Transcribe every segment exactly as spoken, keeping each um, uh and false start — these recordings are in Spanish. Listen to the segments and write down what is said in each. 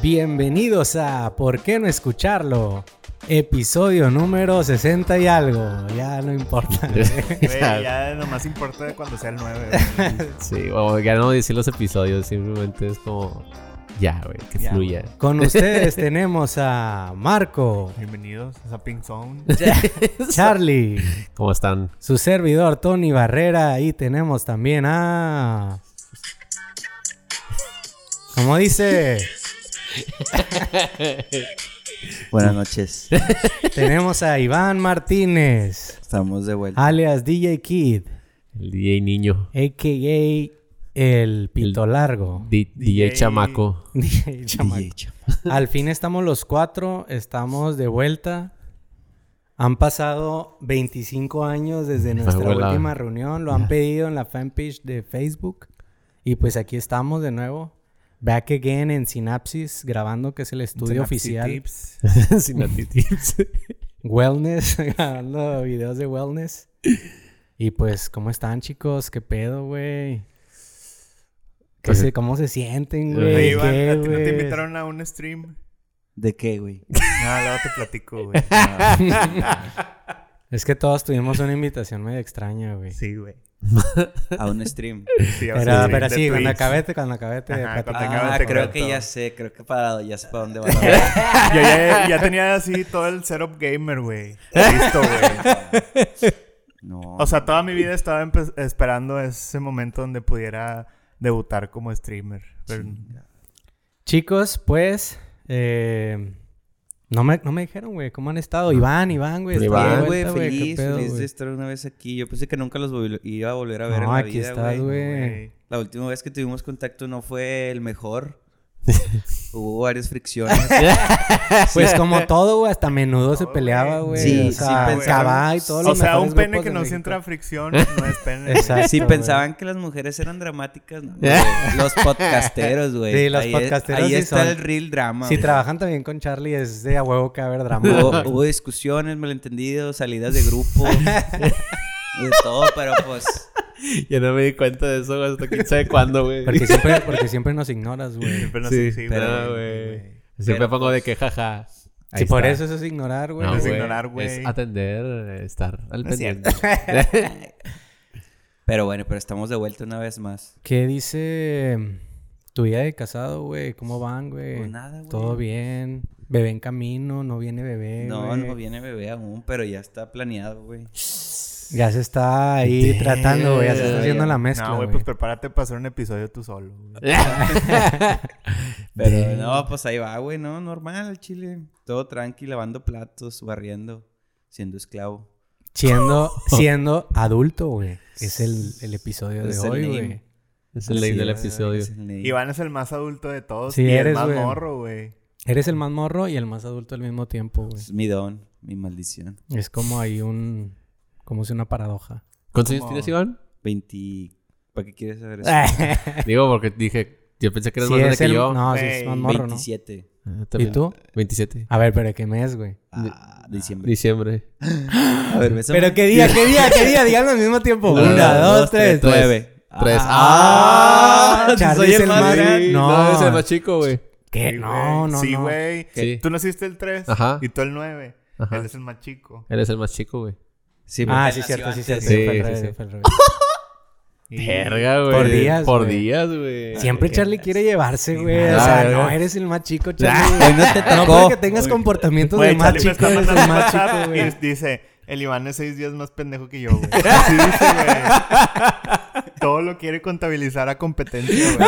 Bienvenidos a ¿Por qué no escucharlo? Episodio número sesenta y algo. Ya no importa. Güey, ya nomás importa cuando sea el nueve. Sí, o ya no decir los episodios, simplemente es como... Ya, güey, que Ya, fluya. güey. Con ustedes tenemos a Marco, Bienvenidos a Pink Zone. Charlie, ¿Cómo están? su servidor Tony Barrera y tenemos también a... ¿Cómo dice? Buenas noches. Tenemos a Iván Martínez, Estamos de vuelta. alias D J Kid, El D J niño. a k a el pito largo. D- DJ Chamaco. D J Chamaco. D J. Al fin estamos los cuatro, estamos de vuelta. Han pasado veinticinco años desde nuestra Volado. última reunión. Lo han pedido en la fanpage de Facebook. Y pues aquí estamos de nuevo. Back again en Synapsis, grabando, que es el estudio oficial. Tips. Sin tips. Wellness, grabando videos de wellness. Y pues, ¿cómo están, chicos? ¿Qué pedo, güey? ¿Qué Pues, se, ¿Cómo se sienten, Oye, güey? Iván, ¿Qué, ¿a ti no te güey? invitaron a un stream? ¿De qué, güey? No, luego te platico, güey. Es que todos tuvimos una invitación medio extraña, güey. Sí, güey. A un stream. Sí, o Pero, sea, pero de sí, cuando Twitch. acabete, cuando acabete. Ajá, platicamos. cuando acabete Ah, te creo cuento. que ya sé. Creo que para... Ya sé para dónde va la verdad. Yo ya, ya tenía así todo el setup gamer, güey. Listo, güey. No. O sea, toda mi vida estaba empe- esperando ese momento donde pudiera debutar como streamer. Pero... Chicos, pues... Eh, no, me, no me dijeron, güey, ¿cómo han estado? Iván, Iván, güey. Iván, está de Bien, güey, vuelta, ¿qué feliz, pedo, feliz güey? de estar una vez aquí. Yo pensé que nunca los vol- iba a volver a ver No, en la aquí vida, estás, güey. güey. La última vez que tuvimos contacto no fue el mejor. Hubo varias fricciones. Pues como todo, güey, hasta menudo se No, peleaba, güey. güey. Sí, o sea, sí pensaban- Cabá y todos O los sea, un mejores pene grupos que de no México. sienta fricción no es pene. Exacto. Si güey. pensaban que las mujeres eran dramáticas, no, güey. Los podcasteros, güey. Sí, los ahí podcasteros Ahí sí está son. el real drama. Si güey. trabajan también con Charlie, es de a huevo que va a haber drama. Hubo, güey. hubo discusiones, malentendidos, salidas de grupo. De todo, pero pues... Ya no me di cuenta de eso hasta quién sabe cuándo, güey. Porque siempre, porque siempre nos ignoras, güey. Siempre no Sí, sé, sí, pero, güey, güey. güey. Siempre Pero, pongo de que jaja. Ahí Sí, por está. eso eso es ignorar, güey. No, es güey, ignorar, güey. Es atender, eh, estar al No es pendiente. Pero bueno, pero estamos de vuelta una vez más. ¿Qué dice tu vida de casado, güey? ¿Cómo van, güey? Pues nada, güey. Todo bien. Bebé en camino, no viene bebé. No, güey. no viene bebé aún, pero ya está planeado, güey. Ya se está ahí Damn. tratando, güey. Ya se está haciendo la mezcla, No, güey, güey. pues prepárate para hacer un episodio tú solo, güey. Pero Damn. no, pues ahí va, güey, no, normal, al chile. Todo tranqui, lavando platos, barriendo, siendo esclavo. Siendo, siendo adulto, güey. Es el, el episodio de Es el hoy, name. güey. Es el Así ley del es, episodio. es el name. Iván es el más adulto de todos Sí, y eres, el más güey. morro, güey. Eres el más morro y el más adulto al mismo tiempo, güey. Es mi don, mi maldición. Es como ahí un... Como si una paradoja. ¿Cuántos años Como- tienes, Iván? veinte... ¿Para qué quieres saber eso? Digo, porque dije... Yo pensé que eras Sí, más grande es que el... yo. No, sí, Güey, es más morro, ¿no? veintisiete. Ah, ¿Y también. tú? veintisiete. A ver, pero ¿qué mes, güey? Ah, diciembre. Diciembre. A ver, bésame. Pero ¿qué día, qué día, qué día? Díganlo al mismo tiempo. Una, Una, dos, tres. tres. Nueve. Tres. Ah, Ah, Charlie soy es el el más más grande. No. No, es el más chico, güey. ¿Qué? Sí, No, güey. no, Sí, no. güey. Sí. Tú naciste el tres Ajá. y tú el nueve. Ajá. Él es el más chico. Él es el más chico, güey. Sí, Ah, porque sí, nació cierto, sí, antes cierto. de- Sí, Fue al sí, revés, sí. fue al revés. Y- Verga, güey. Por días, Por güey. días, güey. Siempre qué Charlie mes. quiere llevarse, güey. Ah, O sea, ¿verdad? no eres el más chico, Charlie. Hoy no te No tocó. porque tengas Hoy- comportamientos Güey, de más Charlie me chico, está eres el mandando más WhatsApp chico, güey. y dice... El Iván es seis días más pendejo que yo, güey. Así dice, güey. Todo lo quiere contabilizar a competencia, güey.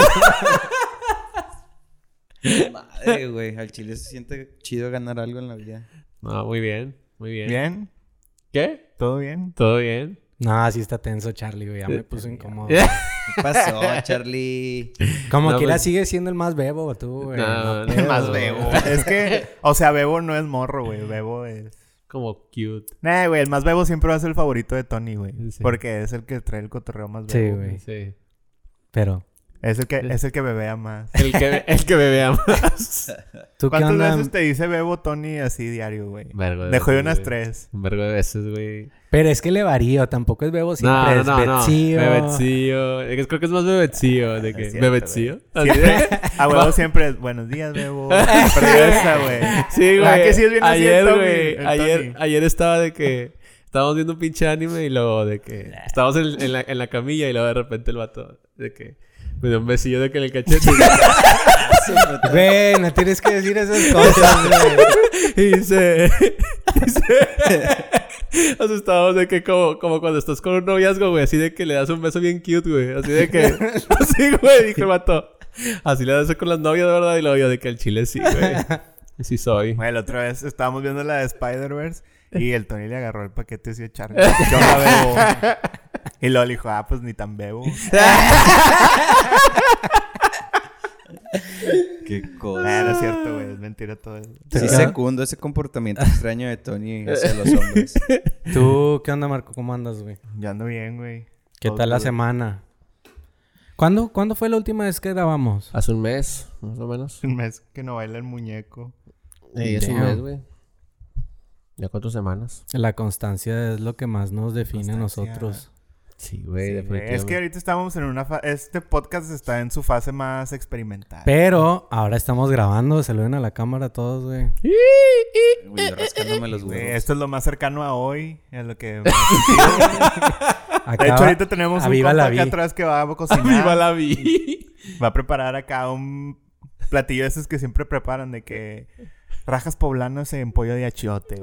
Madre, güey. Al chile se siente chido ganar algo en la vida. No, muy bien. Muy bien. ¿Bien? ¿Qué? ¿Todo bien? ¿Todo bien? No, así está tenso, Charlie, güey. Ya me puso incómodo. ¿Qué pasó, Charlie? Como No, quiera pues- sigue siendo el más bebo, tú, güey. No, no, pedo, Más güey. Bebo. Es que... O sea, Bebo no es morro, güey. Bebo es... Como cute. Nah, güey. El más Bebo siempre va a ser el favorito de Tony, güey. Sí. Porque es el que trae el cotorreo más Sí, Bebo. güey. Sí. Pero... Es el que, es el que bebea más. El que, el que bebea más. ¿Tú qué ¿Cuántas onda? veces te dice bebo Tony así diario, güey? Vergo de Dejó de veces, unas güey. tres. Un vergo de veces, güey. Pero es que le varío, tampoco es bebo siempre, No, es no, no. betzillo. Bebecillo. Es- Creo que es más bebecillo. ¿De Es qué? cierto, ¿Bebecillo? Así Siempre, de- a huevo siempre es buenos días, bebo. Regresa, güey. Sí, Ah, güey. que sí es bien así el ayer, Tommy, güey. el Ayer, Tony. ayer estaba de que... Estábamos viendo un pinche anime y luego de que... Estábamos en, en, la, en la camilla y luego de repente el vato... De que... Me dio un besillo de que en el cachete. Güey, no tienes que decir esas cosas, güey. Y dice... Dice... O sea, estábamos de que como, como cuando estás con un noviazgo, güey. Así de que le das un beso bien cute, güey. Así de que... Así, güey. Dije, vato. Así le das con las novias, de verdad. Y luego yo de que el chile sí, güey. Sí soy. Güey, la otra vez estábamos viendo la de Spider-Verse y el Tony le agarró el paquete y decía Charlie. Yo la bebo. Y luego le dijo, ah, pues ni tan bebo. Qué Nah, cosa. no es cierto, güey. Es mentira todo eso. Sí, secundo ese comportamiento extraño de Tony hacia los hombres. ¿Tú qué onda, Marco? ¿Cómo andas, güey? Yo ando bien, güey. ¿Qué Todo tal la cool. semana? ¿Cuándo, ¿Cuándo fue la última vez que grabamos? Hace un mes, más o menos. Un mes que no baila el muñeco. Sí, es un Damn. mes, güey. Ya cuatro semanas. La constancia es lo que más nos define a Constancia. nosotros. Sí, güey, Sí, güey. definitivamente. Es que ahorita estamos en una fase... Este podcast está en su fase más experimental. Pero ahora estamos grabando. Saluden a la cámara todos, güey. Güey, yo rascándome los Güey, huevos. esto es lo más cercano a hoy. A lo que... Acá De hecho, va- ahorita tenemos un aviva compa la acá vi. atrás que va a cocinar. ¡Viva la vi! Va a preparar acá un platillo de esos que siempre preparan de que... Rajas poblanas en pollo de achiote.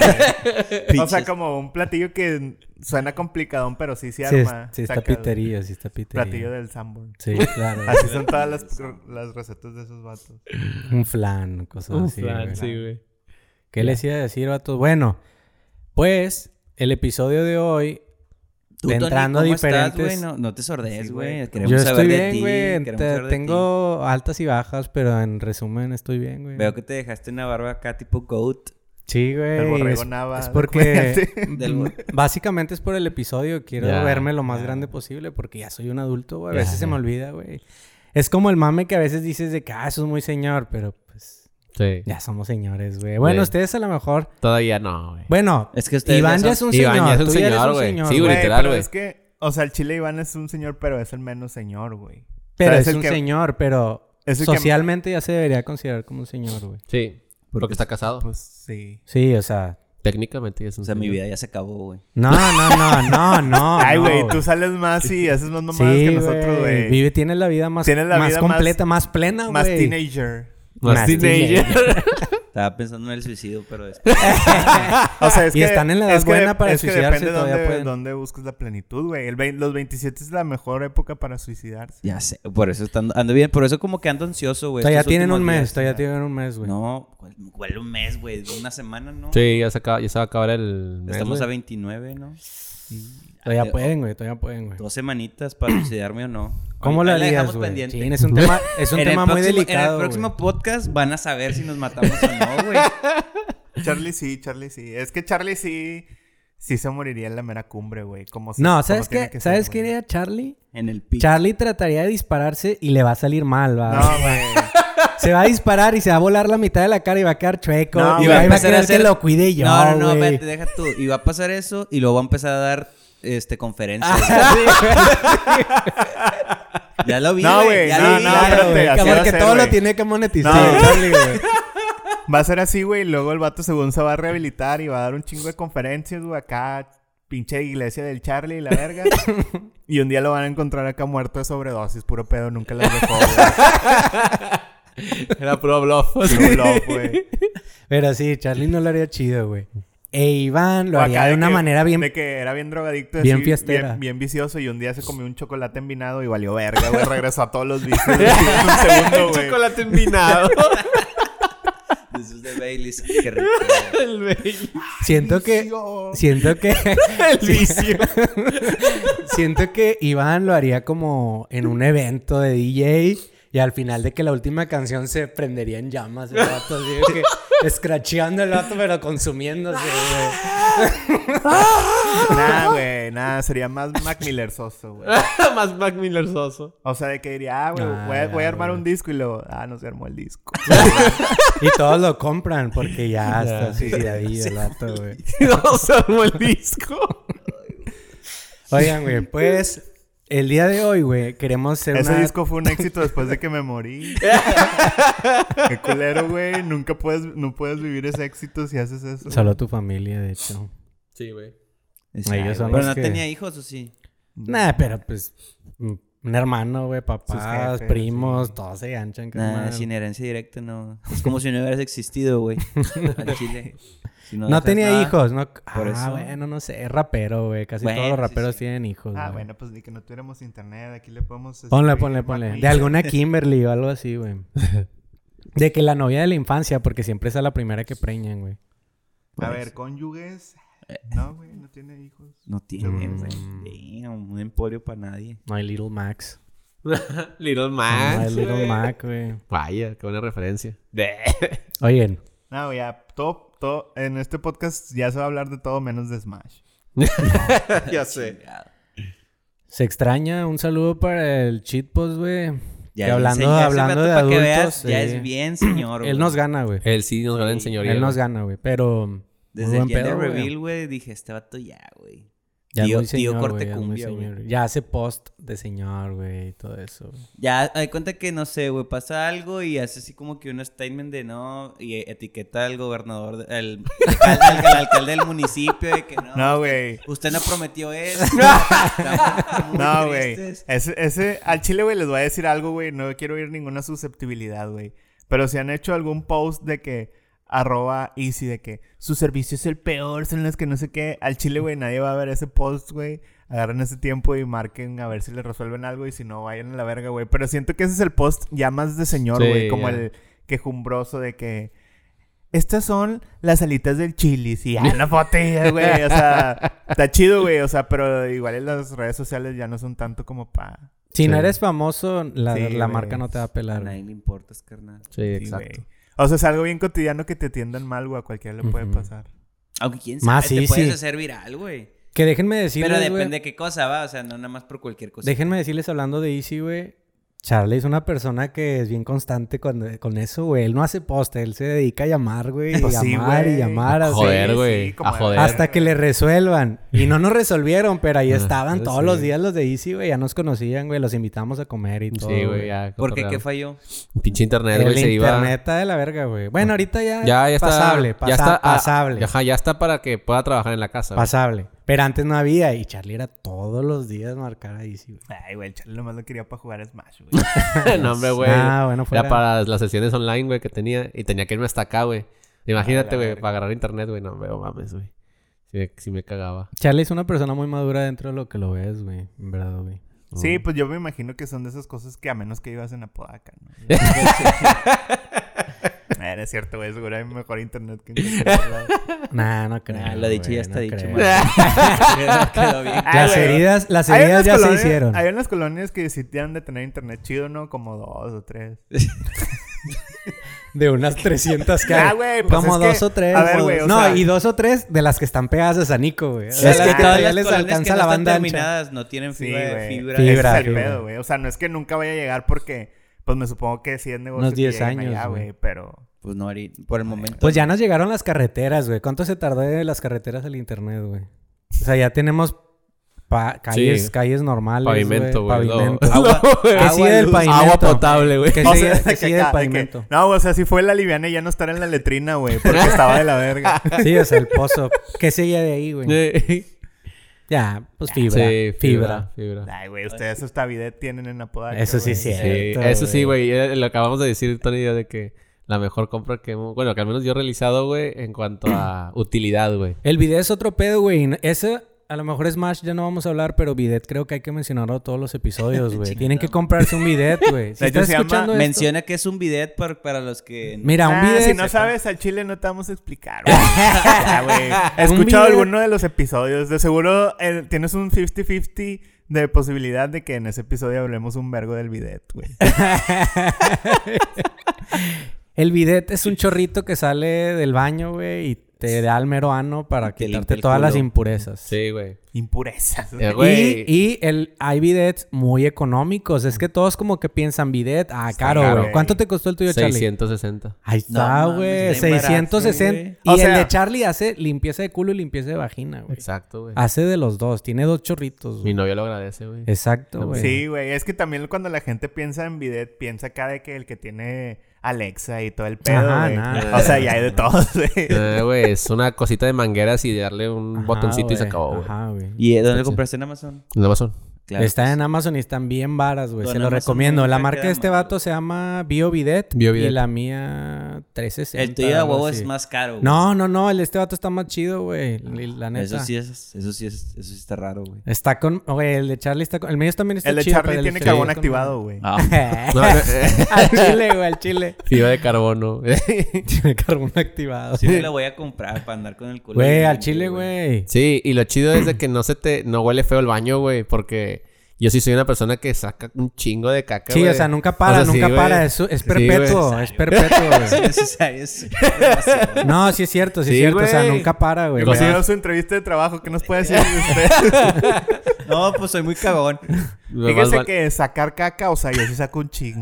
güey. O sea, como un platillo que suena complicadón, pero sí se Sí, es- arma. sí está Saca el pitería, sí está pitería. Platillo del Sanborn. Sí, claro. Así son todas las, las recetas de esos vatos. Un flan, cosas Un así. flan, güey. sí, güey. ¿Qué les iba a decir, vatos? Bueno, pues el episodio de hoy, Tú, de Tony, entrando a ¿cómo estás, diferentes... güey? No, no te sordees, Sí, güey. güey. Queremos Yo saber estoy de bien, ti. güey. queremos Te- saber de Tengo altas y bajas, pero en resumen estoy bien, güey. ti. Veo que te dejaste una barba acá tipo goat. Sí, güey. El borrego es, Nava, es de porque... cuenta. Del bo- Básicamente es por el episodio. Quiero Ya, verme lo más ya. grande posible porque ya soy un adulto, güey. A Ya, veces se ya. me olvida, güey. Es como el mame que a veces dices de que, ah, eso es muy señor, pero pues... Sí. Ya somos señores, güey. Bueno, Sí. ustedes a lo mejor... Todavía no, güey. Bueno, Es que ustedes Iván ya ya es son- un Iván señor. ya es un tú ya eres señor, un güey. señor, Sí, güey. güey. literal, pero es güey. que... O sea, el chile Iván es un señor, pero es el menos señor, güey. Pero O sea, es, el un que- señor, pero es el que- socialmente ya se debería considerar como un señor, güey. Sí. Porque está casado. Pues sí. Sí, o sea... Técnicamente ya es un O sea, mi señor. vida ya se acabó, güey. No, no, no, no, no. Ay, no, güey, tú sales más y haces más mamadas Sí, que nosotros, güey. Vive, tienes la vida más, Tienes la más vida completa, más, plena, güey. Más teenager. Más Más teenager. Estaba pensando en el suicidio, pero después... O sea, es Y que... están en la edad es que buena de- para es que suicidarse, depende todavía dónde, pueden. dónde busques la plenitud, güey. El vein- los veintisiete es la mejor época para suicidarse. Ya sé. Por eso estando, ando bien. Por eso como que ando ansioso, güey. Todavía estos tienen un últimos mes, días. todavía tienen un mes, güey. No, ¿cuál, cuál un mes, güey? Una semana, ¿no? Sí, ya se, acaba, ya se va a acabar el mes, Estamos güey. a veintinueve, ¿no? Todavía Eh, pueden, güey, todavía pueden, güey. Dos semanitas para suicidarme o no. ¿Cómo Ahí lo la harías, dejamos güey? pendiente. Sí, es un tema, es un En el tema muy próximo- delicado, En el próximo güey. podcast van a saber si nos matamos o no, güey. Charlie sí, Charlie sí. Es que Charlie sí... Sí se moriría en la mera cumbre, güey. Como se- No, como ¿sabes tiene qué? que ser, ¿Sabes qué güey. haría Charlie? En el pico. Charlie trataría de dispararse y le va a salir mal, va. No, güey. Se va a disparar y se va a volar la mitad de la cara y va a quedar chueco. No, y güey. va a empezar querer que lo cuide yo, No, no, no, güey. espérate, deja tú. Y va a pasar eso y luego va a empezar a dar este conferencias. Ya lo vi, No, güey, Ya no, lo vi, no, claro, espérate, güey. así Que va a porque ser, todo lo güey. tiene que monetizar, No. Charlie, güey. Va a ser así, güey. Y luego el vato según se va a rehabilitar y va a dar un chingo de conferencias, güey. Acá, pinche iglesia del Charlie y la verga. Y un día lo van a encontrar acá muerto de sobredosis. Puro pedo, nunca las dejó, güey. Era puro bluff. Puro bluff, güey. Pero sí, Charlie no lo haría chido, güey. E Iván lo O haría acá de una que- manera bien... De que era bien drogadicto. bien así, fiestera. Bien, bien vicioso. Y un día se comió un chocolate envinado y valió verga, güey. Regresó a todos los vicios. En un segundo, güey. Chocolate envinado. De esos de Baileys. Qué rico. El baby. Siento que... Vicio. Siento que... El vicio. Siento que Iván lo haría como en un evento de D J y al final de que la última canción se prendería en llamas. El vato, así de que Escracheando el vato, pero consumiéndose, güey. Nah, güey, nada, sería más Mac Miller soso, güey. Más Mac Miller soso. O sea, de que diría, ah, güey, Ah, voy, a- voy a ya, armar güey. un disco y luego, ah, no se armó el disco. Y todos lo compran porque ya Ya. está suicidadillo el vato, güey. No se armó el disco. Oigan, güey, pues... El día de hoy, güey, queremos hacer Ese una... disco fue un éxito después de que me morí. Qué culero, güey. Nunca puedes, no puedes vivir ese éxito si haces eso. Solo tu familia, de hecho. Sí, güey. Ellos son Pero los no que- tenía hijos, ¿o sí? Nah, pero pues... mm, Un hermano, güey, papás, jefes, primos, sí. todos se ganchan. Nah, carnal. sin herencia directa no. Es como si no hubieras existido, güey. Al chile. Si No, dejas tenía nada- hijos, ¿no? Por Ah, eso. bueno, no sé. Es rapero, güey. Casi Bueno, todos los sí, raperos sí. tienen hijos, Ah, güey. bueno, pues ni que no tuviéramos internet. Aquí le podemos... Ponle, escribir ponle, Mac ponle. De Miller. alguna Kimberly o algo así, güey. De que la novia de la infancia, porque siempre es la primera que preñan, güey. A ver, cónyuges... No, güey, no tiene hijos. No tiene, Mm. güey. Damn, un emporio para nadie. No hay Little Max. Little No Mac. hay Little güey. Mac, güey. Vaya, qué buena referencia. De... Oigan, No, ya, todo, todo... En este podcast ya se va a hablar de todo menos de Smash. ya sé. Chingado. se extraña. Un saludo para el cheat post, güey. Ya Que es hablando, bien señor, ese hablando vato de pa' que adultos. veas, ya sí. es bien señor, Él güey. nos gana, güey. Él sí nos gana en Sí, señoría. Él nos güey. gana, güey. Pero... muy Desde buen el día de pedo, güey. reveal, güey, dije, este vato ya, güey. Ya es Tío- muy tío señor, corte güey, ya es muy cumbia, güey. señor. Ya hace post de señor, güey, y todo eso, güey. Ya, hay cuenta que, no sé, güey, pasa algo y hace así como que un statement de no, y etiqueta al gobernador, de- al, al, al- al alcalde del municipio de que no. No, güey. Usted no prometió eso. Estamos muy No, güey. tristes. Ese, ese... Al chile, güey, les voy a decir algo, güey. No quiero oír ninguna susceptibilidad, güey. Pero si han hecho algún post de que... Arroba Easy de que... Su servicio es el peor, son las que no sé qué. Al chile, güey, nadie va a ver ese post, güey. Agarren ese tiempo y marquen a ver si le resuelven algo. Y si no, vayan a la verga, güey. Pero siento que ese es el post ya más de señor, Sí, güey. Como ya. el quejumbroso de que... Estas son las alitas del Chili's. Y ya, una botella, güey. O sea, está chido, güey. O sea, pero igual en las redes sociales ya no son tanto como pa... Si no Sí. eres famoso, la, Sí, la güey. marca no te va a A pelar. nadie le importas, carnal. Sí, Sí, exacto. güey. O sea, es algo bien cotidiano que te atiendan mal, güey. A cualquiera le puede Ujú. pasar. Aunque quién sabe, Más te sí, puedes sí. hacer viral, güey. Que déjenme decirles, Pero güey, depende de qué cosa va, o sea, no nada más por cualquier cosa. déjenme decirles hablando de Easy, güey. Charlie es una persona que es bien constante con, con eso, güey. Él no hace post, él se dedica a llamar, güey. Pues y sí, llamar güey. y llamar. A así. joder, sí, güey. sí, como a de joder. verdad. Hasta que le resuelvan. Y no nos resolvieron, pero ahí Ah, estaban todos sí. los días los de Easy, güey. Ya nos conocían, güey. Los invitamos a comer y todo. Sí, güey, ya. ¿Por qué? cotorreado. ¿Qué falló? Pinche internet, El güey, se iba... internet está de la verga, güey. Bueno, ahorita ya... Ya, ya está... pasable, pasa- ya está, ah, pasable. Ajá, ya está para que pueda trabajar en la casa. güey. Pasable. Pero antes no había. Y Charlie era todos los días marcar a Easy, güey. Ay, güey. El Charlie nomás lo quería para jugar Smash, güey. no, hombre, güey. Ah, bueno, fuera. Ya para las sesiones online, güey, que tenía. Y tenía que irme hasta acá, güey. Imagínate, Ah, la güey, verga. para agarrar internet, güey. No, veo mames, güey. Sí, me- sí me cagaba. Charlie es una persona muy madura dentro de lo que lo ves, güey. En verdad, güey. Sí, pues yo me imagino que son de esas cosas que a menos que ibas en Apodaca, ¿no? Eh, no es cierto, güey. Seguro hay mejor internet que en cualquier lado. Nah, no creo. Nah, lo dicho güey, ya está no dicho, creo. man. quedó, quedó bien. Ay, Las güey. heridas, las Hay heridas unas ya colonias- se hicieron. Hay unas colonias que sí tienen de tener internet chido, ¿no? Como dos o tres. De unas trescientas que Ah, hay. güey, pues Como es que- dos o tres. a ver, o- güey, o no, sea- y dos o tres de las que están pegadas a Sanico, güey. O O sea, sea, es las- que todas todavía las les colonias alcanza que no la están banda ancha. terminadas no tienen Sí, fibra. güey. fibra. Fibra, Ese es el fibra. pedo, güey. O sea, no es que nunca vaya a llegar porque... Pues me supongo que sí es negocio Unos que diez lleguen años, allá, güey. güey. Pero... Pues no, ahorita, por el momento. Pues ya nos llegaron las carreteras, güey. ¿Cuánto se tardó de las carreteras al internet, güey? O sea, ya tenemos pa- calles, Sí. calles normales, Pavimento, güey. Pavimento. No, Agua, no, güey. ¿Qué agua, sigue del luz. pavimento? Agua potable, güey. ¿Qué O sigue, sea, qué que sigue del acá, de que- pavimento? no, o sea, si fue la liviana y ya no estar en la letrina, güey. Porque estaba de la verga. Sí, o sea, el pozo. ¿Qué sigue de ahí, güey? Sí, Ya, pues fibra. fibra. fibra. Fibra. Ay, güey, ustedes hasta bidet tienen en Apodaca. Eso sí, güey. sí. Sí, Cierto, eso sí, güey. güey. eh, Lo acabamos de decir, Tony y yo, de que la mejor compra que hemos... Bueno, que al menos yo he realizado, güey, en cuanto a utilidad, güey. El bidet es otro pedo, güey. Ese, a lo mejor Smash ya no vamos a hablar, pero bidet creo que hay que mencionarlo todos los episodios, güey. Tienen que comprarse un bidet, güey. Si De hecho, estás se llama escuchando esto... Menciona que es un bidet para, para los que... Mira, un Ah, bidet... si no sabes, al chile no te vamos a explicar, güey. Ya, güey. He Un escuchado bidet- alguno de los episodios. De seguro eh, tienes un cincuenta cincuenta de posibilidad de que en ese episodio hablemos un vergo del bidet, güey. El bidet es un chorrito que sale del baño, güey, y te da al mero ano para Te quitarte limpia el todas las culo. impurezas. Sí, güey. Impurezas. Eh, güey. Y, y el, hay bidets muy económicos. Es que todos como que piensan bidet. Ah, Está caro, caro, güey. güey. ¿Cuánto te costó el tuyo, Charlie? seiscientos sesenta. Ahí No está, mames, güey. está bien seiscientos sesenta. barato, Y O el sea- de Charlie hace limpieza de culo y limpieza de vagina, güey. Exacto, güey. Hace de los dos. Tiene dos chorritos, Mi güey. novio lo agradece, güey. Exacto, güey. Sí, güey. Es que también cuando la gente piensa en bidet, piensa acá de que el que tiene Alexa y todo el pedo, Ajá, güey. nada. O sea, ya hay de todos, güey. Eh, güey, es una cosita de mangueras y darle un Ajá, botoncito y se güey. acabó, güey. Ajá, güey. ¿Y eh, dónde Está compraste en Amazon? En Amazon. Claro, Está pues. en Amazon y están bien varas, güey. Con Se lo Amazon recomiendo. La nunca marca queda de este mal, vato se llama BioBidet. BioBidet. Y la mía trescientos sesenta. El tuyo de algo huevo así. es más caro, güey. No, no, no. El de este vato está más chido, güey. La neta. Eso sí es, eso sí es, eso sí está raro, güey. Está con... Güey, el de Charlie está con... El mío también está El de chido. Charlie pero tiene de carbón está con- activado, güey. Ah, No, no, eh, Al chile, güey, al chile. fibra de carbono. Tiene carbón activado. sí me lo voy a comprar para andar con el culo. Güey, bien al limpio, chile, güey. Sí, y lo chido es de que no se te... No huele feo el baño, güey, porque... Yo sí soy una persona que saca un chingo de caca, Sí, güey. o sea, nunca para, O sea, sí, nunca güey. para. Es, es Sí, perpetuo, güey. es perpetuo, Es güey. necesario, es demasiado. No, sí es cierto, sí, es Sí, cierto. O sea, güey. nunca para, güey. Consiguió su entrevista de trabajo. ¿Qué nos puede decir de usted? No, pues soy muy cagón. Más Fíjese val- que sacar caca, o sea, yo sí saco un chingo.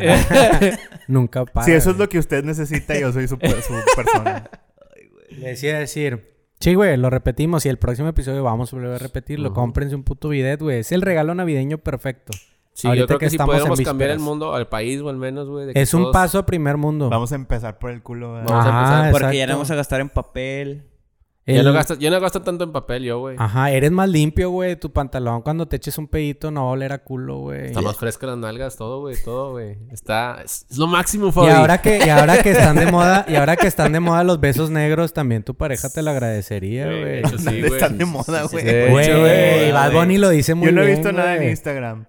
Nunca para. Si eso es güey. lo que usted necesita, yo soy su, su persona. Le decía decir... Sí, güey, lo repetimos. Y el próximo episodio vamos a volver a repetirlo. Ujú. Cómprense un puto bidet, güey. Es el regalo navideño perfecto. Sí, Ahorita yo creo que que, si estamos en pudiéramos cambiar el vísperas. mundo, al país o al menos, güey. de que Es un todos- paso a primer mundo. Vamos a empezar por el culo. ¿verdad? Vamos a empezar. Porque ya exacto. no vamos a gastar en papel. Ya El- no gastas, ya no gasto tanto en papel yo, güey. Ajá, eres más limpio, güey. Tu pantalón cuando te eches un pedito no va a oler a culo, güey. Está más fresca las nalgas, todo, güey, todo, güey. Está... Es, es lo máximo, Y Fabi. ahora que, y ahora que están de moda, y ahora que están de moda los besos negros, también tu pareja te lo agradecería, Sí, güey. eso sí, ¿Dónde güey. están de moda, güey? sí. Güey, hecho, güey. Bad Bunny lo dice muy Yo no he bien, visto nada en güey. Instagram.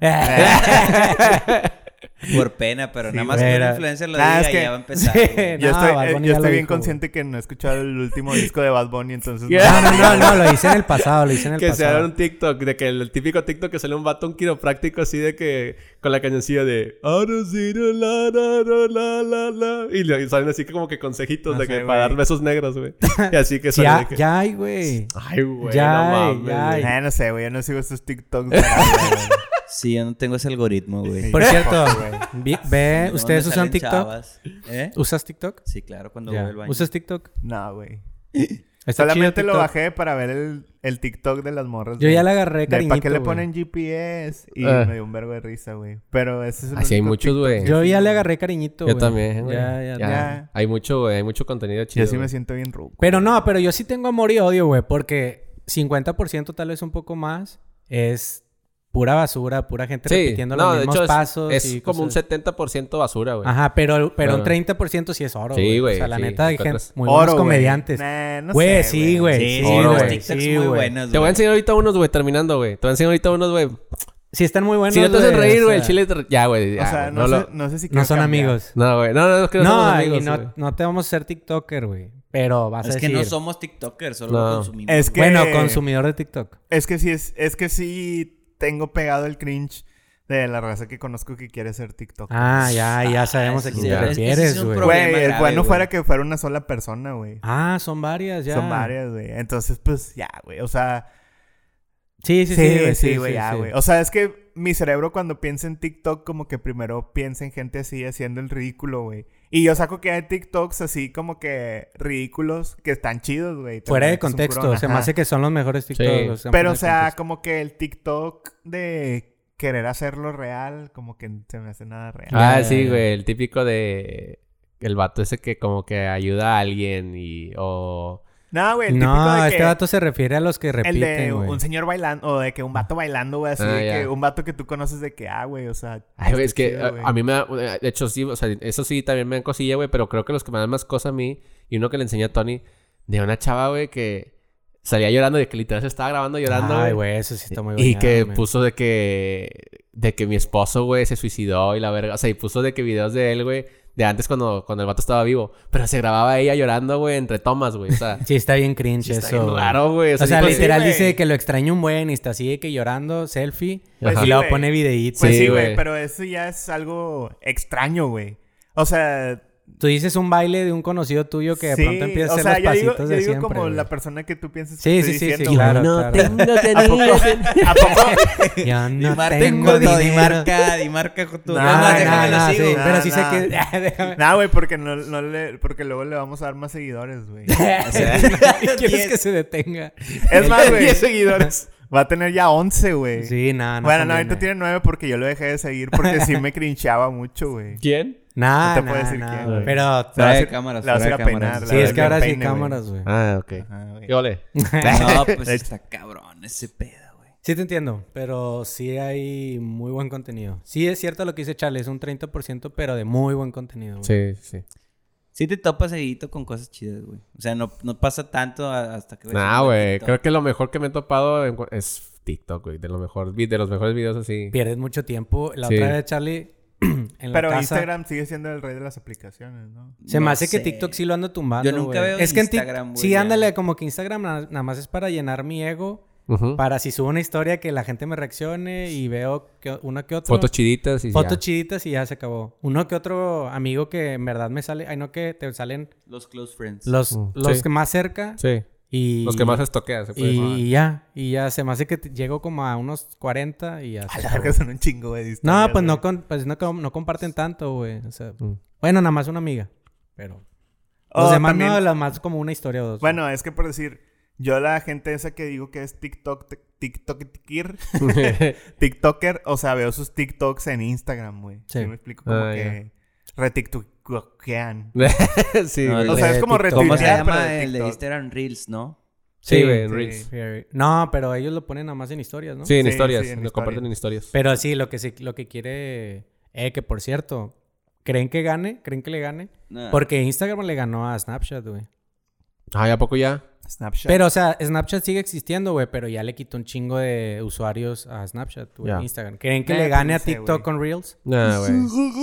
Por pena, pero Sí, nada más güey. que un Era- influencer lo Nah, diga es y que- ya va a empezar. Sí. güey. Yo No, estoy, Bad eh, Bunny yo ya estoy lo bien dijo, consciente que no he escuchado el último disco de Bad Bunny, entonces... No, no, no, no, lo hice en el pasado, lo hice en el Que se haga pasado. un TikTok, de que el, el típico TikTok que sale un vato, un quiropráctico así de que... Con la cañoncilla de... "Ahora sí, la, la, la, la, la, la", Y, le- y salen así como que consejitos No de sé, que güey. para dar besos negros, güey. Y así que sale Ya, de que... ya hay, güey. Ay, güey, Ya no hay, mames, ya güey. hay. Eh, no sé, güey. Yo no sigo estos TikToks. de nada, güey. Sí, yo no tengo ese algoritmo, güey. Por Sí, cierto, güey. vi- ve, ¿Dónde ¿ustedes usan salen TikTok? chavas? ¿Eh? ¿Usas TikTok? Sí, claro, cuando Ya. voy al baño. ¿Usas TikTok? No, güey. Está Solamente chido lo TikTok. bajé para ver el, el TikTok de las morras. Yo de- ya le agarré de cariñito, ¿Para qué le güey. ponen G P S? Y Ah. me dio un vergo de risa, güey. Pero ese es el Así hay único muchos, TikTok güey. que Yo sí, ya le güey. agarré cariñito, Yo güey. también, güey. Ya, ya, Ya. ya. Hay mucho, güey. Hay mucho contenido chido, Yo sí me güey. siento bien ruco. Pero no, pero yo sí tengo amor y odio, güey. Porque cincuenta por ciento, tal vez un poco más, es pura basura, pura gente Sí, repitiendo no, los de mismos hecho es, pasos. es y como un cosas. setenta por ciento basura, güey. Ajá, pero, pero un Bueno. treinta por ciento sí es oro, Sí, güey. O güey, sea, la sí, neta hay gente, encuentras muy buenos Oro, güey. comediantes. Nah, no Güey, sé, sí, güey. Sí, Sí, sí, oro, los güey. TikToks Sí, muy güey. buenos, Te voy a güey. enseñar ahorita unos, güey, terminando, güey. Te voy a enseñar ahorita unos, güey. Sí están muy buenos, Si no te hacen güey, reír, o güey, sea, el chile... te- Ya, güey. O ya, sea, güey, no, no, sé, lo- no sé si No quiero son cambiar. amigos. No, güey. No, no, es que no, No, somos amigos, y no, güey. no te vamos a ser TikToker, güey. Pero vas Es a que decir... no somos TikTokers, solo No. lo consumimos. Es que... Bueno, consumidor de TikTok. Es que sí, es, es que sí tengo pegado el cringe de la raza que conozco que quiere ser TikTok. Ah, ya, ya sabemos a ese quién sí, te ese- ese refieres, es un güey. problema. Güey, el grave, bueno güey. fuera que fuera una sola persona, güey. Ah, son varias ya. Son varias, güey. Entonces, pues, ya, güey. O sea... Sí, sí, sí, Sí, güey. sí, güey, sí, ya, sí. güey. O sea, es que mi cerebro cuando piensa en TikTok como que primero piensa en gente así haciendo el ridículo, güey. Y yo saco que hay TikToks así como que ridículos que están chidos, güey. Fuera de También, que son contexto. puro- Se me ajá. hace que son los mejores TikToks. Sí. los que han Pero, fuera o de sea, contexto. como que el TikTok de querer hacerlo real, como que se me hace nada real. Ah, Ya, sí, ya, güey. El típico de... El vato ese que como que ayuda a alguien y... O... No, güey, el típico No, de este que... vato se refiere a los que El de repiten, güey. un señor bailando, o de que un vato bailando, güey, así Ah, de ya. que un vato que tú conoces de que, ah, güey, o sea... Ay, güey, es está que chido, a, güey. a mí me da... De hecho, sí, o sea, eso sí también me dan cosilla, güey. Pero creo que los que me dan más cosa a mí... Y uno que le enseñé a Tony... De una chava, güey, que... Salía llorando, de que literal se estaba grabando llorando, Ay, güey. güey, eso sí está muy Y bañado, que güey. puso de que... De que mi esposo, güey, se suicidó y la verga. O sea, y puso de que videos de él, güey... De antes cuando, cuando el vato estaba vivo. Pero se grababa ella llorando, güey, entre tomas, güey. O sea... Sí, está bien cringe sí está eso. bien güey. raro, güey. O sea, sí, literal sí, güey. dice que lo extraña un buen y está así de que llorando, selfie. Pues y sí, luego güey. pone videíto. Pues Sí, sí, güey, güey. pero eso ya es algo extraño, güey. O sea, Tú dices un baile de un conocido tuyo que de sí, pronto empieza a o hacer sea, los yo digo, pasitos yo de digo siempre, como güey. la persona que tú piensas que Sí, estoy sí, sí, sí, diciendo, claro, no claro. tengo ¿A poco? ¿A poco? Yo no Dimarca, tengo no, dinero. Dimarca, Dimarca con tu... No, Nada más no, déjame no, lo no, sigo. sí, No, pero sí sé no. que... Déjame. Nah, güey, porque no, no le, porque luego le vamos a dar más seguidores, güey. O sea, ¿Quieres diez. que se detenga? Es más, güey. diez seguidores. Va a tener ya once, güey. Sí, nada, no Bueno, no, conviene. ahorita tiene nueve porque yo lo dejé de seguir porque sí me crincheaba mucho, güey. ¿Quién? Nah, No te nah, puedo decir nah, quién, güey. güey. Pero... Le vas Fuera a de ir- cámaras, le vas a fuera ir de a peinar, cámaras. la Sí, verdad, es que ahora sí peine, güey. cámaras, güey. Ah, ok. Ajá, güey. ¿Qué ole? No, pues está cabrón ese pedo, güey. Sí te entiendo, pero sí hay muy buen contenido. Sí es cierto lo que dice Charlie, es un treinta por ciento, pero de muy buen contenido, güey. Sí, sí. Sí te topas seguidito con cosas chidas, güey. O sea, no, no pasa tanto a- hasta que... ves Nah, un buen güey. TikTok. Creo que lo mejor que me he topado en cu- es TikTok, güey. De, lo mejor, vi- de los mejores videos así. Pierdes mucho tiempo. La Sí. otra vez, Charlie, en la Pero casa... Instagram sigue siendo el rey de las aplicaciones, ¿no? Se me No hace que sé. TikTok sí lo ando tumbando, Yo nunca güey. veo Es que en Tik- Instagram, güey, Sí, ya. ándale, como que Instagram na- nada más es para llenar mi ego. Ujú. Para si subo una historia que la gente me reaccione y veo que uno que otro... Fotos chiditas y Fotos ya. chiditas y ya se acabó. Uno que otro amigo que en verdad me sale... Ay, no, que te salen Los close friends. los, Mm, los sí. que más cerca Sí. y... Los que más estoqueas, se puede Y, decir. y ya, y ya se me hace que te- llego como a unos cuarenta y ya. A se la acabó. verga son un chingo, güey. de No, historias, pues no, güey. con, pues no, com- no comparten tanto, güey. O sea, Mm. bueno, nada más una amiga, pero... Oh, Los demás también- no, las más como una historia o dos. Bueno, es que por decir, yo la gente esa que digo que es TikTok, tic- TikToker, TikToker, o sea, veo sus TikToks en Instagram, güey. Sí. Sí. Me explico como Ah, que retiktokean. sí, No, güey. O sea, es como TikTok. ¿Cómo se retuitear, pero llama de el de TikTok. Instagram Reels, no? Sí, güey, en sí. Reels. Very- No, pero ellos lo ponen nada más en historias, ¿no? Sí, en Sí, historias. sí, en Lo comparten en historias. historias. Pero sí, lo que se, lo que quiere... Eh, que por cierto, ¿creen que gane? ¿Creen que le gane? No. Porque Instagram le ganó a Snapchat, güey. Ay, ¿a poco ya? Snapchat. Pero, o sea, Snapchat sigue existiendo, güey, pero ya le quitó un chingo de usuarios a Snapchat, güey, Ya. Instagram. ¿Creen que Eh, le pues gane no a sé, TikTok güey. con Reels? Nah, güey.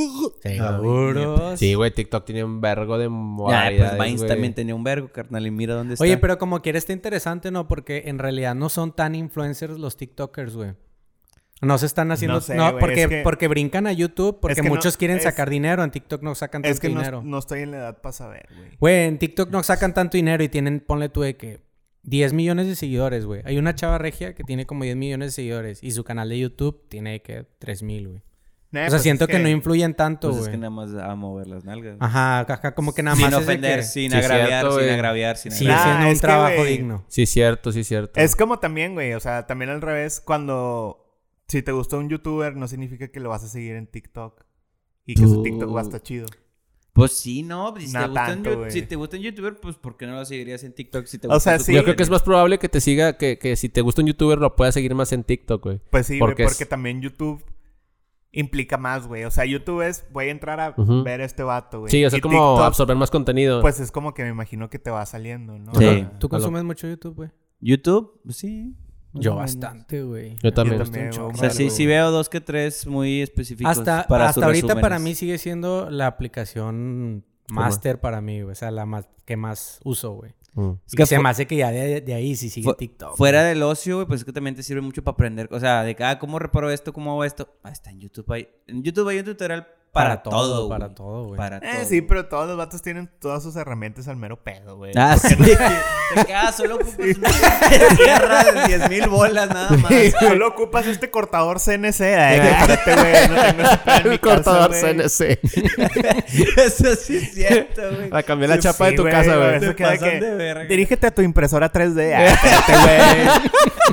Seguro. Sí, güey, TikTok tiene un vergo de Ya, modalidades, pues Vines güey. también tenía un vergo, carnal. Y mira dónde está. Oye, pero como quiera está interesante, ¿no? Porque en realidad no son tan influencers los TikTokers, güey. No se están haciendo... No No, sé, güey, porque, es que- porque brincan a YouTube, porque es que no- muchos quieren es- sacar dinero. En TikTok no sacan tanto es que no, dinero. no estoy en la edad para saber, güey. Güey, en TikTok no sacan tanto dinero y tienen, ponle tú de que diez millones de seguidores, güey. Hay una chava regia que tiene como diez millones de seguidores y su canal de YouTube tiene que tres mil, güey. Nah, O sea, pues siento es que... no influyen tanto, Pues güey. es que nada más a mover las nalgas. Ajá, ajá, como que nada sin más es de ofender, que sin Sí, agraviar, cierto, sin güey. agraviar, sin sigue Nah, agraviar. siendo un es que, trabajo güey, digno. Sí, cierto, sí, cierto. Es como también, güey. O sea, también al revés. Cuando... Si te gusta un youtuber, no significa que lo vas a seguir en TikTok. Y que su Tú- TikTok va a estar chido. Pues sí, no. Si, No te gustan tanto, yu- güey. si te gusta un youtuber, pues ¿por qué no lo seguirías en TikTok? Si te O gusta sea, su sí. Yo contenido? creo que es más probable que te siga, que, que si te gusta un youtuber lo puedas seguir más en TikTok, güey. Pues sí, güey. Porque Porque, es- también YouTube implica más, güey. O sea, YouTube es... Voy a entrar a Ujú. ver a este vato, güey. Sí, o sea, Y como TikTok, absorber más contenido. pues es como que me imagino que te va saliendo, ¿no? Sí. O sea, ¿Tú consumes mucho YouTube, güey? YouTube, pues sí. más Yo o menos. bastante, güey. Yo también. Me gusta un Yo chorro, también, O sea, sí, güey. sí veo dos que tres muy específicos Hasta, para hasta sus ahorita para resúmenes. mí sigue siendo la aplicación máster para mí, güey. O sea, la más, que más uso, güey. Mm. Es que que se fu- me hace que ya de, de ahí sí sigue Fu- TikTok. Fuera güey. del ocio, güey, pues es que también te sirve mucho para aprender. O sea, de que, ah, ¿cómo reparo esto? ¿Cómo hago esto? Ah, está en YouTube. Hay, en YouTube hay un tutorial para, Para todo, todo, para güey. todo, güey. Para todo. Eh, sí, pero todos los vatos tienen todas sus herramientas al mero pedo, güey. Ah, sí. De que, ah, solo ocupas una tierra de diez mil bolas nada más. Solo ocupas este cortador C N C. Ay, que espérate, güey. No tengo ese pedo en mi El casa, cortador güey. C N C. Eso sí es cierto, güey. A cambiar la Sí, chapa de tu güey, casa, güey. güey. Eso Se queda pasan que- de verga. Dirígete a tu impresora tres D. Ay, espérate, güey.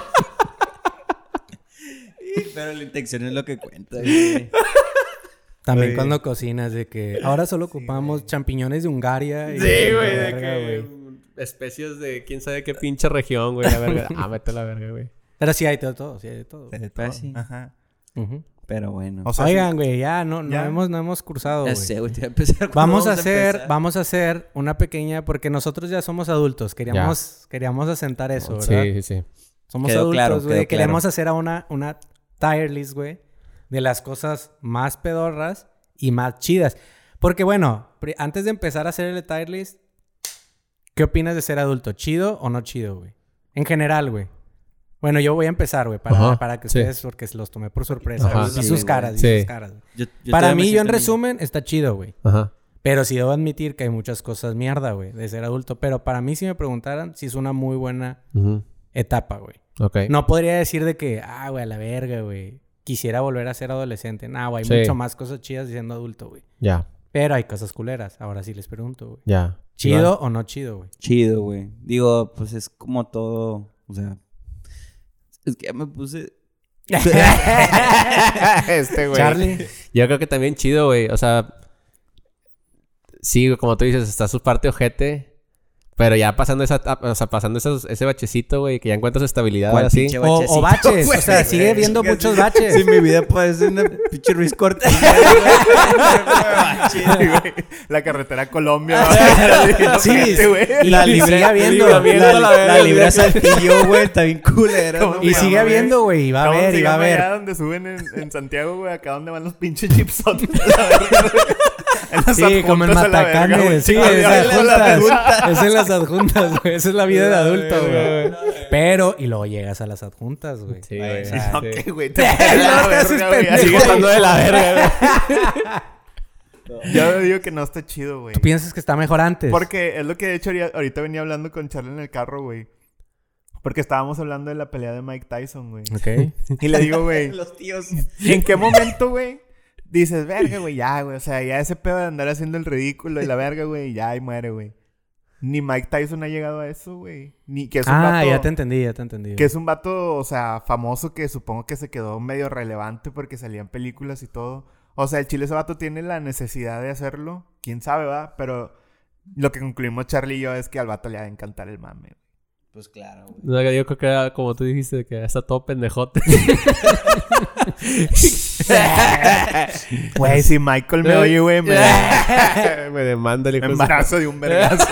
Pero la intención es lo que cuenta, güey. También Oye. cuando cocinas, de que ahora solo ocupamos champiñones de Hungaria. y- Sí, güey, de verga, que güey. especies de quién sabe qué pinche región, güey, la verga. Ah, vete a la verga, güey. Pero sí hay de todo, sí hay de todo. De Pues todo. sí. Ajá. Ujú. Pero bueno. O sea, Oigan, güey, ya no, no Ya. hemos, no hemos cursado, ya güey. sé, güey, te voy a empezar. ¿Cuándo Vamos a hacer, empezar? vamos a hacer una pequeña, porque nosotros ya somos adultos. Queríamos, queríamos asentar eso, ¿verdad? Sí, sí, sí. Somos Quedó adultos, claro, güey. quedó Queremos claro. hacer a una, una tier list, güey, de las cosas más pedorras y más chidas. Porque, bueno, pri- antes de empezar a hacer el tier list, ¿qué opinas de ser adulto? ¿Chido o no chido, güey? En general, güey. Bueno, yo voy a empezar, güey, para, Ajá, para que sí. ustedes, porque los tomé por sorpresa. Ajá. Y Sí, sus güey. caras, y Sí. sus caras. güey. Yo- yo Para todavía me mí, yo en siento niño. resumen, está chido, güey. Ajá. Pero sí debo admitir que hay muchas cosas mierda, güey, de ser adulto. Pero para mí, si me preguntaran, sí es una muy buena Uh-huh. etapa, güey. Ok. No podría decir de que, ah, güey, a la verga, güey. Quisiera volver a ser adolescente. Nah, güey, hay Sí. mucho más cosas chidas siendo adulto, güey. Ya, Pero hay cosas culeras. Ahora sí les pregunto, güey. ya. ¿Chido o no chido, güey? Chido, güey. Digo, pues es como todo... O sea... Es que ya me puse... Este, güey. Charlie. Yo creo que también chido, güey. O sea... Sí, como tú dices, está su parte ojete. Pero ya pasando esa etapa, o sea, pasando esos, ese bachecito, güey, que ya encuentras estabilidad ¿Cuál así. pinche O, o bachecito, baches. güey? O sea, sigue viendo Chinga, muchos sí. baches. Sí, mi vida parece una pinche Ruiz Cortines, Sí, güey. La carretera a Colombia. Sí, Gente, güey. y, La y libre- sigue habiendo. libramiento La- a la La verga, libra güey. Saltillo, güey, está bien culera. ¿Cómo ¿no? y se sigue llama, habiendo, güey. Y va a ¿Cómo ver, se y va a llama allá ver. donde suben en, en Santiago, güey? Acá donde van los pinches chipsotes. En las Sí, como en adjuntas a la verga, Matacanes. güey. Sí, Ah, es ya, ya, la adjuntas. Es en las adjuntas, güey. Esa es la vida de adulto, güey. Pero, y luego llegas a las adjuntas, güey. Sí, Güey, güey. sí. Ah, No, sí. ¿qué, güey? Te No, la te haces verga, güey. pendejo. Sigue estando de la verga, güey. Yo digo que no está chido, güey. ¿Tú piensas que está mejor antes? Porque es lo que de hecho ahorita- ahorita venía hablando con Charlie en el carro, güey. Porque estábamos hablando de la pelea de Mike Tyson, güey. Ok. Y le digo, güey, Los tíos. ¿en qué momento, güey? Dices, verga, güey, ya, güey. O sea, ya ese pedo de andar haciendo el ridículo y la verga, güey, ya ahí muere, güey. Ni Mike Tyson ha llegado a eso, güey. Ni que es un Ah, vato... ya te entendí, ya te entendí. Que es un vato, o sea, famoso que supongo que se quedó medio relevante porque salía en películas y todo. O sea, el chile ese vato tiene la necesidad de hacerlo. Quién sabe, va. Pero lo que concluimos Charlie y yo es que al vato le ha de encantar el mame. Pues claro, güey. No, yo creo que era como tú dijiste, que está todo pendejote. Güey, si Michael me oye, güey, me, Me demanda el me hijo de su- embarazo de un vergazo.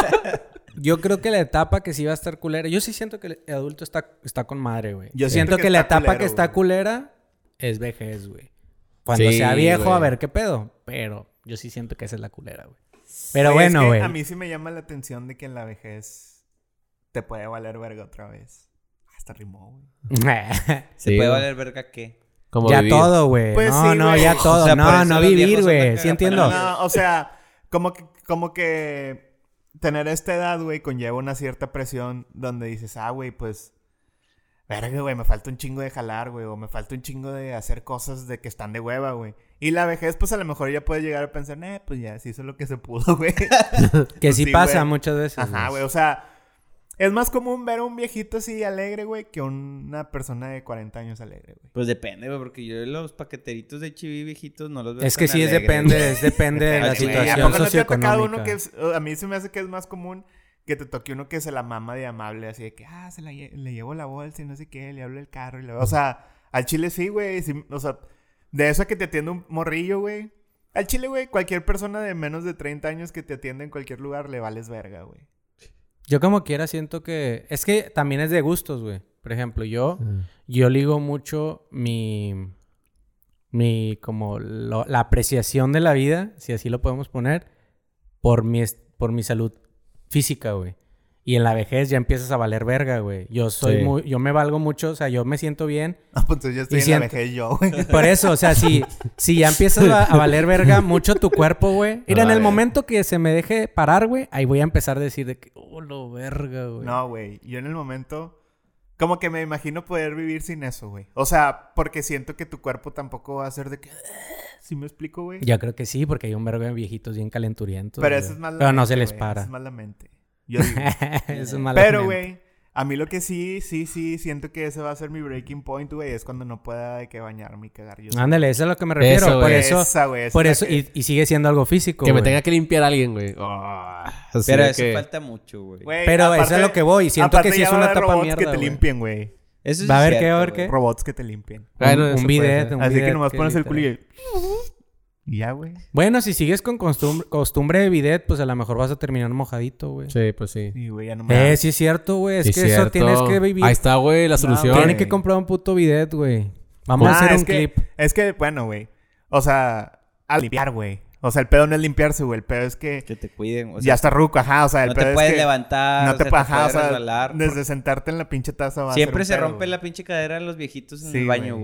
Yo creo que la etapa que sí va a estar culera... Yo sí siento que el adulto está, está con madre, güey. Yo siento siento que, que la está etapa culero, que está güey. culera es vejez, güey. Cuando Sí, sea viejo, güey. a ver qué pedo. Pero yo sí siento que esa es la culera, güey. Pero Güey, es bueno, que güey. A mí sí me llama la atención de que en la vejez te puede valer verga otra vez. Hasta rimó, güey. ¿Se Sí, puede güey. valer verga qué? Como ya vivir. todo, güey. Pues no, sí, no, güey. ya todo. O sea, por no, eso no los vivir, viejos güey. andan Sí entiendo. cagapanados. No, o sea, como que, como que tener esta edad, güey, conlleva una cierta presión donde dices, ah, güey, pues, verga, güey, me falta un chingo de jalar, güey, o me falta un chingo de hacer cosas de que están de hueva, güey. Y la vejez, pues, a lo mejor ya puedes llegar a pensar, eh, pues ya, se hizo lo que se pudo, güey. Que Pues sí sí, pasa güey. muchas veces. Ajá, güey, o sea, es más común ver a un viejito así alegre, güey, que una persona de cuarenta años alegre, güey. Pues depende, güey, porque yo los paqueteritos de chiví viejitos no los veo Es que tan sí, es alegres, depende, güey. es depende de la Ah, sí, ¿A situación poco no te ha tocado socioeconómica. uno que es, a mí se me hace que es más común que te toque uno que se la mama de amable, así de que, ah, se la lle- le llevo la bolsa y no sé qué, le hablo el carro y le... O sea, al chile sí, güey, sí, o sea, de eso a que te atiende un morrillo, güey. Al chile, güey, cualquier persona de menos de treinta años que te atienda en cualquier lugar le vales verga, güey. Yo como quiera siento que... Es que también es de gustos, güey. Por ejemplo, yo... Mm. Yo ligo mucho mi... Mi... Como... lo- la apreciación de la vida, si así lo podemos poner, por mi, est- por mi salud física, güey. Y en la vejez ya empiezas a valer verga, güey. Yo soy Sí. muy... Yo me valgo mucho, o sea, yo me siento bien. Ah, pues entonces ya estoy Y en siento- la vejez yo, güey. Por eso, o sea, si, si ya empiezas a, a valer verga mucho tu cuerpo, güey. Mira, en el Ay. momento que se me deje parar, güey, ahí voy a empezar a decir de que... Oh, lo verga, güey. No, güey. Yo en el momento... Como que me imagino poder vivir sin eso, güey. O sea, porque siento que tu cuerpo tampoco va a ser de que... ¿Sí me explico, güey? Yo creo que sí, porque hay un vergo de viejitos bien calenturientos. Pero güey. eso es más la Pero no mente, se les güey. para. Eso es más la mente. Yo digo. Eso es mala Pero, mente. güey, a mí lo que sí, sí, sí, siento que ese va a ser mi breaking point, güey, es cuando no pueda de que bañarme y cagar yo. Ándale, eso es a lo que me refiero. Eso, por güey. eso, Esa, güey, esa por es la eso que- y, y sigue siendo algo físico, Que me güey. tenga que limpiar alguien, güey. Oh, así Pero de eso que- falta mucho, güey. Güey, Pero aparte- eso es a lo que voy. Siento aparte que sí ya es va a una haber etapa robots mierda, que te güey. limpien, güey. Eso sí Va a es haber qué, cierto, va a haber güey. qué. Robots que te limpien. Bueno, un, eso un puede bidet, ser. un Así que bidet nomás pones el literal. culillo y... y ya, güey. Bueno, si sigues con costumbre, costumbre de bidet, pues a lo mejor vas a terminar mojadito, güey. Sí, pues sí. Y, güey, ya no me... Eh, sí es cierto, güey. Es Sí, que eso cierto. tienes que vivir. Ahí está, güey, la solución. Tienes güey. que comprar un puto bidet, güey. Vamos a Ah, hacer es un que- clip. Es que, bueno, güey. O sea, a limpiar, güey. O sea, el pedo no es limpiarse, güey. El pedo es que... Que te cuiden. O sea, ya está ruco, ajá. O sea, el no pedo te es puedes que... levantar. No o te sea, puedes, ajá, o puedes sea, resbalar. desde sentarte en la pinche taza va a Siempre ser se un pedo, rompe güey. la pinche cadera de los viejitos en Sí, el baño, güey. güey.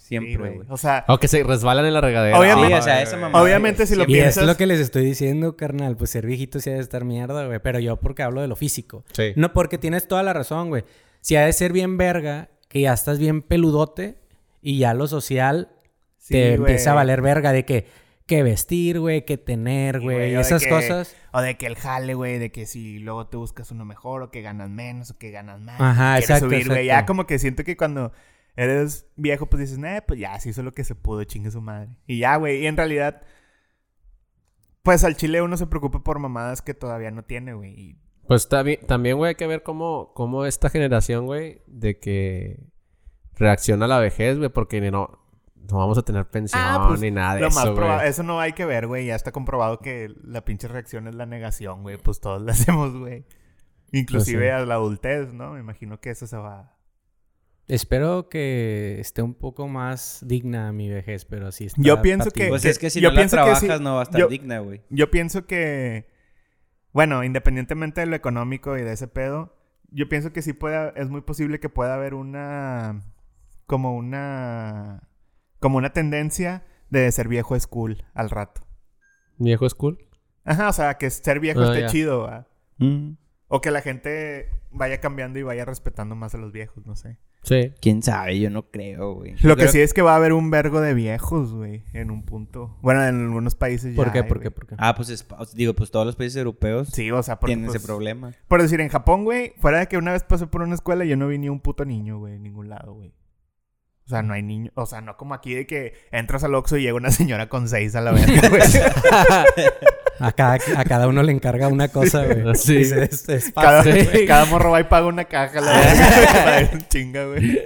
Siempre, Sí, güey. O sea, O que se resbalan en la regadera. Obviamente- Ah, Sí, o sea, güey, esa güey. mamada, obviamente güey, si lo siempre. Y piensas... es lo que les estoy diciendo, carnal. Pues ser viejito sí ha de estar mierda, güey. Pero yo porque hablo de lo físico. Sí. No, porque tienes toda la razón, güey. Si ha de ser bien verga, que ya estás bien peludote y ya lo social Sí, te güey. empieza a valer verga de que, qué vestir, güey, qué tener, Sí, güey. o de Esas que- cosas. O de que el jale, güey, de que si luego te buscas uno mejor o que ganas menos o que ganas más. Ajá, quieres exacto, subir, güey. Ya exacto. como que siento que cuando eres viejo, pues dices, eh, pues ya, se hizo lo que se pudo, chingue su madre. Y ya, güey. Y en realidad, pues al chile uno se preocupa por mamadas que todavía no tiene, güey. Y Pues tabi- también, güey, hay que ver cómo, cómo esta generación, güey, de que reacciona a la vejez, güey, porque ni no, no vamos a tener pensión Ah, pues, ni nada de lo más eso, proba- güey. eso no hay que ver, güey. Ya está comprobado que la pinche reacción es la negación, güey. Pues todos la hacemos, güey. Inclusive Pues a la adultez, ¿no? Me imagino que eso se va... Espero que esté un poco más digna mi vejez, pero sí está Yo pienso patible. que- Pues es que si yo no la pienso que trabajas sí. no va a estar Yo- digna, güey. Yo pienso que... Bueno, independientemente de lo económico y de ese pedo, yo pienso que sí puede... Es muy posible que pueda haber una... Como una... Como una tendencia de ser viejo es cool al rato. Viejo es cool. Ajá, o sea, que ser viejo Ah, esté ya. chido, ¿va? Mm. O que la gente vaya cambiando y vaya respetando más a los viejos, no sé. Sí. ¿Quién sabe? Yo no creo, güey. Lo Yo que creo- sí es que va a haber un vergo de viejos, güey, en un punto. Bueno, en algunos países ya ¿Por qué? hay, ¿Por qué? güey. ¿Por qué? Ah, pues es- o sea, digo, pues todos los países europeos Sí, o sea, porque, tienen pues, ese problema. Por decir, en Japón, güey, fuera de que una vez pasé por una escuela, yo no vi ni un puto niño, güey, en ningún lado, güey. O sea, no hay niños. O sea, no como aquí de que entras al Oxxo y llega una señora con seis a la verga, güey. A cada, a cada uno le encarga una cosa, güey. Sí. Y se des- se esparce, cada, güey. cada morro va y paga una caja a la verga. Para ir en chinga, güey.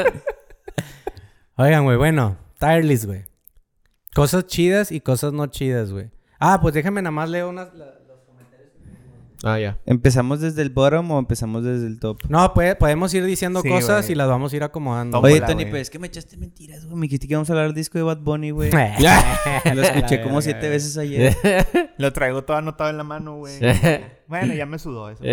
Oigan, güey, bueno. Tier list, güey. Cosas chidas y cosas no chidas, güey. Ah, pues déjame nada más leer unas... la- Ah, ya. ¿Empezamos desde el bottom o empezamos desde el top? No, puede- podemos ir diciendo Sí, cosas güey. y las vamos a ir acomodando. Toma. Oye, Hola, Tony, güey. pero es que me echaste mentiras, güey. Me dijiste que íbamos a hablar del disco de Bad Bunny, güey. Lo Lo escuché como siete veces ayer. Lo traigo todo anotado en la mano, güey. Bueno, ya me sudó eso.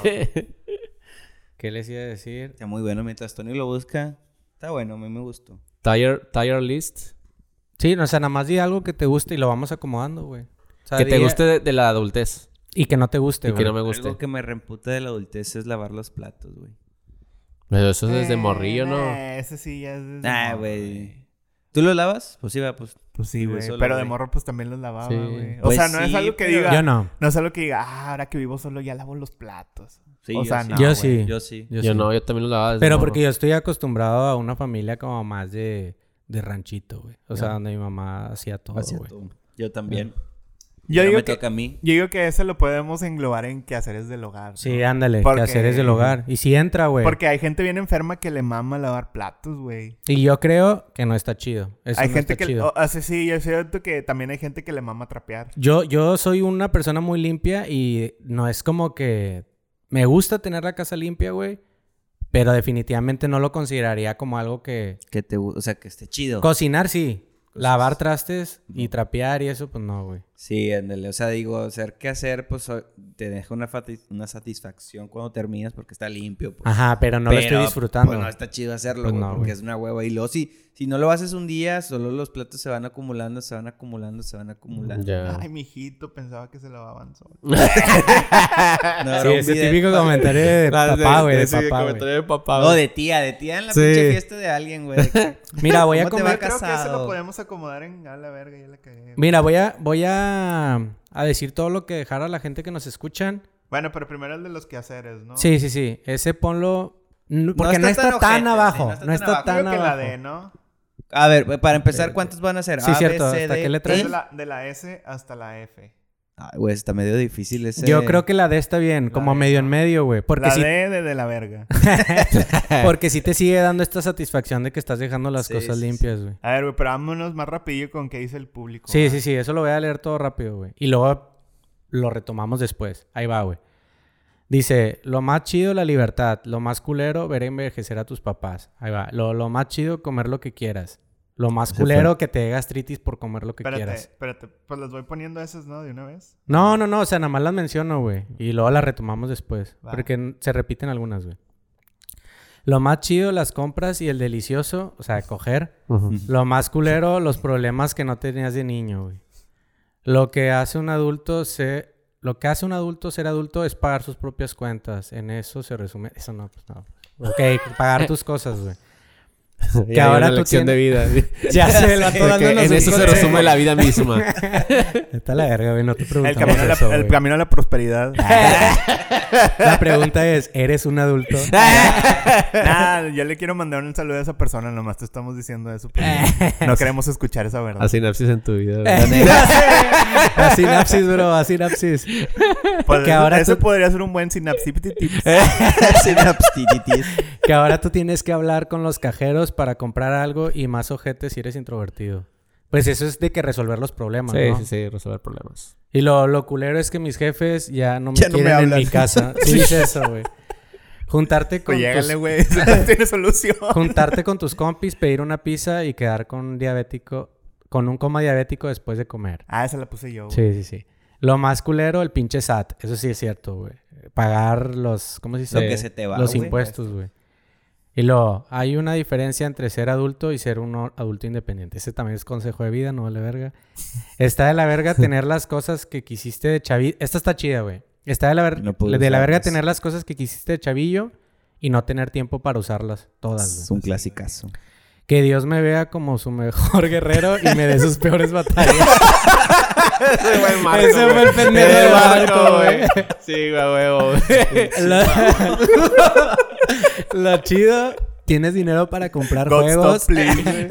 ¿Qué les iba a decir? Está muy bueno mientras Tony lo busca. Está bueno, a mí me gustó. Tire, tire list. Sí, o sea, nada más di algo que te guste y lo vamos acomodando, güey. O sea, Que te di- guste de, de la adultez. Y que no te guste, Y güey. que no me guste. Algo que me reemputa de la adultez es lavar los platos, güey. Pero eso es desde morrillo, ¿no? Eh, ese sí ya es desde Ah, morro, güey. ¿Tú lo lavas? Pues sí, va, pues. Pues sí, güey. Solo, Pero de güey. morro pues también los lavaba, Sí. güey. O Pues sea, no es sí, algo que pero- diga... Yo no. No es algo que diga, ah, ahora que vivo solo ya lavo los platos. Sí, O yo sea, sí. no, Yo güey. sí. Yo sí. Yo Yo sí. no, yo también lo lavaba desde Pero morro. porque yo estoy acostumbrado a una familia como más de, de ranchito, güey. O sea, Ya. donde mi mamá hacía todo, Hacía güey. todo. Yo también. Yo Ahora digo me que... toca a mí. Yo digo que ese lo podemos englobar en quehaceres del hogar. Sí, ¿no? ándale. Porque- Quehaceres del hogar. Y si entra, güey. Porque hay gente bien enferma que le mama lavar platos, güey. Y yo creo que no está chido. Eso Hay no gente está que... chido. O, o sea, sí, yo siento que también hay gente que le mama trapear. Yo, yo soy una persona muy limpia y no es como que... Me gusta tener la casa limpia, güey. Pero definitivamente no lo consideraría como algo que... Que te, gu- o sea, que esté chido. Cocinar, sí. Lavar trastes y trapear y eso, pues no, güey. Sí, ándale. O sea, digo, hacer qué hacer, pues o- te deja una, fati- una satisfacción cuando terminas porque está limpio. Pues. Ajá, pero no lo Pero, estoy disfrutando. Pues no está chido hacerlo, Pues güey, no, porque güey. es una hueva. Y luego, si, si no lo haces un día, solo los platos se van acumulando, se van acumulando, se van acumulando. Ya. Ay, mijito, pensaba que se lavaban solos. No, Sí, era un ese video- típico comentario de papá, güey. De papá, güey. de papá, No, de tía, de tía en la Sí. pinche fiesta de alguien, güey. Mira, voy a ¿Cómo te comer... va Creo que eso casado. lo podemos acomodar en... A la verga, ya la cagué. Mira, voy a... Voy a... A decir todo lo que dejara la gente que nos escuchan. Bueno, pero primero el de los quehaceres, ¿no? Sí, sí, sí. Ese ponlo... n- Porque no está está, tan tan, ojete, abajo. sí, no no está está, tan abajo. tan Creo que la abajo. D, ¿no? A ver, para empezar, ¿cuántos van a ser? Sí, A, cierto. B, C, ¿Hasta D, qué letra E. Es de la, de la S hasta la F. Ay, güey, está medio difícil ese. Yo creo que la D está bien. La Como D, medio ¿no? en medio, güey. Porque La sí... D de, de la verga. Porque sí te sigue dando esta satisfacción de que estás dejando las Sí, cosas sí, limpias, güey. A ver, güey, pero vámonos más rapidillo con qué dice el público. Sí, ¿va? sí, sí. Eso lo voy a leer todo rápido, güey. Y luego lo retomamos después. Ahí va, güey. Dice, lo más chido, la libertad. Lo más culero, ver envejecer a tus papás. Ahí va. Lo, lo más chido, comer lo que quieras. Lo más Se culero, que te dé gastritis por comer lo que Espérate, quieras. espérate. Pues les voy poniendo esas, ¿no? De una vez. No, no, no. O sea, nada más las menciono, güey. Y luego las retomamos después. Va. Porque n- se repiten algunas, güey. Lo más chido, las compras y el delicioso, o sea, coger. Ujú. Lo más culero, los problemas que no tenías de niño, güey. Lo que hace un adulto se... Lo que hace un adulto ser adulto es pagar sus propias cuentas. En eso se resume... Eso no, pues no. Ok, pagar tus cosas, güey. Y Que hay ahora una tú lección de vida. Ya sé, el vato De que dándonos en un eso se consejo. resume la vida misma. Está la verga, güey. No te El preguntamos camino, a la, eso, el güey. camino a la prosperidad. La pregunta es, ¿eres un adulto? Nada, yo le quiero mandar un saludo a esa persona. Nomás te estamos diciendo eso. Porque no queremos escuchar esa verdad. A sinapsis en tu vida. güey. A sinapsis, bro. A sinapsis. Pues que eso ahora eso tú- podría ser un buen sinapsis. Sinaptitis. Que ahora tú tienes que hablar con los cajeros para comprar algo y más ojete si eres introvertido. Pues eso es de que resolver los problemas, Sí, ¿no? sí, sí, resolver problemas. Y lo, lo culero es que mis jefes ya no me Ya no me quieren en hablan. mi casa. Sí, dice eso, güey. Juntarte con Pues llégale, tus... güey. Eso no tiene solución. Juntarte con tus compis, pedir una pizza y quedar con un diabético... Con un coma diabético después de comer. Ah, esa la puse yo. güey. Sí, sí, sí. Lo más culero, el pinche S A T. Eso sí es cierto, güey. Pagar los... ¿Cómo se dice? Lo que se te va, Los güey. impuestos, güey. Y luego, hay una diferencia entre ser adulto y ser un adulto independiente. Ese también es consejo de vida, no vale verga. Está de la verga tener las cosas que quisiste de chavillo. Esta está chida, güey. Está de la, ver- No pude de la verga usarlas. tener las cosas que quisiste de chavillo y no tener tiempo para usarlas todas, Es güey. un clasicazo. Que Dios me vea como su mejor guerrero y me dé sus peores batallas. Ese fue el Marco, Ese fue güey. el pendejo Ese de fue Marco, güey. Sí, güey, huevo, güey. Lo... Lo chido... Tienes dinero para comprar God juegos. stop, please, güey.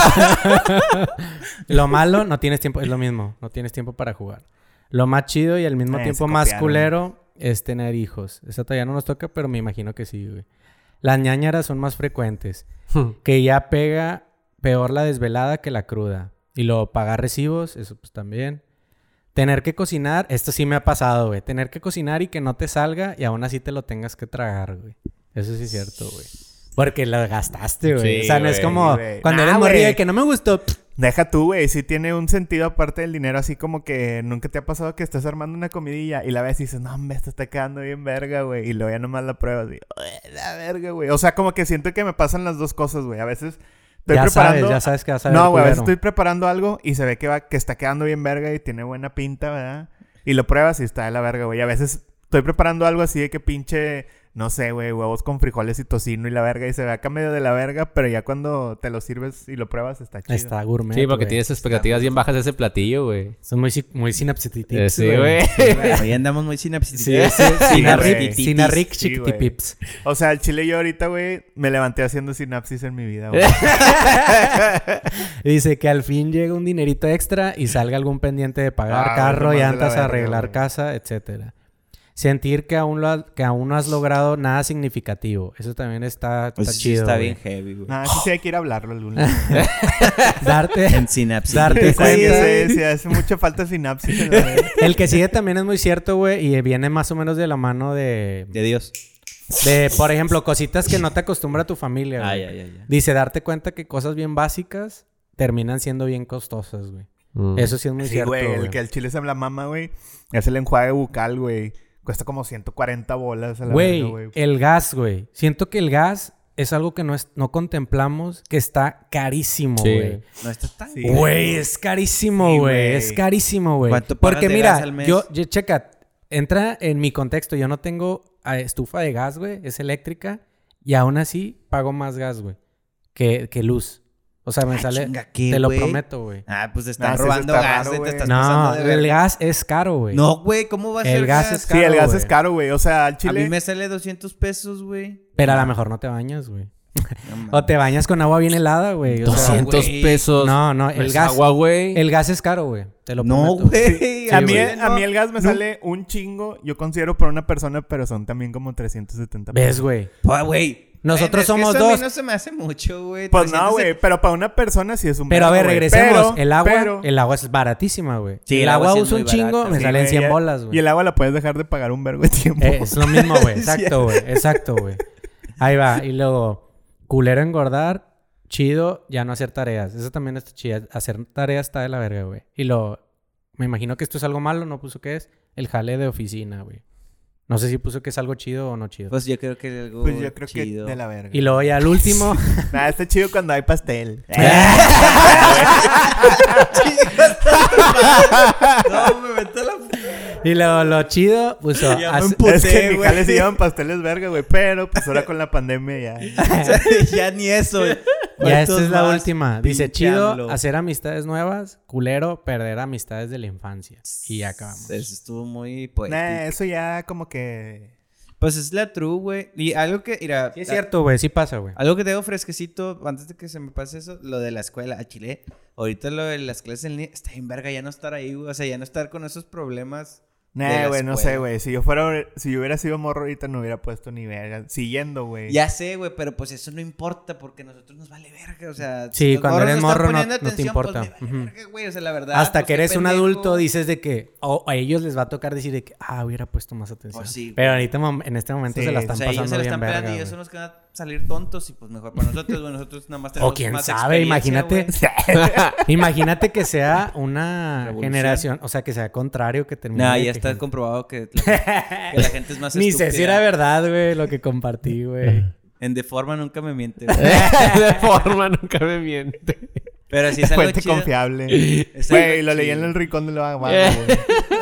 Lo malo, no tienes tiempo. Es lo mismo. No tienes tiempo para jugar. Lo más chido y al mismo Eh, tiempo se más copiaron. culero es tener hijos. Esa todavía no nos toca, pero me imagino que sí, güey. Las ñañaras son más frecuentes. Que ya pega peor la desvelada que la cruda. Y luego pagar recibos, eso pues también. Tener que cocinar, esto sí me ha pasado, güey. Tener que cocinar y que no te salga y aún así te lo tengas que tragar, güey. Eso sí es cierto, güey. Porque lo gastaste, güey. Sí, o sea, no es güey, como güey. cuando Nah, eres morrilla güey. y que no me gustó. pff, Deja tú, güey. Sí tiene un sentido aparte del dinero. Así como que nunca te ha pasado que estás armando una comidilla y la ves y dices, no, hombre, esto está quedando bien verga, güey. Y luego ya nomás la pruebas y, "Uy, la verga, güey". O sea, como que siento que me pasan las dos cosas, güey. A veces estoy ya preparando... sabes, ya sabes que vas a ver No, güey, a veces culero. estoy preparando algo y se ve que va, que está quedando bien verga y tiene buena pinta, ¿verdad? Y lo pruebas y está de la verga, güey. Y a veces estoy preparando algo así de que pinche, no sé, güey, huevos con frijoles y tocino y la verga y se ve acá medio de la verga, pero ya cuando te lo sirves y lo pruebas está chido. Está gourmet, Sí, porque güey. tienes expectativas bien bajas de ese platillo, güey. Son muy, si- muy sinapsitips, Eh, sí, güey. Hoy andamos muy sinapsis. Sí, sí, Sí, Sinarric, güey. Sinarric Sí, güey. chiquitipips. O sea, el chile yo ahorita, güey, me levanté haciendo sinapsis en mi vida, güey. Dice que al fin llega un dinerito extra y salga algún pendiente de pagar Ah, carro, nomás de la llantas, verga, arreglar güey. casa, etcétera. Sentir que aún, lo ha- que aún no has logrado nada significativo. Eso también está, está Pues sí, chido. está güey. bien heavy, güey. Ah, sí, sí hay que ir a hablarlo algún Darte... En sinapsis. Darte Sí, cuenta. sí, sí, hace mucha falta sinapsis en la vida. El que sigue también es muy cierto, güey. Y viene más o menos de la mano de... De Dios. De, por ejemplo, cositas que no te acostumbra tu familia, güey. Ay, ay, ay, ay. Dice, darte cuenta que cosas bien básicas terminan siendo bien costosas, güey. Mm. Eso sí es muy Sí, cierto, güey, güey. el que el chile se la mama, güey, es el enjuague bucal, güey. Cuesta como ciento cuarenta bolas a la Güey, verga, güey. el gas, güey. Siento que el gas es algo que no, es, no contemplamos, que está carísimo, Sí. güey. No está tan... Sí. Güey, es carísimo, Sí, güey. güey. Es carísimo, güey. ¿Cuánto pagas Porque de mira, gas al mes? yo, yo, checa, entra en mi contexto. Yo no tengo ah, estufa de gas, güey. Es eléctrica. Y aún así pago más gas, güey. Que, que luz. O sea, me Ah, sale... chinga, ¿qué, te lo güey? prometo, güey. Ah, pues te Ah, están sí, eso robando está gas, raro, güey. güey. Te estás No, pasando de el verga. gas es caro, güey. No, güey, ¿cómo va a ser El gas es Sí, caro, el gas güey. es caro, güey. O sea, al A chile... mí me sale doscientos pesos, güey. Pero a lo mejor no te bañas, güey. No mames. O te bañas con agua bien helada, güey. O sea, doscientos güey. pesos. No, no, ¿No el es gas... agua, güey. El gas es caro, güey. Te lo No, prometo. güey. a, mí, güey. a mí el gas me sale un chingo, yo considero por una persona, pero son también como trescientos setenta ¿Ves, güey? Ah, güey. Nosotros Es que somos eso a mí dos. no se me hace mucho, güey. Pues no, trescientos güey, pero para una persona sí es un Pero a ver, vergo, güey. regresemos. Pero- el agua, pero- el agua es baratísima, güey. Sí, el, el agua agua sí es usa un muy chingo, barata. me Sí, salen güey, cien y- bolas, Y güey. el agua la puedes dejar de pagar un vergo de tiempo. Eh, es lo mismo, güey. Es Exacto, güey. Exacto, güey. Ahí va. Y luego, culero engordar, chido, ya no hacer tareas. Eso también está chido. Hacer tareas está de la verga, güey. Y lo... Me imagino que esto es algo malo, ¿no? Puso que es el jale de oficina, güey. No sé si puso que es algo chido o no chido. Pues yo creo que algo Pues yo creo chido. que de la verga. Y luego ya al último... Nah, está chido cuando hay pastel. No, me meto la... y luego lo chido puso... Ya me hace- emputé, Es que en mi güey. jale se llevan pasteles verga, güey. Pero pues ahora con la pandemia ya. Ya ni eso. Ya esta ¿Cuántos es la más? última. Dice, Pinche chido AMLO. hacer amistades nuevas, culero perder amistades de la infancia. Y ya acabamos. Eso estuvo muy poético. Nah, eso ya como que... Pues es la true, güey. Y algo que, mira... Sí es cierto, güey. Sí pasa, güey. Algo que tengo fresquecito, antes de que se me pase eso, lo de la escuela a Chile. Ahorita lo de las clases en línea, está bien verga ya no estar ahí, güey. O sea, ya no estar con esos problemas. de Nah, la güey, no escuela. sé, güey. Si yo fuera... Si yo hubiera sido morro ahorita no hubiera puesto ni verga. Siguiendo, güey. Ya sé, güey, pero pues eso no importa porque a nosotros nos vale verga, o sea... Sí, los cuando morros eres están morro no- poniendo no te atención, importa. Pues, me vale Ujú. verga, güey, o sea, la verdad... Hasta pues, que qué eres un pendejo. adulto dices de que... O a ellos les va a tocar decir de que... Ah, hubiera puesto más atención. Pues sí, Pero güey. ahorita mom- en este momento Sí, se la o están O sea, ellos pasando se la bien están verga, pegando y ellos güey. son los que van a salir tontos y pues mejor para nosotros, güey. Nosotros nada más tenemos O quién más sabe, experiencia, imagínate. güey. Imagínate que sea una Revolución. generación... O sea, que sea contrario, que termine... Nah, de ya que está gente- comprobado que la, que la gente es más Ni sé estúpida. si era verdad, güey, lo que compartí, güey. En de forma nunca me miente, güey. De forma nunca me miente. Pero si es algo Fuente chido. confiable. Es Güey, algo lo leí en chido. el rincón de la vaga, güey.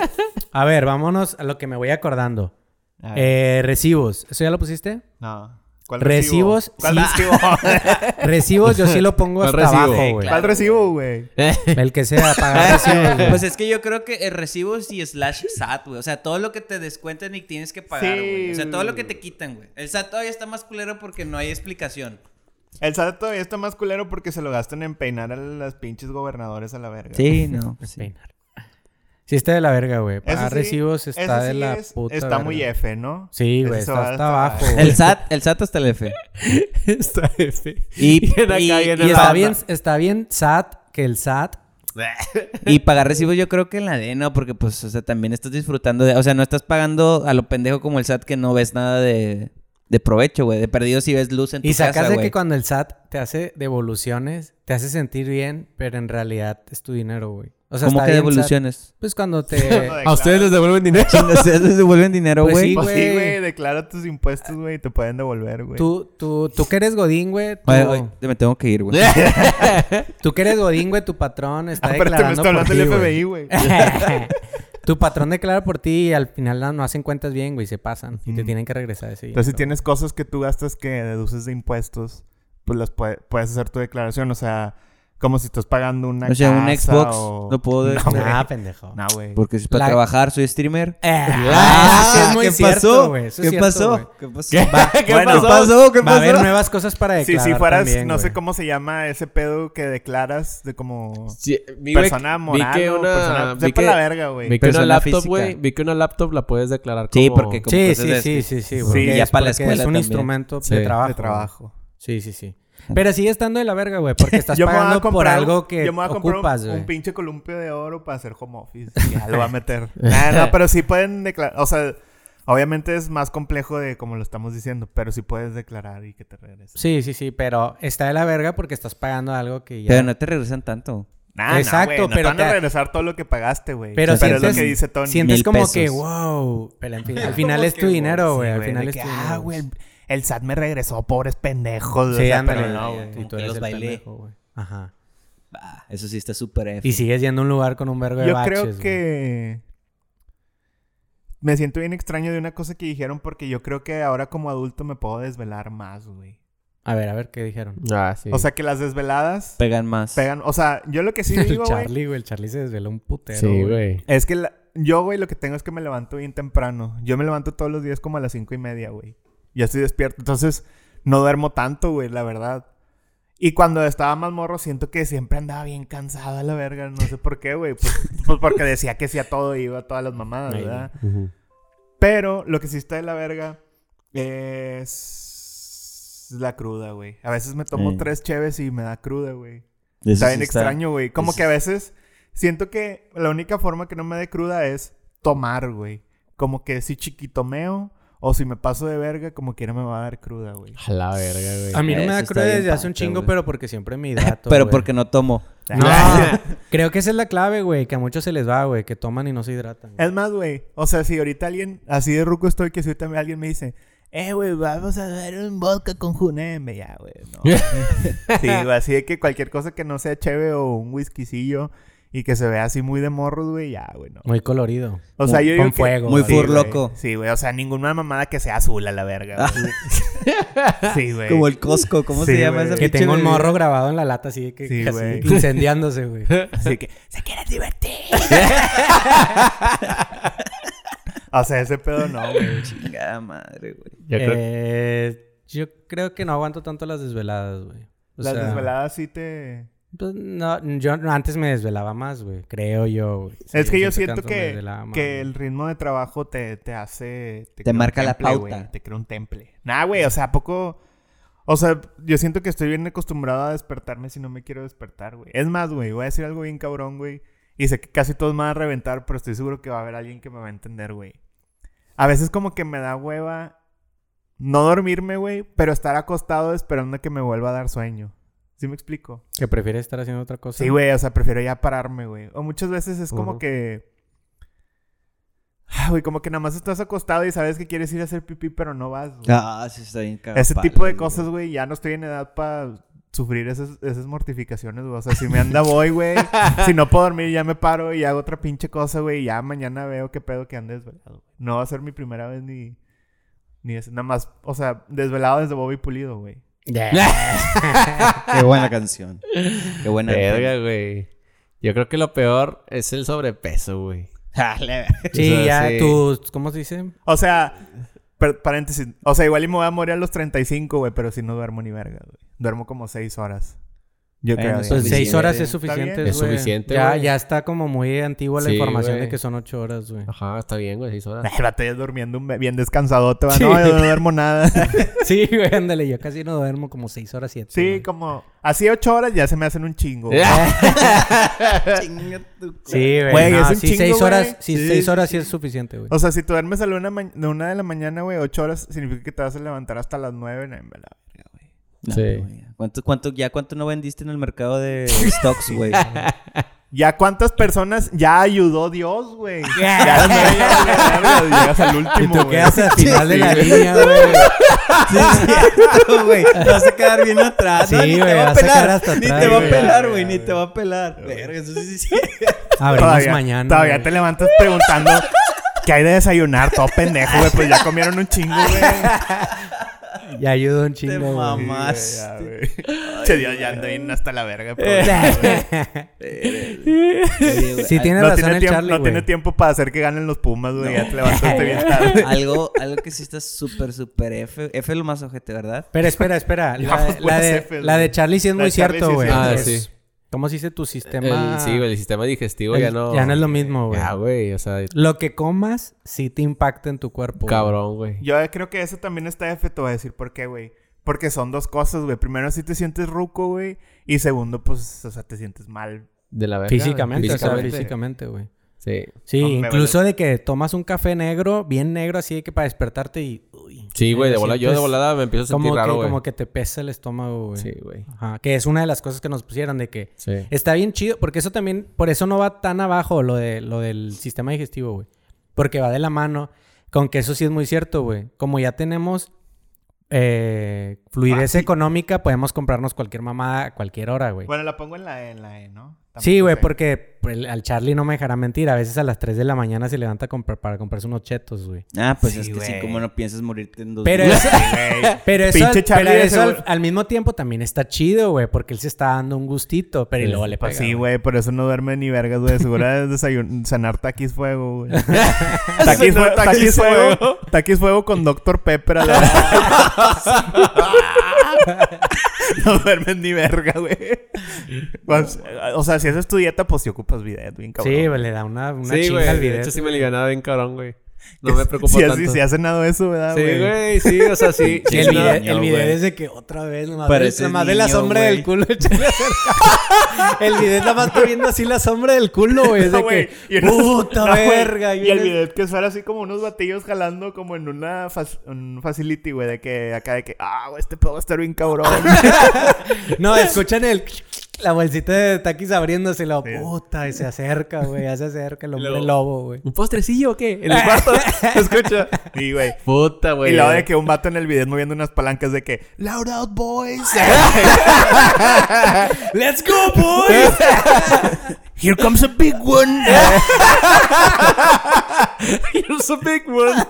A ver, vámonos a lo que me voy acordando. A ver. Eh, recibos. ¿Eso ya lo pusiste? No. ¿Cuál recibos, recibo? ¿Cuál sí. recibo? Recibos yo sí lo pongo ¿Cuál hasta recibo? abajo, Eh, güey. ¿Cuál recibo, güey? El que sea, pagar recibos, güey. Pues es que yo creo que el recibos y slash S A T, güey. O sea, todo lo que te descuentan y tienes que pagar, Sí, güey. O sea, todo lo que güey. te quitan, güey. El S A T todavía está más culero porque no hay explicación. El S A T todavía está más culero porque se lo gastan en peinar a las pinches gobernadores a la verga. Sí, no. pues sí. Peinar. Sí está de la verga, güey. Eso Pagar sí, recibos está eso de sí la es- puta Está verga. muy F, ¿no? Sí, güey. Eso Está va hasta hasta abajo, abajo. güey. El S A T, el S A T hasta el F. Está F. Y, Bien acá, y- bien y Y en está la bien, banda. está bien S A T que el S A T... Y pagar recibos yo creo que en la D, ¿no? Porque pues, o sea, también estás disfrutando de... O sea, no estás pagando a lo pendejo como el S A T que no ves nada de, de provecho, güey. De perdido si ves luz en tu Y sacas casa, de güey. que cuando el S A T te hace devoluciones, te hace sentir bien, pero en realidad es tu dinero, güey. O sea, ¿Cómo está que bien S A T. devoluciones? Pues cuando te... A ustedes les devuelven dinero. Ustedes les devuelven dinero, Pues güey. sí, Pues sí, güey. güey. Declara tus impuestos, güey. y Te pueden devolver, güey. Tú, tú, tú que eres Godín, güey. Tú, Oye, oye, me tengo que ir, güey. tú que eres Godín, güey, tu patrón está Aparte me declarando está por hablando ti, el F B güey. I, güey. Tu patrón declara por ti y al final no, no hacen cuentas bien, güey, se pasan. Y te Mm. tienen que regresar ese Entonces, si dinero, tienes cosas que tú gastas que deduces de impuestos, pues las puede- puedes hacer tu declaración. O sea, como si estás pagando una O sea, un casa Xbox o... no puedo No, güey. güey. Ah, pendejo. No, güey. Porque si es para La- trabajar soy streamer. Ah, eso sí es muy ¿qué cierto, pasó? güey. Eso es ¿Qué cierto, pasó? güey. ¿Qué pasó? ¿Qué Bueno, pasó? ¿Qué Va a haber pasó? nuevas cosas para Sí, declarar si fueras, también, no sé güey. cómo se llama ese pedo que declaras de como Sí, vi persona vi moral que o una- persona... vi Sepa que- la verga, güey. Vi que una Persona laptop, física. güey. Vi que una laptop la puedes declarar como... Sí, porque como Sí, cosas sí, de- sí, sí, sí, Sí, güey. ya Es para la porque escuela es un también. instrumento Sí, de de trabajo. De trabajo. Sí, sí, sí. Pero sigue estando de la verga, güey, porque estás Yo me voy a pagando por comprar algo un- que yo me voy a comprar un- ocupas, un, güey. pinche columpio de oro para hacer home office. Ya lo va a meter. Nah, no, pero sí pueden declarar. O sea, obviamente es más complejo de como lo estamos diciendo, pero sí puedes declarar y que te regresen. Sí, sí, sí, pero está de la verga porque estás pagando algo que ya... Pero no te regresan tanto. Nah, Exacto, no, güey, no pero te van a te- regresar todo lo que pagaste, güey. Pero Pero, es lo sientes- que dice Tony. Sientes Mil como pesos. que, wow, pero al, fin- al final Como es que, tu dinero, sí, güey. Al de final es que, tu ah, dinero. güey, el, el S A T me regresó, pobres pendejos. Sí, o sea, ándale. pero no, güey, güey. y Como tú que eres los el bailé. pendejo, güey. Ajá. Bah, eso sí está súper F. Y sigues yendo a un lugar con un vergo de Yo baches, creo güey. que... Me siento bien extraño de una cosa que dijeron porque yo creo que ahora como adulto me puedo desvelar más, güey. A ver, a ver, ¿qué dijeron? Ah, sí. O sea, que las desveladas Pegan más. pegan... O sea, yo lo que sí el digo, güey, Charlie, güey. El Charlie se desveló un putero, sí, güey. es que la- yo, güey, lo que tengo es que me levanto bien temprano. Yo me levanto todos los días como a las cinco y media, güey. Ya estoy despierto. Entonces, no duermo tanto, güey, la verdad. Y cuando estaba más morro, siento que siempre andaba bien cansado a la verga. No sé por qué, güey. Pues, pues porque decía que sí a todo iba a todas las mamadas, Maybe. ¿verdad? Ujú. Pero lo que sí está de la verga es la cruda, güey. A veces me tomo Sí. tres cheves y me da cruda, güey. Eso Está sí bien extraño, güey. Como eso que a veces siento que la única forma que no me dé cruda es tomar, güey. Como que si chiquitomeo O si me paso de verga, como quiera me va a dar cruda, güey. A la verga, güey. A mí no me Eso da está cruda bien desde hace un pacha, chingo, güey. pero porque siempre me hidrato, Pero güey. porque no tomo. No, creo que esa es la clave, güey. Que a muchos se les va, güey. Que toman y no se hidratan. Es más, güey. O sea, si ahorita alguien, así de ruco estoy, que si ahorita alguien me dice, eh, güey, vamos a dar un vodka con Junembe. Ya, güey, no. Sí, güey, así de que cualquier cosa que no sea chévere o un whiskycillo y que se vea así muy de morros, güey, ya, güey, no. Muy colorido. O sea, Muy- yo digo con que- fuego. Muy güey. Sí, fur güey. loco. Sí, güey. O sea, ninguna mamada que sea azul a la verga, güey. Sí, güey. Como el Costco. ¿Cómo Sí, se llama güey. esa Que pinche tenga un bebida? morro grabado en la lata así de que Sí, así güey. incendiándose, güey. Así que, se quieren divertir. O sea, ese pedo no, güey. Chingada madre, güey. Yo creo- Eh, yo creo que no aguanto tanto las desveladas, güey. O Las sea, desveladas sí te... pues, no, yo no- antes me desvelaba más, güey. Creo yo, güey. Sí, es que yo siento antes me que, desvelaba más, que güey. el ritmo de trabajo te, te hace... Te crea un marca la temple, pauta. güey. Te crea un temple. Nah, güey. O sea, ¿a poco...? O sea, yo siento que estoy bien acostumbrado a despertarme si no me quiero despertar, güey. Es más, güey. Voy a decir algo bien cabrón, güey. Y sé que casi todos me van a reventar, pero estoy seguro que va a haber alguien que me va a entender, güey. A veces como que me da hueva no dormirme, güey, pero estar acostado esperando a que me vuelva a dar sueño. ¿Sí me explico? ¿Que prefieres estar haciendo otra cosa? Sí, güey, o sea, prefiero ya pararme, güey. O muchas veces es como Ujú. que... Ah, güey, como que nada más estás acostado y sabes que quieres ir a hacer pipí, pero no vas, güey. Ah, sí, está bien cagado. Ese tipo de cosas, güey, ya no estoy en edad para sufrir esas, esas mortificaciones, güey. O sea, si me anda voy, güey. Si no puedo dormir, ya me paro y hago otra pinche cosa, güey. Y ya mañana veo qué pedo que ande desvelado, güey. No va a ser mi primera vez ni... Ni es nada más... O sea, desvelado desde Bobby Pulido, güey. Qué buena canción. Qué buena. Verga, güey. Yo creo que lo peor es el sobrepeso, güey. Jale. Sí, O sea, ya sí. tus... ¿Cómo se dice? O sea... per- paréntesis. O sea, igual y me voy a morir a los treinta y cinco, güey. Pero si no duermo ni verga, güey. Duermo como seis horas. Yo Bueno, creo. eso Pues güey. seis suficiente. horas es Está suficiente, bien. Es güey. suficiente, Ya, güey. ya está como muy antigua la Sí, información güey. de que son ocho horas, güey. Ajá, está bien, güey, seis horas. El vato ya durmiendo un- bien descansado. Te va, Sí. no, yo no duermo nada. Sí, güey, ándale. Yo casi no duermo como seis horas, siete. Sí, güey. como... Así ocho horas ya se me hacen un chingo. güey. Chinga tu Sí, güey. Güey, no, es un sí, chingo, seis güey. horas, sí, Sí, seis sí, horas sí. sí es suficiente, güey. O sea, si tú duermes a la una, ma- de una de la mañana, güey, ocho horas, significa que te vas a levantar hasta las nueve. No, en verdad, verga, güey. No, Sí. güey. ¿Cuánto, cuánto, ya cuánto no vendiste en el mercado de stocks, güey? ¿Ya cuántas personas ya ayudó Dios, güey? Ya, ya, ya, ya, llegas al Y último, tú güey. quedas al final de la Sí. línea, güey. Sí, es cierto, güey. Te vas a quedar bien atrás. Sí, No, ni te güey, va a vas a pelar. quedar hasta Ni atrás, te va a güey. pelar, güey. Ni te va a pelar. Verga, eso sí, sí. Abrimos Todavía, mañana. todavía güey. te levantas preguntando qué hay de desayunar. Todo pendejo, güey. Pues ya comieron un chingo, güey. Ya ayudo un Te chingo, güey. mamás. Sí, güey, ya, güey. Che, Dios, ya ando bien hasta la verga. pero- Sí, tiene No, razón tiene, el tiempo, Charlie, no güey. tiene tiempo para hacer que ganen los Pumas, güey. Ya te levantaste bien tarde. Algo, algo que sí está súper, súper F. F es lo más ojete, ¿verdad? Pero espera, espera. Ya, La, pues, la puras de, Fs, la de güey. Charlie sí es La muy de Charlie cierto, sí güey. es Ah, cierto. sí. ¿Cómo se dice tu sistema? El- sí, güey, el sistema digestivo El- ya no... ya no es lo mismo, güey. Ya, güey, o sea, Lo que comas sí te impacta en tu cuerpo. güey. cabrón, güey. Yo creo que eso también está F. Te voy a decir por qué, güey. Porque son dos cosas, güey. Primero, si te sientes ruco, güey. Y segundo, pues, o sea, te sientes mal. De la verga. Físicamente, güey. o sea, Físicamente. físicamente, güey. Sí. Sí, No, me incluso vale. de que tomas un café negro, bien negro, así de que para despertarte y... Uy, Sí, güey, de eh, volada. Yo de sientes volada me empiezo a sentir Como raro, que, güey. como que te pesa el estómago, güey. Sí, güey. Ajá. Que es una de las cosas que nos pusieron de que... Sí. Está bien chido, porque eso también... Por eso no va tan abajo lo, de, lo del sistema digestivo, güey. Porque va de la mano con que eso sí es muy cierto, güey. Como ya tenemos eh, fluidez Fácil. económica, podemos comprarnos cualquier mamada a cualquier hora, güey. Bueno, la pongo en la E, en la E, ¿no? Sí, Tampoco güey, sé. porque pues, al Charlie no me dejará mentir. A veces a las tres de la mañana se levanta a comprar, para comprarse unos chetos, güey. Ah, pues Sí, es que sí, güey. como no piensas morirte en dos Pero días. eso, güey. pero eso, Pinche Charlie pero de eso al, seguro- al mismo tiempo también está chido, güey. Porque él se está dando un gustito, pero y luego le pega. Pues sí, güey, por eso no duerme ni vergas, güey. Seguro es desayun- cenar taquis fuego, güey. taquis, fue- taquis fuego. Taquis fuego con doctor Pepper a la No duermes ni verga, güey. Pues, o sea, si haces tu dieta, pues si ocupas bidet, bien cabrón. Sí, güey, le da una, una Sí, chinga güey. al De video. hecho, sí me le ganaba bien cabrón, güey. No me preocupo Si tanto. así, si ha cenado eso, ¿verdad, Sí, güey? güey, sí, o sea, sí. Sí, el sí, video, no, el no, video güey. es de que otra vez, nomás, Pareces ve, nomás ve la niño, sombra güey. del culo. échale cerca. El video nada más está viendo así la sombra del culo, güey. Es de No, güey. que, unos- puta no, güey. verga. Y el vienes- video es que fuera así como unos batillos jalando como en una fac- un facility, güey. De que acá de que, ah, güey, este pedo va a estar bien cabrón. No, escuchan el... La bolsita de taquis abriéndose. La Sí. puta, y se acerca, güey. Ya se acerca el hombre luego- lobo, güey. ¿Un postrecillo o qué? ¿En el cuarto? ¿Se escucha? Sí, güey. Puta, güey. Y luego de que un vato en el video moviendo unas palancas de que, loud out, boys. ¡Let's go, boys! Here comes a big one. Here's a big one.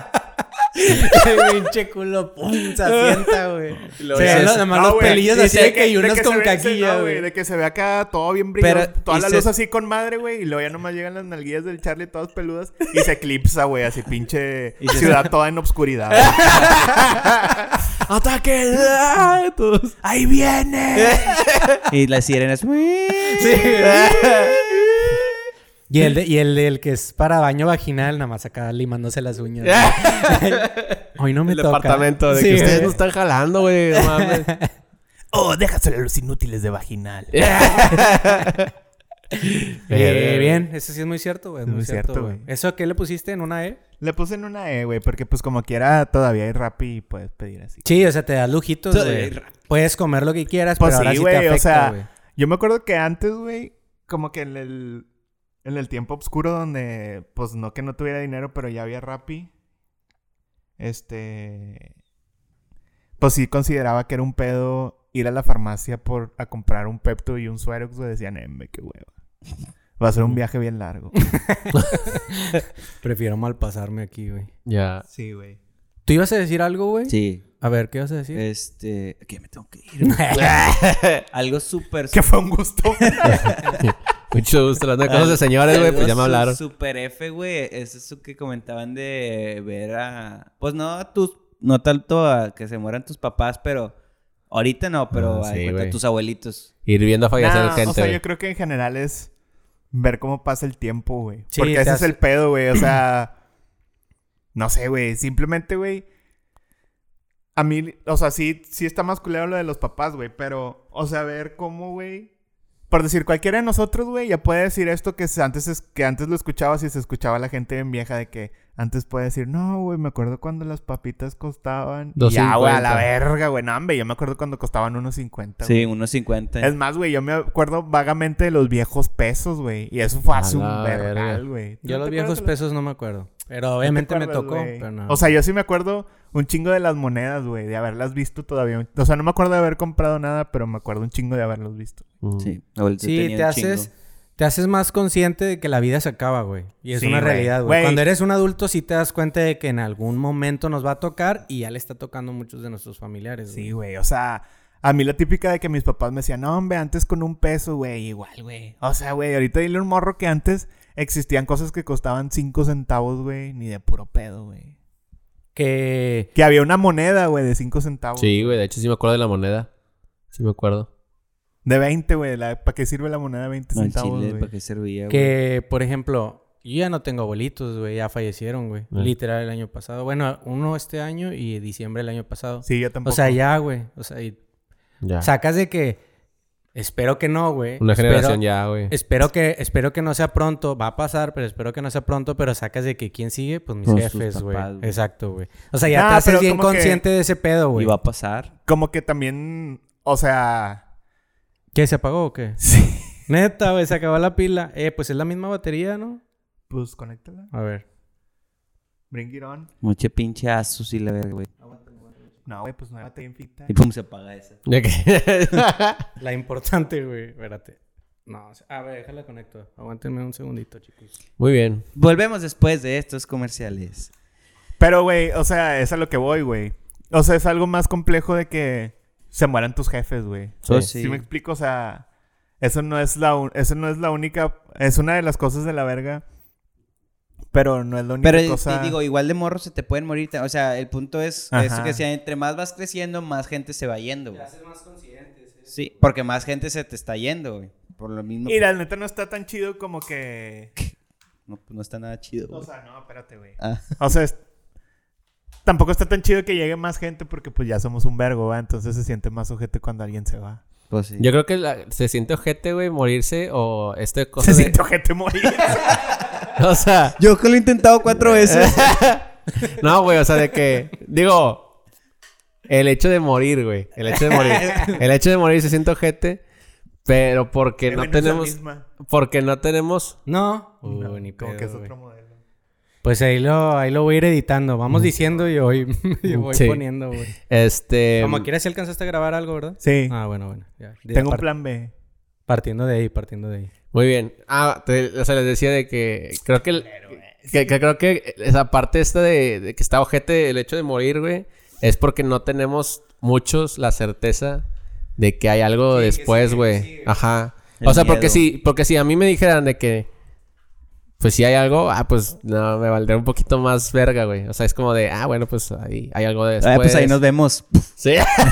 El pinche culo, pum, se asienta, güey. Y luego Se dices, ven los, nomás No, los güey. pelillos Sí, así sí, de que y unos se con ve- se- caquilla, no, güey. De que se ve acá todo bien brilloso. Pero, Toda y la se- luz así con madre, güey. Y luego ya nomás llegan las nalguillas del Charlie todas peludas. Y se eclipsa, güey. Así pinche Y se- ciudad toda en obscuridad. ¡Ataque! ¡Ah! Todos. ¡Ahí viene! Y las sirenas. Sí, güey. Y el, de- y el del que es para baño vaginal, nada más acá limándose las uñas. güey. Hoy no me El toca. departamento de Sí, que ustedes güey. no están jalando, güey. No mames. Oh, déjaselo a los inútiles de vaginal. Eh, bien, eso sí es muy cierto, güey. Es Muy, muy cierto, cierto, güey. güey. ¿Eso qué le pusiste en una E? Le puse en una E, güey. Porque pues como quiera todavía hay Rappi y puedes pedir así. Sí, o sea, te das lujitos, Todavía güey. hay rap. Puedes comer lo que quieras, Pues pero ahora sí, sí güey, te o afecta, sea, güey. Yo me acuerdo que antes, güey, como que en el, en el tiempo oscuro donde, pues no que no tuviera dinero, pero ya había Rappi, este, pues sí consideraba que era un pedo ir a la farmacia por a comprar un Pepto y un Suerox, güey, decían, embe, qué hueva. Va a ser un viaje bien largo. Prefiero malpasarme aquí, güey. Ya. Sí, güey. ¿Tú ibas a decir algo, güey? Sí. A ver, ¿qué ibas a decir? Este... Que me tengo que ir. Algo súper... Que fue un gusto. Mucho gusto. Hablando de cosas de señores, güey, pues ya me hablaron. Super F, güey. Es eso que comentaban de ver a... Pues no a tus... No tanto a que se mueran tus papás, pero... Ahorita no, pero Ah, a sí, cuenta güey. tus abuelitos. Ir viendo a fallecer Nah, gente, o sea, güey. yo creo que en general es ver cómo pasa el tiempo, güey. Sí, Porque te ese hace- es el pedo, güey. O sea, no sé, güey. Simplemente, güey. A mí, o sea, sí, sí está más culero lo de los papás, güey. Pero, o sea, ver cómo, güey. Por decir, cualquiera de nosotros, güey, ya puede decir esto que se- antes es, que antes lo escuchabas y se escuchaba la gente bien vieja de que antes puede decir, no, güey, me acuerdo cuando las papitas costaban. Y dos ya, güey, a la cincuenta. verga, güey. No, hombre, yo me acuerdo cuando costaban unos cincuenta. Sí, unos cincuenta. Es más, güey, yo me acuerdo vagamente de los viejos pesos, güey. Y eso fue A hace un la verga. vergal, güey. ¿Tú Yo no los te viejos acuerdas de los- pesos no me acuerdo. Pero ¿No te obviamente me acuerdas, tocó, güey? pero no. O sea, yo sí me acuerdo un chingo de las monedas, güey. De haberlas visto todavía. O sea, no me acuerdo de haber comprado nada, pero me acuerdo un chingo de haberlos visto. Mm. Sí, abuelito sí, tenía te un haces, chingo. te haces más consciente de que la vida se acaba, güey. Y es Sí, una güey. realidad, güey. Güey. Cuando eres un adulto sí te das cuenta de que en algún momento nos va a tocar y ya le está tocando a muchos de nuestros familiares. Sí, güey. O sea, a mí la típica de que mis papás me decían, no, hombre, antes con un peso, güey. Igual, güey. O sea, güey, ahorita dile a un morro que antes existían cosas que costaban cinco centavos, güey. Ni de puro pedo, güey. Que... Que había una moneda, güey, de cinco centavos. Sí, güey. De hecho, sí me acuerdo de la moneda. Sí me acuerdo. De veinte, güey. La... ¿Para qué sirve la moneda de veinte No, en centavos, Chile, güey? ¿para qué servía, güey? Que, por ejemplo, yo ya no tengo abuelitos, güey. Ya fallecieron, güey. Eh. Literal el año pasado. Bueno, uno este año y diciembre el año pasado. Sí, yo tampoco. O sea, ya, güey. O sea, y Ya. sacas de que... Espero que no, güey. Una Espero- generación ya, güey. Espero que, espero que no sea pronto. Va a pasar, pero espero que no sea pronto. Pero sacas de que quién sigue, pues mis Pues sus jefes, güey. papás, güey. Exacto, güey. O sea, ya Nah, te haces pero bien como que- consciente de ese pedo, Y güey. va a pasar. Como que también... O sea... ¿Qué? ¿Se apagó o qué? Sí. Neta, güey, se acabó la pila. Eh, pues es la misma batería, ¿no? Pues conéctala. A ver. Bring it on. Mucho pinche asus y la verga, güey. No, güey, pues no hay batería infinita. Y pum, se apaga esa. Ya que- La importante, güey. Espérate. No, a ver, déjala conecto. Aguántenme un segundito, chicos. Muy bien. Volvemos después de estos comerciales. Pero, güey, o sea, es a lo que voy, güey. O sea, es algo más complejo de que se mueran tus jefes, güey. Sí. ¿Sí me explico? O sea, eso no es la, un- eso no es la única... Es una de las cosas de la verga. Pero no es la única Pero cosa... te digo, igual de morros se te pueden morir. O sea, el punto es Ajá. eso que sea, entre más vas creciendo, más gente se va yendo, güey. haces más conscientes. Sí, porque más gente se te está yendo, güey. Por lo mismo. Y la neta no está tan chido como que... No, pues no está nada chido, güey. O sea, no, espérate, güey. Ah. O sea, es... tampoco está tan chido que llegue más gente porque pues ya somos un vergo, ¿va? Entonces se siente más ojete cuando alguien se va. Pues sí. Yo creo que la- se siente ojete, güey, morirse o este cosa Se de... siente ojete morir. O sea... Yo que lo he intentado cuatro veces. No, güey, o sea, de que... Digo... El hecho de morir, güey. El hecho de morir. El hecho de morir se siente ojete. Pero porque no Bueno, es la tenemos... misma. Porque no tenemos... No. Uh, No, ni como pedo, que es güey. otro modelo. Pues ahí lo, ahí lo voy a ir editando. Vamos diciendo y hoy yo voy Sí. poniendo, güey. Este... Como quieras, si alcanzaste a grabar algo, ¿verdad? Sí. Ah, bueno, bueno. Ya. Ya Tengo un par- plan B. Partiendo de ahí, partiendo de ahí. Muy bien. Ah, te- o sea, les decía de que... Creo que... el- que, que creo que esa parte esta de, de que está ojete el hecho de morir, güey. Es porque no tenemos muchos la certeza de que hay algo Sí, que después, sigue, güey. sigue. Ajá. El O sea, porque miedo. si... Porque si a mí me dijeran de que... Pues si hay algo, ah, pues no, me valdría un poquito más verga, güey. O sea, es como de, ah, bueno, pues ahí hay algo después. Ah, pues ahí nos vemos. Sí.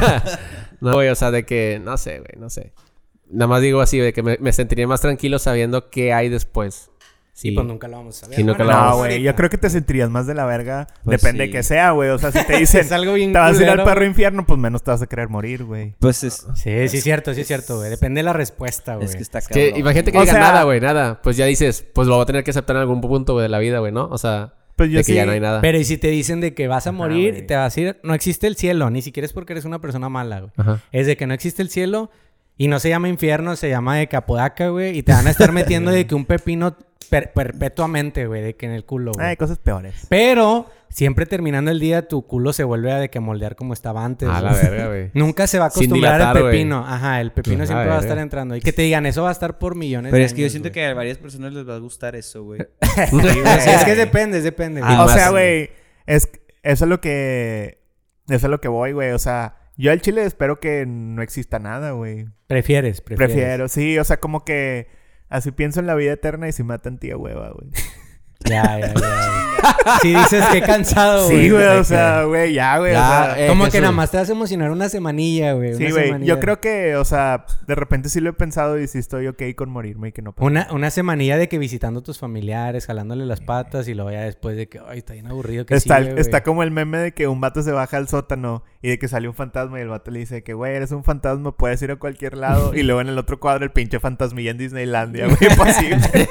No, güey, o sea, de que, no sé, güey, no sé. Nada más digo así, de que me, me sentiría más tranquilo sabiendo qué hay después. Sí, Sí. pues nunca lo vamos a saber. Sí, nunca lo No, vamos- güey. Yo creo que te sentirías más de la verga. Pues Depende sí. de que sea, güey. O sea, si te dicen... Es algo bien te vas a ir al culero, perro güey. infierno, pues menos te vas a querer morir, güey. Pues es... Sí, sí es cierto, sí es cierto, güey. Depende de la respuesta, güey. Es que está Que cabrón. imagínate que O diga sea- nada, güey, nada. Pues ya dices, pues lo voy a tener que aceptar en algún punto, güey, de la vida, güey, ¿no? O sea, Pues yo de que sí... ya no hay nada. Pero y si te dicen de que vas a Ajá, morir, güey. te vas a ir... No existe el cielo, ni siquiera es porque eres una persona mala, güey. Ajá. Es de que no existe el cielo y no se llama infierno, se llama de Capodaca, güey. Y te van a estar metiendo de que un pepino per- perpetuamente, güey, de que en el culo, güey. Hay cosas peores. Pero siempre terminando el día, tu culo se vuelve a de que moldear como estaba antes. A la güey. verga, güey. Nunca se va a Sin acostumbrar dilatar, al güey. pepino. Ajá, el pepino A siempre la va a verga. estar entrando. Y que te digan, eso va a estar por millones Pero de es que yo años, siento güey. que a varias personas les va a gustar eso, güey. Sí, güey, sí, es que depende, es depende. güey. Ah, o más- sea, güey, es, eso es lo que... Eso es lo que voy, güey. O sea, yo al chile espero que no exista nada, güey. Prefieres, prefieres. Prefiero, sí. O sea, como que... Así pienso en la vida eterna y si matan tía hueva, güey. Ya, ya, ya. ya. Si dices que cansado, güey. Sí, güey. de O que- sea, güey, ya, güey. O Ya, sea... eh, Como que que eso- nada más te vas a emocionar una semanilla, güey. Sí, una güey. semanilla. Yo creo que, o sea, de repente sí lo he pensado y sí estoy ok con morirme y que no pase. Una, una semanilla de que visitando a tus familiares, jalándole las patas y luego ya después de que, ay, está bien aburrido que Está, sigue, güey. está como el meme de que un vato se baja al sótano y de que sale un fantasma y el vato le dice que, güey, eres un fantasma, puedes ir a cualquier lado. Y luego en el otro cuadro el pinche fantasmilla en Disneylandia, güey, imposible.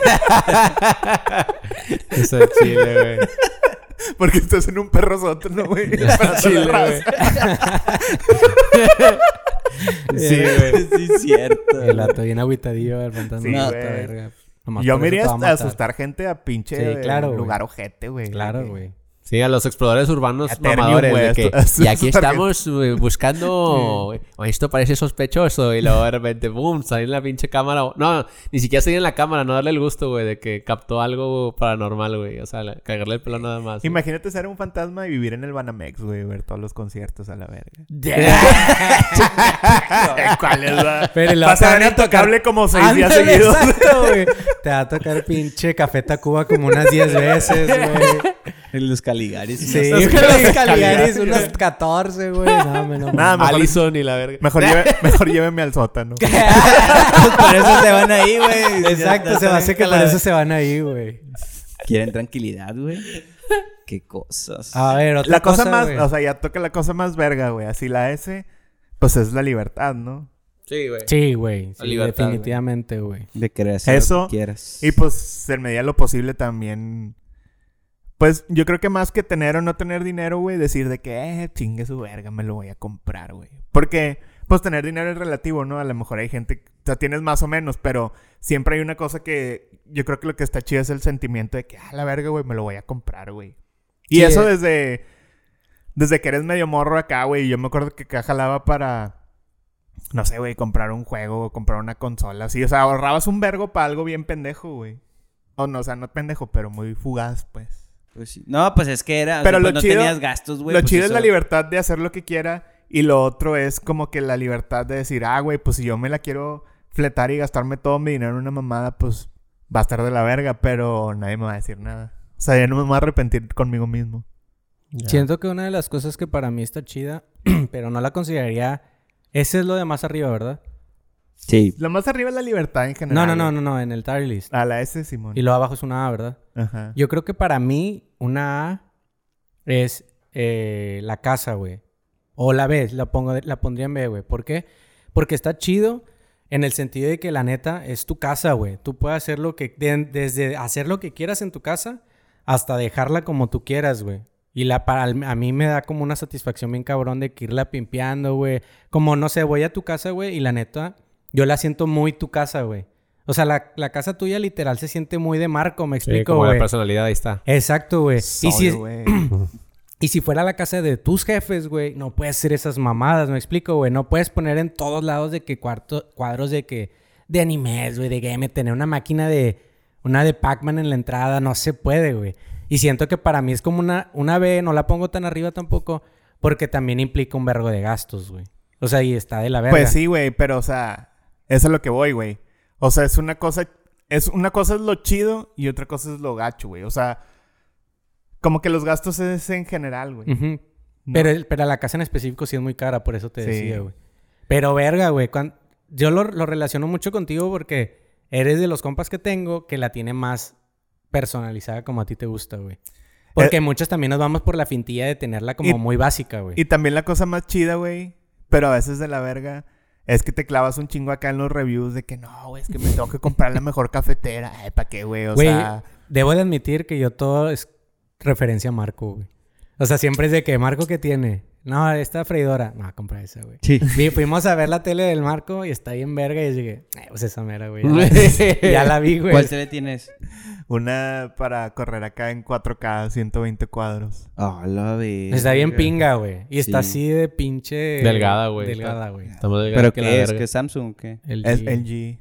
Eso es chile, güey. Porque estás en un perro sótano, güey. esperando Chile, la güey. raza. Sí, güey. Sí, es cierto. El vato bien agüitadillo, el fantasma. Sí, No, güey. esta verga. Nomás Yo por me eso iría te va a matar. asustar gente a pinche Sí, claro, güey. lugar ojete, güey. Claro, De que- güey. Sí, a los exploradores urbanos Eternium, mamadores güey, de que... esto- Y aquí esto- estamos eh, buscando... o esto parece sospechoso. Y luego de repente, boom, salir en la pinche cámara. No, ni siquiera salir en la cámara. No darle el gusto, güey, de que captó algo paranormal, güey. O sea, la- cagarle el pelo nada más. güey. Imagínate ser un fantasma y vivir en el Banamex, güey. Ver todos los conciertos a la verga. ¿Cuál es la...? Pero y luego Vas te a van ver a tocar- intocable como seis días Ándale, seguidos. exacto, güey. Te va a tocar pinche Café Tacuba como unas diez veces, güey. Los Caligaris. Sí, Los los Caligaris, Caligaris, güey. unos catorce, güey. No, menos Nada, mejor, Allison y la verga. mejor, lleve- mejor lléveme al sótano. Por eso se van ahí, güey. Exacto, Ya se me saben hace que que por la- eso se van ahí, güey. Quieren tranquilidad, güey. Qué cosas. A ver, otra La cosa, más... güey. O sea, ya toca la cosa más verga, güey. Así la S... Pues es la libertad, ¿no? Sí, güey. Sí, güey. La Sí, libertad, definitivamente, güey. De querer hacer Eso, lo que quieras. Y pues, en medida de lo posible también... Pues, yo creo que más que tener o no tener dinero, güey, decir de que, eh, chingue su verga, me lo voy a comprar, güey. Porque, pues, tener dinero es relativo, ¿no? A lo mejor hay gente... O sea, tienes más o menos, pero siempre hay una cosa que... Yo creo que lo que está chido es el sentimiento de que, ah, la verga, güey, me lo voy a comprar, güey. Y Sí, eso eh. desde... Desde que eres medio morro acá, güey. Yo me acuerdo que acá jalaba para... No sé, güey, comprar un juego o comprar una consola. Así, o sea, ahorrabas un vergo para algo bien pendejo, güey. O no, o sea, no pendejo, pero muy fugaz, pues. Pues sí. No, pues es que era... o Pero sea, lo pues no chido- tenías gastos, güey. lo pues chido eso- es la libertad de hacer lo que quiera. Y lo otro es como que la libertad de decir, ah, güey, pues si yo me la quiero fletar y gastarme todo mi dinero en una mamada, pues va a estar de la verga, pero nadie me va a decir nada. O sea, ya no me voy a arrepentir conmigo mismo. Ya. Siento que una de las cosas que para mí está chida, pero no la consideraría... Ese es lo de más arriba, ¿verdad? Sí. Lo más arriba es la libertad en No, general. no, no, güey. no, no, en el tier list. A la S, Simón. Y luego abajo es una A, ¿verdad? Ajá. Yo creo que para mí una A es eh, la casa, güey. O la B, la, pongo, la pondría en B, güey. ¿Por qué? Porque está chido en el sentido de que la neta es tu casa, güey. Tú puedes hacer lo que... de- desde hacer lo que quieras en tu casa hasta dejarla como tú quieras, güey. Y la para, a mí me da como una satisfacción bien cabrón de que irla pimpeando, güey. Como, no sé, voy a tu casa, güey, y la neta, yo la siento muy tu casa, güey. O sea, la, la casa tuya literal se siente muy de Marco, me Sí, explico, como la güey. personalidad ahí está. Exacto, güey. Y si, Solo, güey. y si fuera la casa de tus jefes, güey, no puedes hacer esas mamadas, me explico, güey. No puedes poner en todos lados de que cuarto, cuadros de que... de animes, güey, de game, tener una máquina de... una de Pac-Man en la entrada, no se puede, güey. Y siento que para mí es como una... una B, no la pongo tan arriba tampoco, porque también implica un vergo de gastos, güey. O sea, y está de la verga. Pues sí, güey, pero o sea, eso es lo que voy, güey. O sea, es una cosa, es una cosa es lo chido y otra cosa es lo gacho, güey. O sea, como que los gastos es en general, güey. Ujú. No. Pero, el- pero la casa en específico sí es muy cara, por eso te Sí. decía, güey. Pero verga, güey. cuan- Yo lo, lo relaciono mucho contigo porque eres de los compas que tengo que la tiene más personalizada como a ti te gusta, güey. Porque Eh, muchos también nos vamos por la fintilla de tenerla como y- muy básica, güey. Y también la cosa más chida, güey, pero a veces de la verga, es que te clavas un chingo acá en los reviews de que no, güey, es que me tengo que comprar la mejor cafetera. Ay, ¿para qué, güey? O Güey, sea, debo de admitir que yo todo es referencia a Marco, güey. O sea, siempre es de que, ¿Marco qué tiene? No, esta freidora. No, compra esa, güey. Sí. Vi- fuimos a ver la tele del Marco y está ahí en verga y yo dije, eh, pues esa mera, güey. Ya, la- ya la vi, güey. ¿Cuál tele tienes? una para correr acá en cuatro K, ciento veinte cuadros. Ah, la verga. Está bien pinga, güey. Y está Sí. así de pinche... Delgada, güey. Delgada, güey. Estamos delgados ¿Pero que la qué es? verga. ¿Qué es Samsung? ¿Qué? El Es G. L G.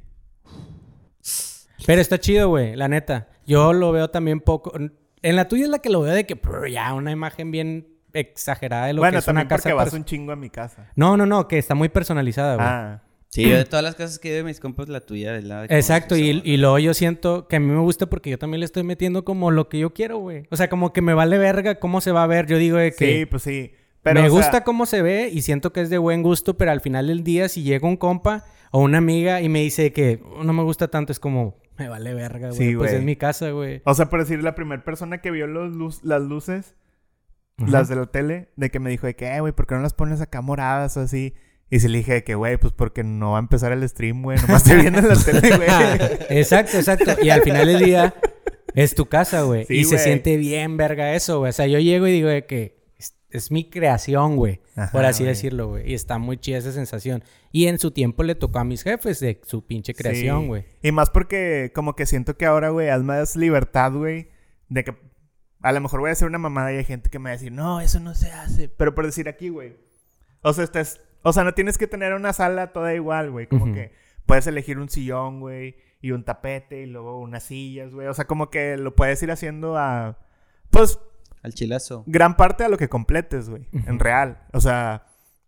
Pero está chido, güey. La neta. Yo lo veo también poco... En la tuya es la que lo veo de que... prr, ya, una imagen bien exagerada de lo que Bueno, es una también casa... porque vas perso- un chingo a mi casa. No, no, no. Que está muy personalizada, güey. Ah. Sí, yo de todas las casas que he ido de mis compas, la tuya es la de... Exacto, y, y luego yo siento que a mí me gusta porque yo también le estoy metiendo como lo que yo quiero, güey. O sea, como que me vale verga cómo se va a ver. Yo digo de que Sí, pues sí. Pero, me o sea, gusta cómo se ve y siento que es de buen gusto, pero al final del día si llega un compa o una amiga y me dice que "Oh, no me gusta tanto", es como, me vale verga, güey. Sí, pues güey. es mi casa, güey. O sea, por decir, la primera persona que vio los luz- las luces, Ajá. las de la tele, de que me dijo de que, "Eh, güey, ¿por qué no las pones acá moradas o así?" Y se le dije de que, güey, pues porque no va a empezar el stream, güey. Nomás estoy viendo en la tele, güey. Exacto, exacto. Y al final del día es tu casa, güey. Sí, y se güey. siente bien verga eso, güey. O sea, yo llego y digo de que es, es mi creación, güey. Ajá, Por así güey. decirlo, güey. Y está muy chida esa sensación. Y en su tiempo le tocó a mis jefes de su pinche creación, Sí. güey. Y más porque como que siento que ahora, güey, haz más libertad, güey. De que a lo mejor voy a hacer una mamada y hay gente que me va a decir, no, eso no se hace. Pero por decir aquí, güey. O sea, estás... O sea, no tienes que tener una sala toda igual, güey. Como Ujú. que puedes elegir un sillón, güey. Y un tapete y luego unas sillas, güey. O sea, como que lo puedes ir haciendo a... Pues, Al chilazo. gran parte a lo que completes, güey. En real. O sea...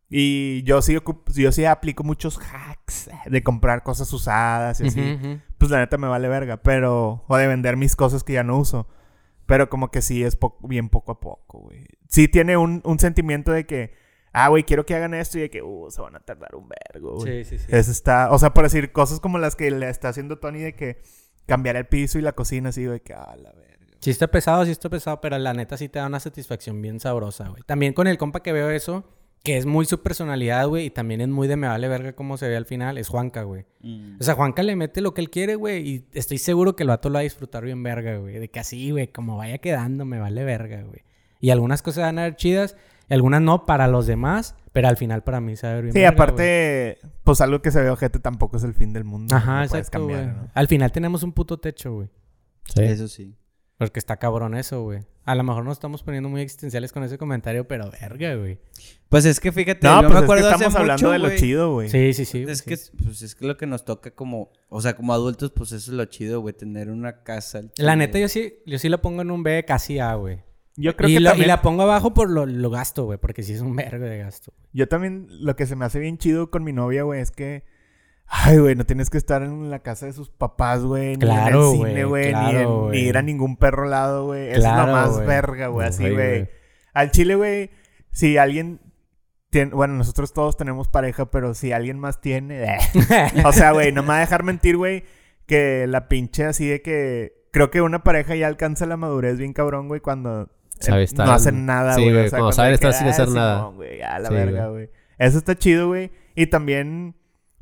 Y yo sí, ocup- yo sí aplico muchos hacks de comprar cosas usadas y así. Ujú, ujú. Pues la neta me vale verga, pero... O de vender mis cosas que ya no uso. Pero como que sí es po- bien poco a poco, güey. Sí tiene un, un sentimiento de que... Ah, güey, quiero que hagan esto y de que... Uh, se van a tardar un vergo, güey. Sí, sí, sí. Eso está... O sea, por decir cosas como las que le está haciendo Tony de que... Cambiar el piso y la cocina así, de que... Ah, la verga. Sí está pesado, sí está pesado, pero la neta sí te da una satisfacción bien sabrosa, güey. También con el compa que veo eso, que es muy su personalidad, güey, y también es muy de me vale verga cómo se ve al final, es Juanca, güey. Mm. O sea, Juanca le mete lo que él quiere, güey, y estoy seguro que el vato lo va a disfrutar bien verga, güey. De que así, güey, como vaya quedando, me vale verga, güey. Y algunas cosas van a ver chidas, y algunas no para los demás, pero al final para mí se va a ver bien Sí, verga, aparte... Pues algo que se ve ojete tampoco es el fin del mundo. güey. Ajá, Lo puedes exacto, güey. cambiar, ¿no? Al final tenemos un puto techo, güey. Sí. Eso sí. Porque está cabrón eso, güey. A lo mejor nos estamos poniendo muy existenciales con ese comentario, pero verga, güey. Pues es que fíjate, No, yo pues me es que acuerdo estamos hace hablando mucho, de lo güey. chido, güey. Sí, sí, sí. Es güey, que sí. pues es que lo que nos toca como, o sea, como adultos, pues eso es lo chido, güey, tener una casa. al La chile. neta, yo sí, yo sí la pongo en un B casi A, güey. Yo creo Y, que la- también... y la pongo abajo por lo, lo gasto, güey. Porque sí es un vergo de gasto. Yo también... Lo que se me hace bien chido con mi novia, güey, es que... Ay, güey, no tienes que estar en la casa de sus papás, güey. Claro, ni en el güey, cine, güey. claro, ni, en- güey. ni ir a ningún perro lado, güey. Eso es Claro, lo más güey. verga, güey. Así, Ay, güey. güey. Al chile, güey, si alguien tien- bueno, nosotros todos tenemos pareja, pero si alguien más tiene... o sea, güey, no me va a dejar mentir, güey, que la pinche así de que... Creo que una pareja ya alcanza la madurez bien cabrón, güey, cuando... Sabe eh, estar- no hacen nada, Sí, güey. güey, O sea, cuando saben de estar que, sin "Ah, hacer nada". Simón, güey, a la Sí, verga, güey. Eso está chido, güey. Y también,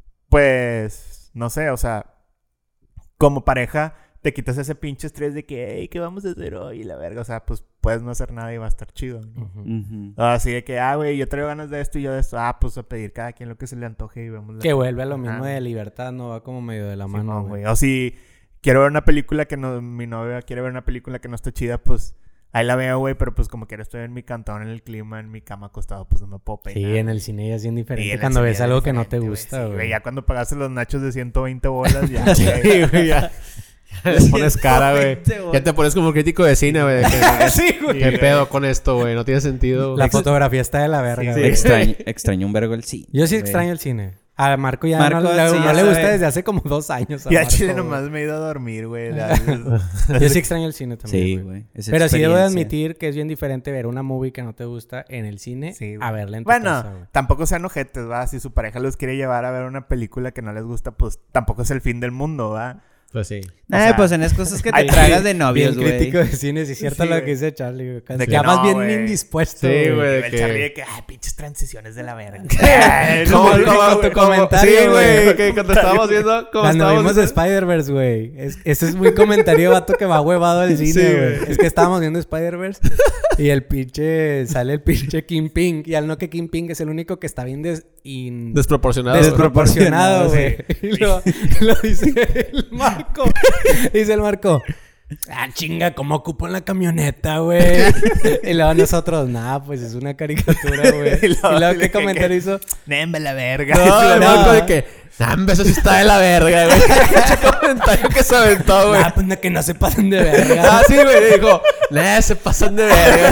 pues, no sé, o sea, como pareja, te quitas ese pinche estrés de que, hey, ¿qué vamos a hacer hoy? Y la verga, o sea, pues puedes no hacer nada y va a estar chido, ¿no? Ujú. Ujú. Así de que, ah, güey, yo traigo ganas de esto y yo de esto. Ah, pues a pedir cada quien lo que se le antoje y vemos. la- Que vuelve a lo mismo Ajá. de libertad, ¿no? Va como medio de la Simón, mano, güey. güey. O si quiero ver una película que no... Mi novia quiere ver una película que no está chida, pues... Ahí la veo, güey, pero pues como quiera estoy en mi cantón, en el clima, en mi cama acostado, pues no me puedo peinar. Sí, en el cine ya es bien Y diferente en el cuando cine ves ya es algo que no te diferente, gusta, Sí, güey. güey. Ya cuando pagaste los nachos de ciento veinte bolas, ya. Sí, güey. güey, ya. Le pones cara, güey. Ya te pones como crítico de cine, güey. de que- Sí, güey. ¿Qué pedo con esto, güey? No tiene sentido. La fotografía está de la verga, Sí, güey. Extraño, extraño un vergo el sí. Yo sí güey. extraño el cine. A Marco ya Marco, no, le- sí, no ya le sabe. gusta desde hace como dos años. a Y a Marco, Chile güey. nomás me he ido a dormir, güey. La- Yo sí extraño el cine también, Sí, güey. güey. Esa Pero sí debo de experiencia. admitir que es bien diferente ver una movie que no te gusta en el cine Sí, güey. a verla en tu Bueno, casa, güey. tampoco sean ojetes, ¿va? Si su pareja los quiere llevar a ver una película que no les gusta, pues tampoco es el fin del mundo, ¿va? Pues sí. Nah, o sea, pues en esas cosas que te ay, tragas de novios, Bien güey. crítico de cine, sí es cierto Sí, lo güey. que dice Charlie, güey. De Te que quedas no, bien güey. indispuesto, Sí, güey. güey. de el que- Charlie de que, ay, pinches transiciones de la verga. Como- No, como no, tu güey, comentario, Sí, güey. güey. Que cuando estábamos viendo... Como Cuando estábamos vimos de Spider-Verse, güey. Es, ese es muy comentario, vato, que va huevado al cine, Sí, güey. güey. Es que estábamos viendo Spider-Verse y el pinche... Sale el pinche Kingpin. Y al no que Kingpin es el único que está bien des, in- Desproporcionado. desproporcionado, güey. Desproporcionado, Y lo, lo dice el Marco. Dice el Marco... Ah, chinga, ¿cómo ocupo en la camioneta, güey? Y luego nosotros, nah, pues es una caricatura, güey. Y Y luego luego, dile ¿qué que- comentario hizo? Nembe la verga. No, el No. Marco de que... Nah, hombre, eso sí está de la verga, güey. Ese comentario que se aventó, güey. Ah, pues no, que no se pasen de verga. Ah, sí, güey. Dijo... Nah, se pasan de verga.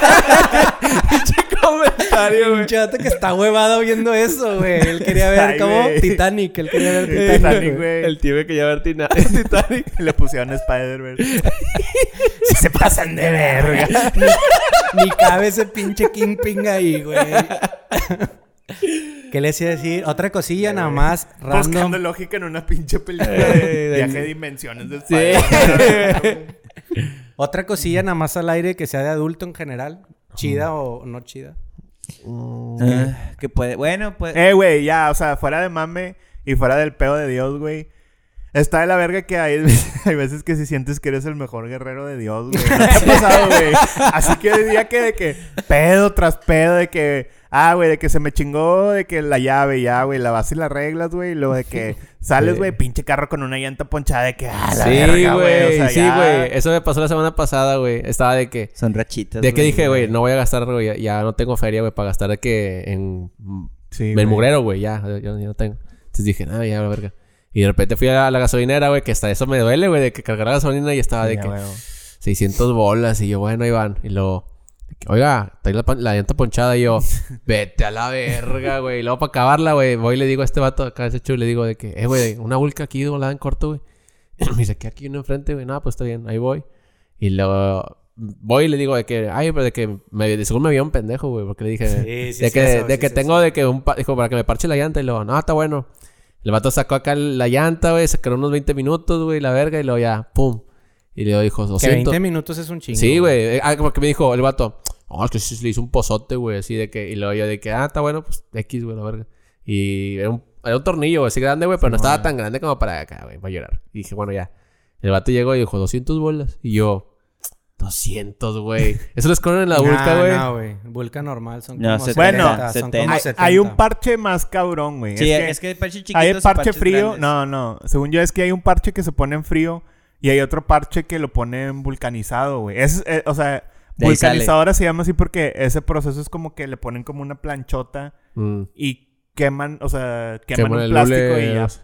Pinche comentario, güey. Un chato que está huevado viendo eso, güey. Él quería ver Ay, como güey. Titanic. Él quería ver Titanic, Titanic, güey. güey. El tío que ya ver Tina- Titanic. Le pusieron Spider-Verse. Sí se pasan de verga. Ni, ni cabe ese pinche Kingpin ahí, güey. ¿Qué les iba a decir? Otra cosilla nada más Buscando random. lógica en una pinche película Eh, de del- viaje de dimensiones de Sí. Spider-Man. Otra cosilla nada más al aire que sea de adulto en general. Chida o no chida. Ah, que puede... Bueno, pues... Eh, güey, ya, o sea, fuera de mame y fuera del pedo de Dios, güey. Está de la verga que hay, hay veces que si sientes que eres el mejor guerrero de Dios, güey. ¿No te ha pasado, güey? Así que diría que de que pedo tras pedo, de que... Ah, güey, de que se me chingó, de que la llave, ya, güey, la vas y la reglas, güey. Y luego de que sales, Sí. güey, pinche carro con una llanta ponchada, de que... Ah, la Sí, verga, güey. O sea, Sí, ya- güey. Eso me pasó la semana pasada, güey. Estaba de que... Son rachitas, De que dije, güey, no voy a gastar, güey. Ya, ya no tengo feria, güey, para gastar de que en... Sí, el güey. mugrero, güey. Ya, ya, ya no tengo. Entonces dije, no, ya, la verga. Y de repente fui a la gasolinera, güey, que hasta eso me duele, güey, de que cargar la gasolina y estaba de Ya, que güey. seiscientas bolas. Y yo, bueno, ahí van. Y luego, de que, oiga, trae la, pan- la llanta ponchada. Y yo, vete a la verga, güey. Y luego para acabarla, güey, voy y le digo a este vato acá, ese chulo, le digo de que, eh, güey, una vulca aquí volada en corto, güey. Me dice, ¿qué aquí uno enfrente, güey? No, pues está bien, ahí voy. Y luego voy y le digo de que, ay, pero de que me, de seguro me había un pendejo, güey, porque le dije, Sí, sí, de sí, que, eso, de sí, que sí, tengo sí. de que un, pa- dijo, para que me parche la llanta. Y luego, no, está bueno. El vato sacó acá la llanta, güey, se quedó unos veinte minutos, güey, la verga, y luego ya, pum. Y luego dijo, Que doscientos. veinte minutos es un chingo. Sí, güey. Eh, Ah, porque me dijo el vato, no, es que sí le hizo un pozote, güey, así de que... Y luego yo de que, ah, está bueno, pues X, güey, la verga. Y era un, era un tornillo, güey, así grande, güey, pero no estaba tan grande como para acá, güey, para llorar. Y dije, bueno, ya. El vato llegó y dijo, doscientas bolas. Y yo, doscientos, güey. Eso les cobran en la vulca, güey. No, güey. Vulca normal son No, como setenta, setenta. Son setenta. como Hay, setenta. hay un parche más cabrón, güey. Sí, es que... es que hay parches chiquitos Hay y el parche parches frío. grandes. No, no. Según yo es que hay un parche que se pone en frío y hay otro parche que lo ponen vulcanizado, güey. Es, eh, o sea, De ahí vulcanizadora se llama así porque ese proceso es como que le ponen como una planchota Mm. y queman, o sea, queman Queman un el plástico hule- y ya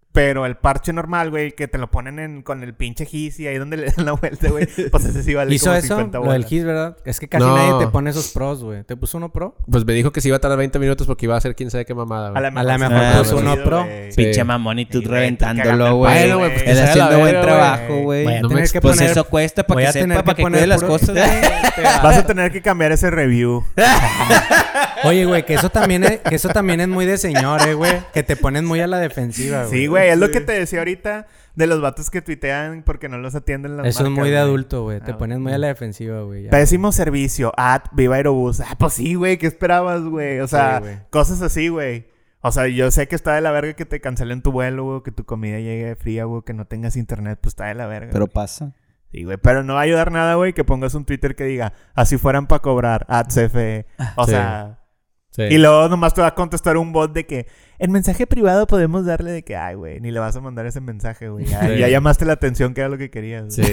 Pero el parche normal, güey, que te lo ponen en, con el pinche gis y ahí donde le dan la vuelta, güey, pues ese sí vale ¿Hizo como eso? cincuenta Lo bolas. del gis, ¿verdad? Es que casi No. nadie te pone esos pros, güey. ¿Te puso uno pro? Pues me dijo que se iba a tardar veinte minutos porque iba a hacer quién sabe qué mamada, güey. A la A la mejor, mejor sí, puso güey, uno chido, pro. güey. Sí. Pinche mamón y tú Sí, güey, reventándolo, cagando güey. el Bueno, güey, pues, Él que se haga haciendo la buen verga, trabajo, güey. güey. Voy a No me tener que Pues poner... eso cuesta para voy que a tener sepa, que para que poner cuide las puro- cosas, güey. Vas a tener que cambiar ese review. Oye, güey, que eso también es, que eso también es muy de señores, güey. Que te ponen muy a la defensiva, güey. Sí, güey, es lo que te decía ahorita de los vatos que tuitean porque no los atienden las Eso es marcas, muy de güey. adulto, güey. Te Ah, pones muy a la defensiva, güey. ya. Pésimo servicio. At Viva Aerobús. Ah, pues sí, güey. ¿Qué esperabas, güey? O sea, Sí, güey. cosas así, güey. O sea, yo sé que está de la verga que te cancelen tu vuelo, güey. Que tu comida llegue fría, güey. Que no tengas internet. Pues está de la verga. Pero güey. pasa. Sí, güey. Pero no va a ayudar nada, güey, que pongas un Twitter que diga así fueran para cobrar. At C F E. O Sí. sea... Sí. Y luego nomás te va a contestar un bot de que en mensaje privado podemos darle de que, ay, güey, ni le vas a mandar ese mensaje, güey. Ya, Sí. ya llamaste la atención que era lo que querías. Sí. güey.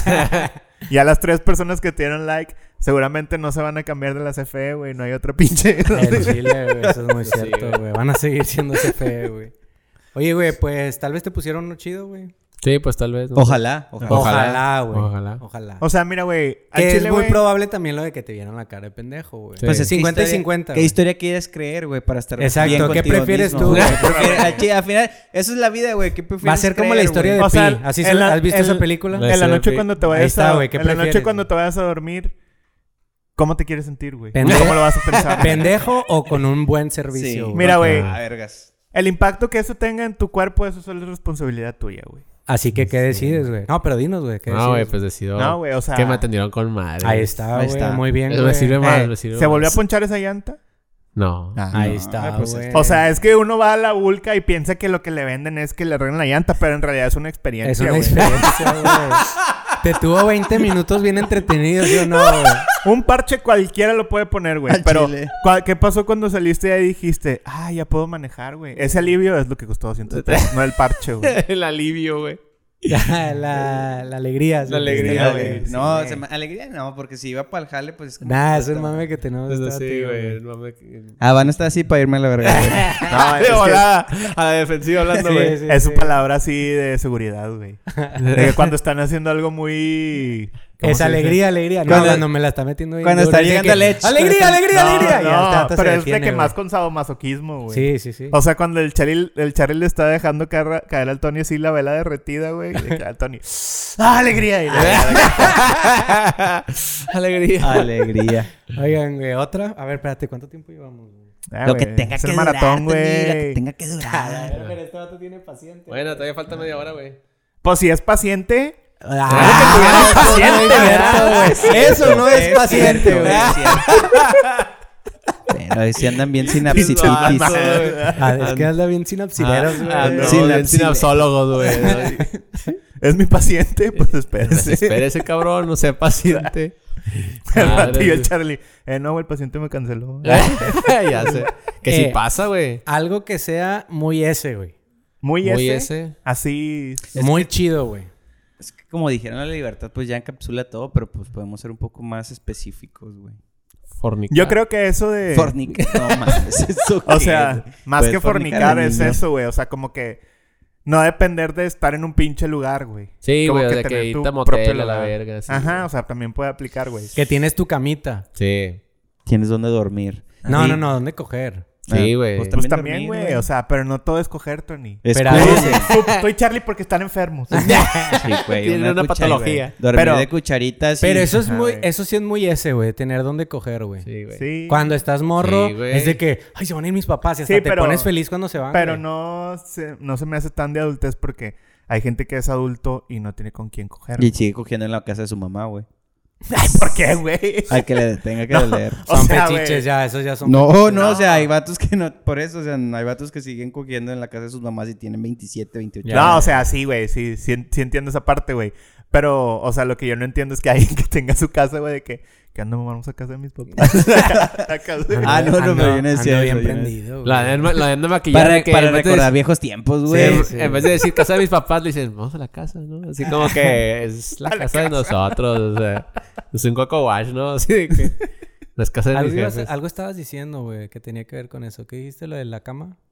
Ya las tres personas que te dieron like seguramente no se van a cambiar de la C F E, güey. No hay otra pinche. En Chile, güey. Eso es muy Sí, cierto, güey. güey. Van a seguir siendo C F E, güey. Oye, güey, pues tal vez te pusieron uno chido, güey. Sí, pues tal vez. no sé. Ojalá. Ojalá. Ojalá, güey. Ojalá. Ojalá. O sea, mira, güey. al Que es chile, muy güey, probable también lo de que te vieran la cara de pendejo, güey. Sí. Pues es ¿Qué cincuenta y historia- cincuenta. ¿Qué güey. historia quieres creer, güey? Para estar Exacto, bien ¿qué contigo prefieres mismo, tú, güey? güey? Prefieres- al chi- Al final, eso es la vida, güey. ¿Qué prefieres Va a ser como creer, la historia de güey? O Pi. sea, ¿Así en se- la- ¿Has visto en- esa película? la- En la Ese noche de- cuando te Ahí vayas está, a... güey, ¿qué En la noche prefieres, cuando güey? te vayas a dormir, ¿cómo te quieres sentir, güey? Pende- ¿Cómo lo vas a pensar? ¿Pendejo o con un buen Sí. servicio? güey? Mira, güey. Ah, vergas. El impacto que eso tenga en tu cuerpo, eso solo es responsabilidad tuya, güey. Así que, ¿qué decides, güey? No, pero dinos, güey. ¿Qué No, güey, decides? pues decido. No, güey, o sea... Que me atendieron con madre. Ahí está, Ahí güey. está. Muy bien, Eso güey. me sirve más, Eh, me sirve ¿Se volvió a más. ponchar esa llanta? No. Ahí No, está, pues, güey. este- O sea, es que uno va a la vulca y piensa que lo que le venden es que le arreglen la llanta, pero en realidad es una experiencia, Es una güey. experiencia, güey. Te tuvo veinte minutos bien entretenidos, ¿sí o no, güey? Un parche cualquiera lo puede poner, güey. Al Pero, chile. ¿cuál- ¿qué pasó cuando saliste y ahí dijiste, ah, ya puedo manejar, güey? Ese alivio es lo que costó doscientos pesos, no el parche, güey. El alivio, güey. la, la, la alegría. La alegría, güey. Sí, No, güey. se me- alegría no, porque si iba para el jale, pues es como... Nah, es un mame que tenemos. Entonces, este sí, vato, güey. no mames, que- Ah, van a estar así para irme a la verga, güey. No, es, De que volada. A la defensiva hablando, Sí, güey. sí, es su sí. palabra así de seguridad, güey. De que cuando están haciendo algo muy... ¿cómo Es se dice? alegría, alegría. No, Cuando- cuando me la está metiendo bien cuando duro, está es de llegando que, el Edge. ¡Alegría, alegría, No, alegría! Y no, hasta- hasta se pero es de detiene, que más güey. con sadomasoquismo, güey. Sí, sí, sí. O sea, cuando el Charlie, el Charlie le está dejando caer, caer al Tony así la vela derretida, güey. Y de que al Tony... ¡Ah, alegría! Y la- Alegría. Alegría. Oigan, güey, ¿otra? A ver, espérate, ¿cuánto tiempo llevamos? güey? Ah, Lo que güey, tenga es que el durar, maratón, Tony, lo que güey. tenga que durar. Pero este vato tiene paciente. Bueno, todavía falta media hora, güey. Pues si es paciente... Ah, Claro que tuvieron paciente, güey. Eso no es paciente, güey. Pero si andan bien sinapsitis. Ah, no, Ah, es que anda bien sinapsileros, güey. Ah, no, Sin bien la- sinapsólogos, güey. ¿Es mi paciente? Pues espérese. Espérese, cabrón, no sea paciente. El Madre vato y el mía. Charlie. Eh, no, güey, el paciente me canceló. Ya sé. Que Eh, si pasa, güey. Algo que sea muy ese, güey. Muy, Muy ese. ese. Así... Muy chido, güey. Es que como dijeron, la libertad pues ya encapsula todo, pero pues podemos ser un poco más específicos, güey. Fornicar. Yo creo que eso de... Fornicar. No mames, ¿eso O qué sea, es? más Puedes que fornicar fornicar de es niño. eso, güey. O sea, como que... No depender de estar en un pinche lugar, güey. Sí, Como güey, de tener que tu irte a propio motel a la lugar. verga. Sí, Ajá, güey. o sea, también puede aplicar, güey. Que tienes tu camita. Sí. Tienes dónde dormir. No, Sí. no, no. ¿Dónde coger? Sí, Ah, güey. pues Pues también también, dormir, güey. güey. O sea, pero no todo es coger, Tony. Pero Escúchese. Tú- Estoy Charlie porque están enfermos. Sí, güey. Tiene una cuchara- patología. güey. Dormir Pero- de cucharitas. Pero y- eso es Ajá, muy... güey. Eso sí es muy ese, güey. Tener dónde coger, güey. Sí, güey. Sí. Cuando estás morro, Sí, güey. es de que... Ay, se van a ir mis papás. Y hasta Sí, te pero- pones feliz cuando se van, Pero güey. no se, no se me hace tan de adultez porque hay gente que es adulto y no tiene con quién coger. Y sigue cogiendo en la casa de su mamá, güey. Ay, ¿por qué, güey? Al que le tenga que No. doler. O Son sea, fetiches güey. ya. Esos ya son... No, fetiches. no, o sea, hay vatos que no, por eso, o sea, no hay vatos que siguen cogiendo en la casa de sus mamás y tienen veintisiete, veintiocho. Ya. No, o sea, sí, güey. Sí, sí, sí entiendo esa parte, güey. Pero, o sea, lo que yo no entiendo es que alguien que tenga su casa, güey, de que... Que ando, vamos a casa de mis papás. A casa de- Ah, no, no, Ando- pero yo no decía ando eso, bien yo no- prendido, güey. La de, la de maquillar. Para, de que para en vez de recordar dec- viejos tiempos, Sí, güey. en- en vez de decir casa de mis papás, le dicen, vamos a la casa, ¿no? Así como que es la casa de nosotros. O sea, es un coco wash, ¿no? Así de que no es casa de mis Algo, ibas- jefes. algo estabas diciendo, güey, que tenía que ver con eso. ¿Qué dijiste? ¿Lo de la cama?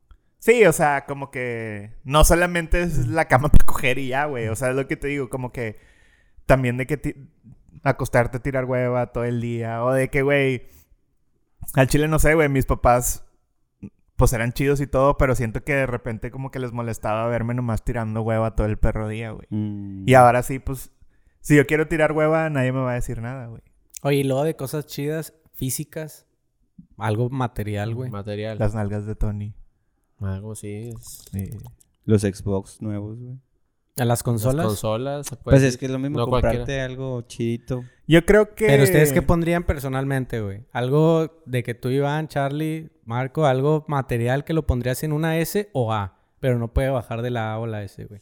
Sí, o sea, como que no solamente es la cama para coger y ya, güey. O sea, es lo que te digo, como que también de que ti- acostarte a tirar hueva todo el día. O de que, güey, al chile no sé, güey, mis papás pues eran chidos y todo, pero siento que de repente como que les molestaba verme nomás tirando hueva todo el perro día, güey. Mm. Y ahora sí, pues, si yo quiero tirar hueva, nadie me va a decir nada, güey. Oye, y luego de cosas chidas, físicas, algo material, güey. Material. Las nalgas de Tony. Algo sí. Es... Sí. Los Xbox nuevos, güey. A las consolas. Las consolas. se puede Pues decir. es que es lo mismo No comprarte cualquiera. algo chidito. Yo creo que... Pero ustedes, ¿qué pondrían personalmente, güey? Algo de que tú, Iván, Charlie, Marco, algo material que lo pondrías en una S o A, pero no puede bajar de la A o la S, güey.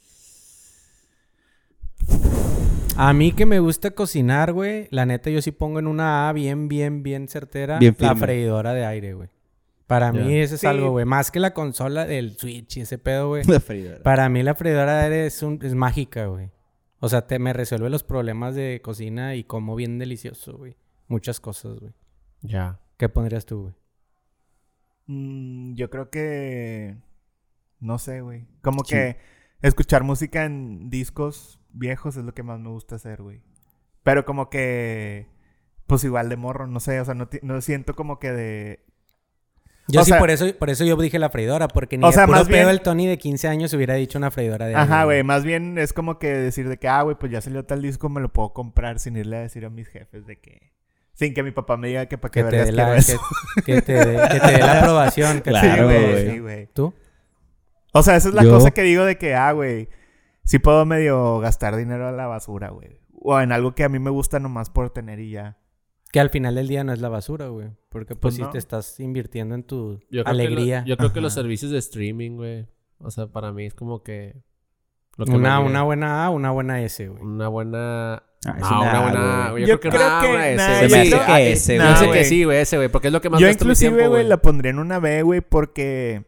A mí que me gusta cocinar, güey, la neta yo sí pongo en una A bien, bien, bien certera Bien la firme. freidora de aire, güey. Para Ya. mí eso es Sí. algo, güey. Más que la consola del Switch y ese pedo, güey. La freidora. Para mí la freidora de aire es, un, es mágica, güey. O sea, te me resuelve los problemas de cocina y como bien delicioso, güey. Muchas cosas, güey. Ya. ¿Qué pondrías tú, güey? Mm, yo creo que... No sé, güey. Como Sí. que escuchar música en discos viejos es lo que más me gusta hacer, güey. Pero como que... Pues igual de morro, no sé. O sea, no, ti- no siento como que de... Yo O sí, sea- por eso, por eso yo dije la freidora, porque ni O de sea, puro más pedo bien- el Tony de quince años hubiera dicho una freidora de aire. Ajá, güey. Más bien es como que decir de que... Ah, güey, pues ya salió tal disco, me lo puedo comprar sin irle a decir a mis jefes de que... Sin que mi papá me diga que para qué Que te, vergas dé quiero la, eso. que, que te dé, que te dé la aprobación. Que te- Claro, sí, güey. Sí, güey. ¿Tú? O sea, esa es la Yo- cosa que digo de que... Ah, güey. Sí puedo medio gastar dinero a la basura, güey. O en algo que a mí me gusta nomás por tener y ya. Que al final del día no es la basura, güey. Porque pues, Pues sí no. te estás invirtiendo en tu Yo creo alegría. Que lo- yo creo que los Ajá. servicios de streaming, güey. O sea, para mí es como que... lo que Una, me- una buena A, una buena S, güey. Una buena... Ah, es no, una una A, buena... güey. Yo, Yo creo que creo una, que una S, nah, güey. Se me Sí, hace ah, que ese, Yo güey. sé Nah, que güey. sí, güey, ese, güey. Porque es lo que más Yo gasto mi inclusive, tiempo, güey, la pondría en una B, güey, porque...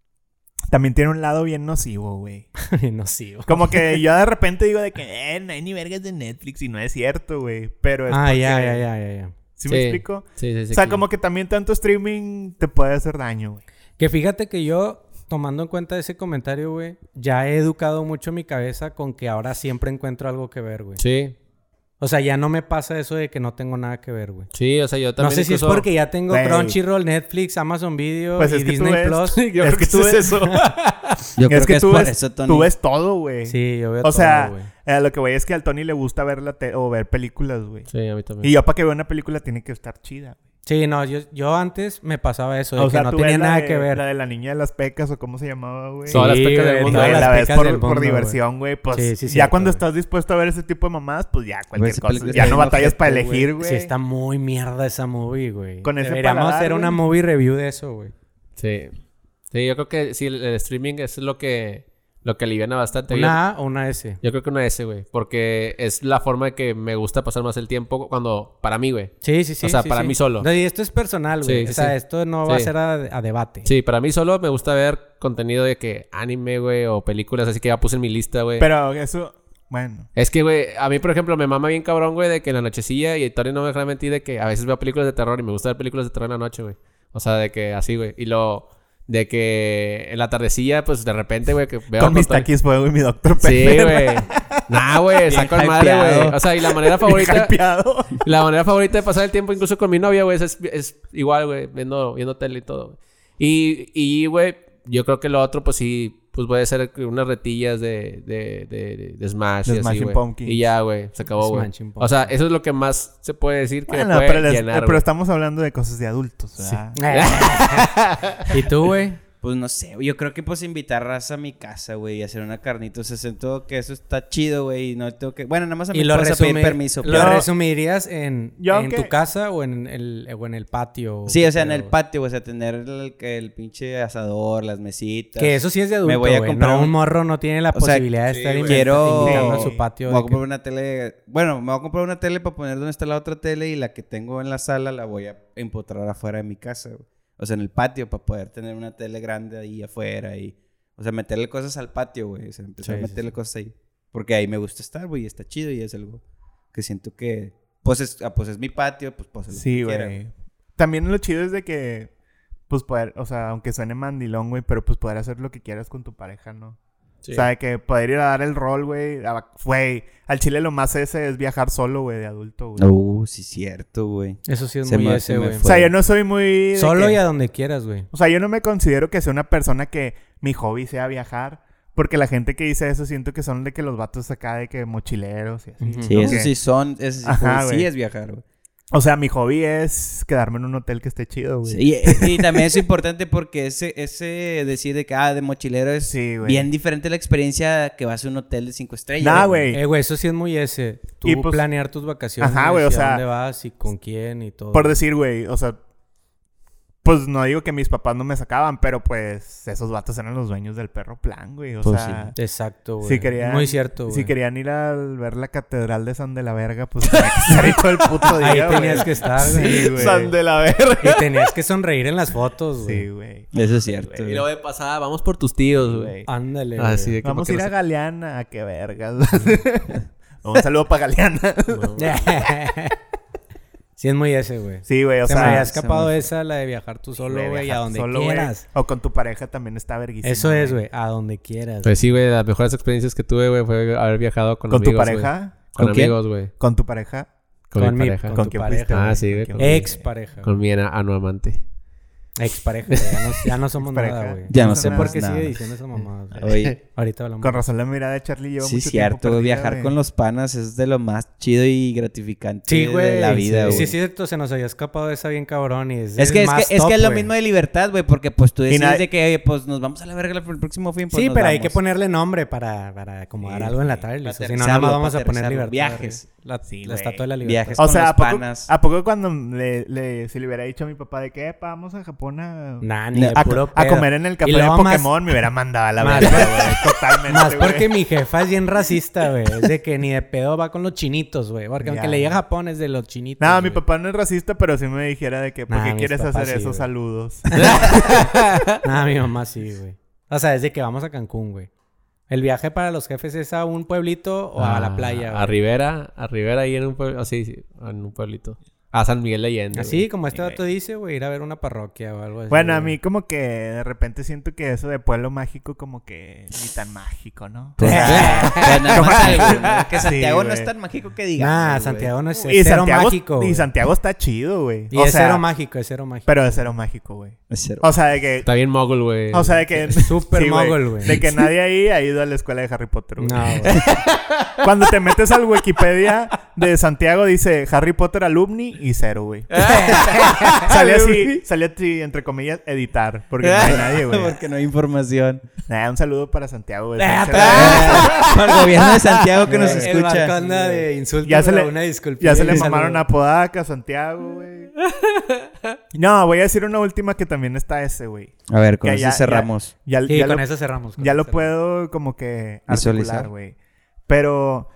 También tiene un lado bien nocivo, güey. No, sí, güey. Como que yo de repente digo de que... Eh, no hay ni vergas de Netflix. Y no es cierto, güey. Pero es Ah, porque... ya, ya, ya, ya, ya. ¿Sí me Sí. explico? Sí, sí, sí. O sea, que- como que también tanto streaming te puede hacer daño, güey. Que fíjate que yo, tomando en cuenta ese comentario, güey, ya he educado mucho mi cabeza con que ahora siempre encuentro algo que ver, güey. Sí. O sea, ya no me pasa eso de que no tengo nada que ver, güey. Sí, o sea, yo también No sé si es incluso- porque ya tengo Güey. Crunchyroll, Netflix, Amazon Video Pues y es que tú Disney ves- Plus. Yo Es creo que que tú es ves- eso. Yo creo es que, que es tú por ves, eso, Tony. tú ves todo, güey. Sí, yo veo O todo, sea, güey. eh, lo que voy es que al Tony le gusta ver la te- o ver películas, güey. Sí, a mí también. Y yo para que vea una película tiene que estar chida, güey. Sí, no, yo, yo antes me pasaba eso, de O sea, que no tú tenía ves la nada de- que ver. La de la niña de las pecas o cómo se llamaba, güey. Todas las pecas del güey, mundo. Güey, todas la las ves pecas por, del por mundo, diversión, güey. Pues Sí, sí, ya cierto, cuando güey. estás dispuesto a ver ese tipo de mamás, pues ya cualquier esa cosa. película Ya está no bien batallas para ojete, güey. elegir, güey. Sí, está muy mierda esa movie, güey. Con ese Deberíamos paladar, hacer una güey. movie review de eso, güey. Sí. Sí, yo creo que sí, el, el streaming es lo que... Lo que aliviana bastante. Yo- ¿Una A o una S? Yo creo que una S, güey. Porque es la forma de que me gusta pasar más el tiempo cuando... Para mí, güey. Sí, sí, sí. O sea, sí, para sí. mí solo. No, y esto es personal, güey. Sí, sí, o sea, sí. esto no va a Sí. ser a, a debate. Sí, para mí solo me gusta ver contenido de que anime, güey, o películas. Así que ya puse en mi lista, güey. Pero eso, bueno. Es que, güey, a mí, por ejemplo, me mama bien cabrón, güey, de que en la nochecilla... Y Tony no me deja mentir de que a veces veo películas de terror y me gusta ver películas de terror en la noche, güey. O sea, de que así, güey. Y lo... De que en la tardecilla, pues, de repente, güey, que veo... Con mis Tony- taquis fuego y mi doctor Sí, Pepper. güey. Nah, güey, saco al madre, hypeado. güey. O sea, y la manera Bien favorita... hypeado. La manera favorita de pasar el tiempo, incluso con mi novia, güey, es, es igual, güey, viendo, viendo tele y todo, güey. Y, y, güey, yo creo que lo otro, pues sí, pues puede ser unas retillas de, de, de, de Smash De y así, Smashing güey. Pumpkins. Y ya, güey, se acabó, güey. Smashing O sea, Pumpkins. eso es lo que más se puede decir que Bueno, me puede pero, les- llenar, pero güey. estamos hablando de cosas de adultos, ¿verdad? ¿Y tú, güey? Pues no sé, güey. Yo creo que pues invitar raza a mi casa, güey, y hacer una carnita. O sea, siento que eso está chido, güey. Y no tengo que... Bueno, nada más a mi Y lo, esposa pedir resumi- permiso. lo pero- resumirías en, Yo en aunque- tu casa o en el, o en el patio. Sí, o sea, en Pero- el patio, güey. O sea, tener el, el pinche asador, las mesitas. Que eso sí es de adulto, Me voy a güey. comprar No, un- un morro no tiene la O sea, posibilidad de sí, estar güey. inventa- Quiero... invitando a su patio. Me voy a de que- comprar una tele... Bueno, me voy a comprar una tele para poner donde está la otra tele. Y la que tengo en la sala la voy a empotrar afuera de mi casa, güey. O sea, en el patio, para poder tener una tele grande ahí afuera y... O sea, meterle cosas al patio, güey. O sea, empezar Sí, a sí, meterle sí. cosas ahí. Porque ahí me gusta estar, güey. Y está chido y es algo que siento que... Pues es, ah, pues es mi patio, pues pues es lo Sí, que quiera, güey. También lo chido es de que... pues poder, o sea, aunque suene mandilón, güey, pero pues poder hacer lo que quieras con tu pareja, ¿no? Sí. O sea, de que poder ir a dar el rol, güey. a- Güey, al chile lo más ese es viajar solo, güey, de adulto, güey. Uh, sí, cierto, güey. Eso sí es Se muy me- ese, se me güey. O sea, yo no soy muy... de Solo que- y a donde quieras, güey. O sea, yo no me considero que sea una persona que mi hobby sea viajar. Porque la gente que dice eso siento que son de que los vatos acá de que mochileros y así. Ujú. Sí, ¿no? eso Que- sí son... Eso sí, Ajá, fue- sí güey. es viajar, güey. O sea, mi hobby es quedarme en un hotel que esté chido, güey. Sí, y, y también es importante porque ese, ese decir de que, ah, de mochilero es Sí, güey. bien diferente la experiencia que vas a un hotel de cinco estrellas. Nah, güey. Eh, güey, eso sí es muy ese. Tú Y, pues, planear tus vacaciones. ajá, güey, o y a sea, dónde vas y con quién y todo. Por decir, güey, o sea... Pues no digo que mis papás no me sacaban, pero pues esos vatos eran los dueños del perro plan, güey. O Pues sea... Exacto, güey. Si querían, Muy cierto, güey. Si querían ir a ver la catedral de San de la Verga, pues tenía que estar ahí todo el puto día, Ahí güey. tenías que estar, güey. Sí, güey. San de la verga. Y tenías que sonreír en las fotos, güey. Sí, güey. Eso es cierto, Y güey. luego de pasada, vamos por tus tíos, güey. Güey. Ándale, Ah, güey. sí, de que Vamos a para ir que a Galeana. ¿A qué vergas? Un saludo para Galeana. no se- Sí es muy ese, güey. Sí, güey, o Se sea... me había se escapado me- esa, la de viajar tú solo, de güey, viajar a donde solo, güey. quieras. O con tu pareja también está verguísima. Eso es, güey, a donde quieras. Pues sí, güey, las mejores experiencias que tuve, güey, fue haber viajado con, ¿Con tu amigos, pareja? güey. Con, ¿Con quién? amigos, güey. ¿Con tu pareja? Con, Con mi mi- pareja. con ¿Con tu quién pareja. fuiste, güey? Ah, sí, güey, ¿Con con- quién Ex fuiste? pareja. Con mi ana- ano amante. Ex pareja. Ya no, ya no somos Expareja. nada, güey. Ya no No sé somos por qué nada. sigue diciendo esa mamada. güey. Oye, Ahorita hablamos. Con razón la mirada de Charlie lleva sí, mucho cierto. tiempo perdida, Viajar güey. con los panas es de lo más chido y gratificante Sí, güey. de la vida, güey. Sí, sí, cierto. Se nos había escapado esa bien cabrón. Y es, Es que el es, más que, es top, que es lo güey. mismo de libertad, güey, porque pues tú decides nadie- de que, oye, pues nos vamos a la verga el próximo fin. Pues Sí, nos pero hay vamos. que ponerle nombre para, para acomodar Sí, algo en la sí. tabla. Para Si no, nada aterrizarlo, más vamos para a poner aterrizarlo. libertad. Viajes. La, Sí, la güey. estatua de la libertad. Viajes. O con sea, los ¿a poco, panas. ¿a poco cuando le, le- si le hubiera dicho a mi papá de que, "Epa, vamos a Japón a... Nah, ni de a, puro a pedo. comer en el café Y de luego más- Pokémon", me hubiera mandado a la Más- verga, güey. Totalmente, Más güey. porque mi jefa es bien racista, güey. Es de que ni de pedo va con los chinitos, güey. Porque aunque Ya. le llega a Japón es de los chinitos. No, mi güey. papá no es racista, pero si me dijera de que, ¿por Nah, qué mis quieres papás hacer sí, eso? güey. Saludos. Nah, mi mamá sí, güey. O sea, es de que vamos a Cancún, güey. El viaje para los jefes es a un pueblito o a Ah, la playa, A güey. Rivera, a Rivera ahí en un pueblo, sí, sí, en un pueblito. A San Miguel de Allende. Así güey. como este Sí, vato dice, güey, ir a ver una parroquia o algo así. Bueno, a güey. mí como que de repente siento que eso de pueblo mágico como que ni tan mágico, ¿no? Pues, pues nada más algo, ¿no? Que Sí, Santiago no güey. es tan mágico que diga. Nah, Santiago no es, es Y cero Santiago, mágico, y güey. Santiago está chido, güey. Y O es sea, cero mágico, es cero mágico. pero es cero mágico, güey. Es cero. O sea, de que... Está bien mogul, güey. O sea, de que... Súper Sí, mogul, güey. De que nadie ahí ha ido a la escuela de Harry Potter, güey. No, güey. Cuando te metes al Wikipedia de Santiago dice Harry Potter alumni y cero, güey. sale así, sale así, entre comillas, editar. Porque no hay nadie, güey. Porque no hay información. Nah, un saludo para Santiago, güey. Ah, Para el gobierno de Santiago que nos El escucha. Marco anda de insultos, Ya se pero le- una disculpa. Ya se le mamaron a Podaca, Santiago, güey. No, voy a decir una última que también está ese, güey. A ver, con Que eso ya- cerramos. Ya, Sí, ya con lo, eso cerramos. con ya eso lo cerramos. puedo como que Visualizar. articular, güey. Pero...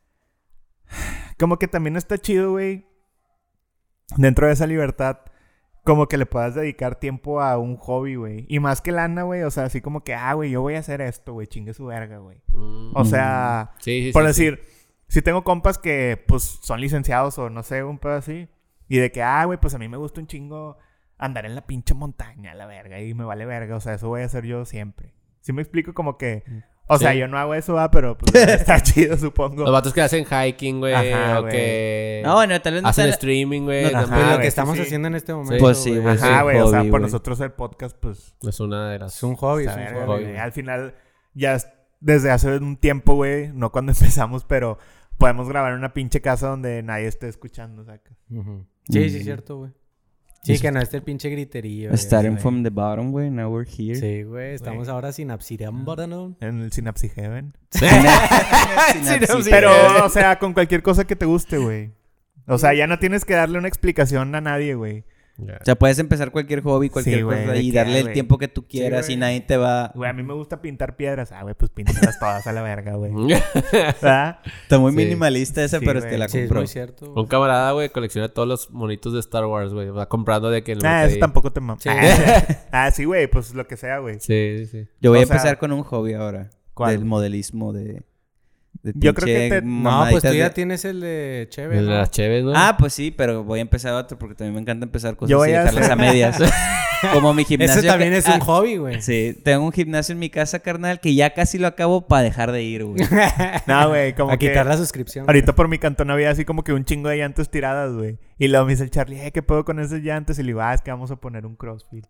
Como que también está chido, güey. Dentro de esa libertad... Como que le puedas dedicar tiempo a un hobby, güey. Y más que lana, güey. O sea, así como que... Ah, güey, yo voy a hacer esto, güey. Chingue su verga, güey. Mm. O sea... Sí, sí, Por sí, decir... Si tengo compas que, pues, son licenciados o no sé, un pedo así. Y de que, ah, güey, pues a mí me gusta un chingo andar en la pinche montaña, la verga. Y me vale verga. O sea, eso voy a hacer yo siempre. ¿Sí me explico? Como que... O sea, Sí. yo no hago eso, va, pero pues está chido, supongo. Los vatos que hacen hiking, güey. Ajá, O güey. que... No, bueno, tal vez no hacen sea- streaming, güey. No, Pues también. Ajá, lo güey, que sí, estamos sí. haciendo en este momento. Pues sí, güey. Ajá, güey. O sea, hobby, por güey. nosotros el podcast, pues... Es una de las... Es un hobby, es Está un verga, hobby. güey. Al final, ya es- desde hace un tiempo, güey, no cuando empezamos, pero podemos grabar en una pinche casa donde nadie esté escuchando, ¿saca? Ujú. Sí, sí, Mm. cierto, güey. Sí, que no esté el pinche griterío. Starting güey. from the bottom, güey. Now we're here. Sí, güey. Estamos ahora sin Absidian, ¿no? En el Synapse Heaven. Sinapsis. Pero, o sea, con cualquier cosa que te guste, güey. O sea, ya no tienes que darle una explicación a nadie, güey. Ya. O sea, puedes empezar cualquier hobby, cualquier Sí, güey, cosa de y que, darle el güey. tiempo que tú quieras güey. y nadie te va... Güey, a mí me gusta pintar piedras. Ah, güey, pues píntalas todas a la verga, güey. ¿Verdad? Está muy Sí. minimalista esa, Sí, pero güey. te la Sí, es compró. muy cierto. Un camarada, güey, colecciona todos los monitos de Star Wars, güey. Va comprando de que... en el Ah, eso mercadillo. tampoco te mames. Sí. Ah, sí, güey, pues lo que sea, güey. Sí, sí, sí. Yo voy O a sea, empezar con un hobby ahora. ¿cuál? Del modelismo de... De Yo creo pinche que te- No, pues mamaditas tú ya de- tienes el de Chévere, El de ¿no? las cheves, ¿no? Ah, pues sí, pero voy a empezar otro porque también me encanta empezar cosas Yo voy y a dejarlas hacer- a medias. Como mi gimnasio. Ese también que- es un ah, hobby, güey. Sí, tengo un gimnasio en mi casa, carnal, que ya casi lo acabo para dejar de ir, güey. No, güey, como A que... quitar la suscripción. Ahorita por mi cantón había así como que un chingo de llantas tiradas, güey. Y luego me dice el Charlie, eh, ¿qué puedo con esas llantas? Y le digo, ah, es que vamos a poner un CrossFit.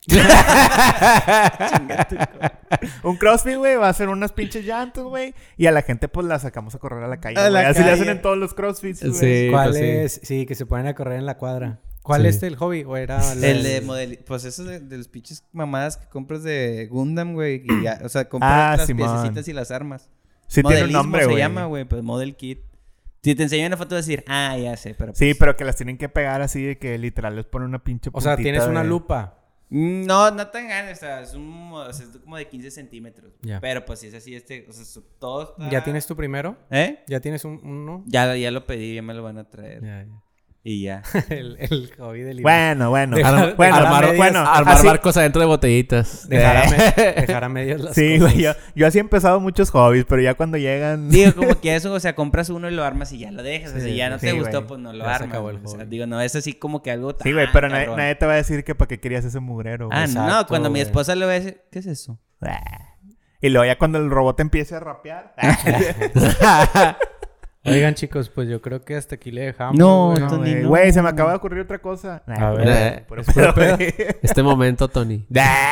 Un CrossFit, güey, va a ser unas pinches llantas, güey. Y a la gente, pues, la sacamos a correr a la calle, A la güey. Así le calle. hacen en todos los CrossFits, güey. Sí, ¿Cuál pues sí. es? Sí, que se ponen a correr en la cuadra. ¿Cuál Sí. es el hobby? ¿O era la- El de modeli... Pues eso de, de los pinches mamadas que compras de Gundam, güey. y ya- O sea, compras Ah, las Simón. piececitas y las armas. Sí tiene un Modelismo nombre, se güey. llama, güey. Pues Model Kit. Si te enseñan una foto, vas a decir, ah, ya sé, pero... Sí, pues, pero que las tienen que pegar así de que literal les ponen una pinche O sea, puntita tienes una de- lupa. mm, No, no tan grande, o sea, es, un, o sea, es como de quince centímetros. Ya. Pero pues si es así, este, o sea, su- todo está- ¿Ya tienes tu primero? ¿Eh? ¿Ya tienes un, uno? Ya, ya lo pedí, ya me lo van a traer. Ya, ya. Y ya. el, el hobby del Bueno, bueno. Dejar- Arma- bueno, dejar a armar, medias- bueno. Armar así- barcos adentro de botellitas. Dejar a, me- dejar a medias las Sí, cosas. güey. Yo, yo así he empezado muchos hobbies, pero ya cuando llegan... Digo, como que eso, o sea, compras uno y lo armas y ya lo dejas. o sea, Sí, si ya no sí, te güey. gustó, pues no lo Ya se armas. acabó el o sea, hobby. digo, no es así como que algo tan Sí, güey, pero nadie, cabrón. nadie te va a decir que para qué querías ese mugrero, güey. Ah, Exacto, no, cuando mi güey. esposa le va a decir, ¿qué es eso? Y luego ya cuando el robot empiece a rapear... Oigan, chicos, pues yo creo que hasta aquí le dejamos. No, güey. No, Tony, güey. no. Güey, se me acaba de ocurrir otra cosa. A Nah, ver. güey, puro ¿Es puro pedo, pedo? güey. Este momento, Tony.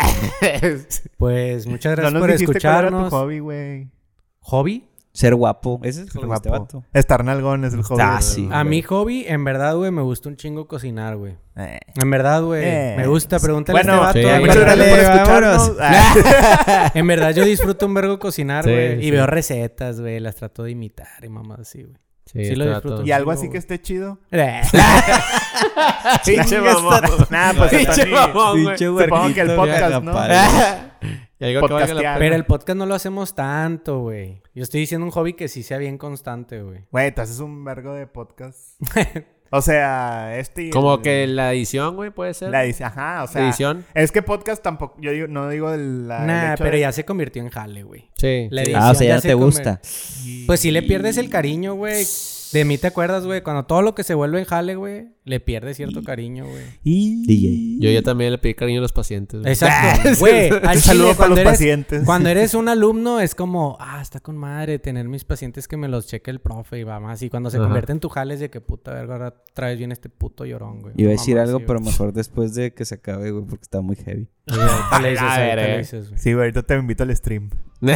Pues muchas No gracias nos por dijiste cuál era tu escucharnos. hobby, güey. ¿Hobby? Ser guapo. Ese es el Ser hobby de este guapo. vato. Estar nalgón es el hobby. Ah, güey. sí. A mi hobby, en verdad, güey, me gusta un chingo cocinar, güey. Eh. En verdad, güey. Eh. Me gusta. Pregúntale Bueno, a este sí, vato. muchas güey. gracias por Dale, escucharnos. Ah. En verdad, yo disfruto un vergo cocinar, Sí, güey. Y sí. veo recetas, güey. Las trato de imitar y mamás así, güey. Sí, Sí, este lo vato. disfruto. Y algo Sí, así güey. que esté chido. Eh. Pinche mamón. Nah, pues Pinche Tony, mamón, güey. Pinche Supongo que el huerquito, podcast, ¿no? agapado. Y algo que valga la Podcastear. Pero el podcast no lo hacemos tanto, güey. Yo estoy diciendo un hobby que sí sea bien constante, güey. Güey, tú haces un vergo de podcast. O sea, este... y Como el- que la edición, güey, puede ser. La edición, ajá, o sea... edición. Es que podcast tampoco... Yo digo, no digo el... la- el Nah, hecho pero de- ya se convirtió en jale, güey. Sí. La sí. edición Ah, o sea, ya no se te conver- gusta. Pues sí le pierdes el cariño, güey. De mí te acuerdas, güey. Cuando todo lo que se vuelve en jale, güey, le pierdes cierto cariño, güey. D J. Yo ya también le pedí cariño a los pacientes. güey. Exacto. Güey, al Un chile, saludo para cuando los eres, pacientes. cuando eres un alumno es como, ah, está con madre tener mis pacientes que me los cheque el profe y va más. Y cuando se Ajá. convierte en tu jale es de que puta verga, ahora traes bien este puto llorón, güey. Iba a decir Mamá, algo, sí, pero güey. mejor después de que se acabe, güey, porque está muy heavy. Sí, ahorita le dices, A ver, ahorita le eh. dices, güey. Sí, güey, ahorita te invito al stream.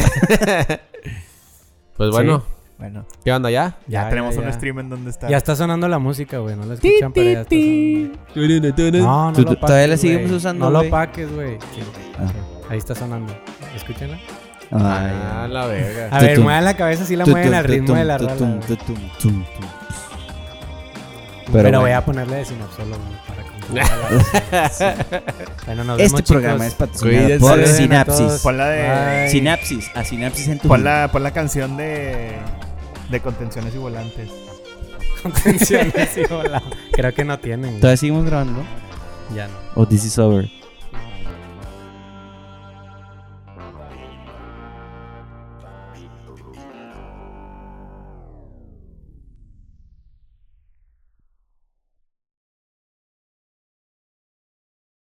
Pues bueno, Bueno, ¿qué onda ya? ya, Ya, tenemos ya, un ya. stream en donde está. Ya está sonando la música, güey. No la escuchan, pero ya está sonando. No, no ¿Tú- lo tú- paques, todavía la güey. seguimos usando, No lo güey? paques, güey. Sí. Ah. Ahí está sonando. Escúchenla. Ah, la verga. A ver, Tutum. muevan la cabeza si la mueven al ritmo de la rola. güey. Pero, Pero voy bueno. a ponerle de sinapsolo, güey, para que sí. Bueno, nos vemos, Este programa chicos. es patrocinado Cuídense. por Saluden a Sinapsis. todos. Pon la de... Bye. Sinapsis. A Sinapsis en tu Pon vida. la, pon la canción de... De contenciones y volantes. Contenciones y hola. Creo que no tienen. güey. ¿Todavía seguimos grabando? Ya no. ¿O this is over?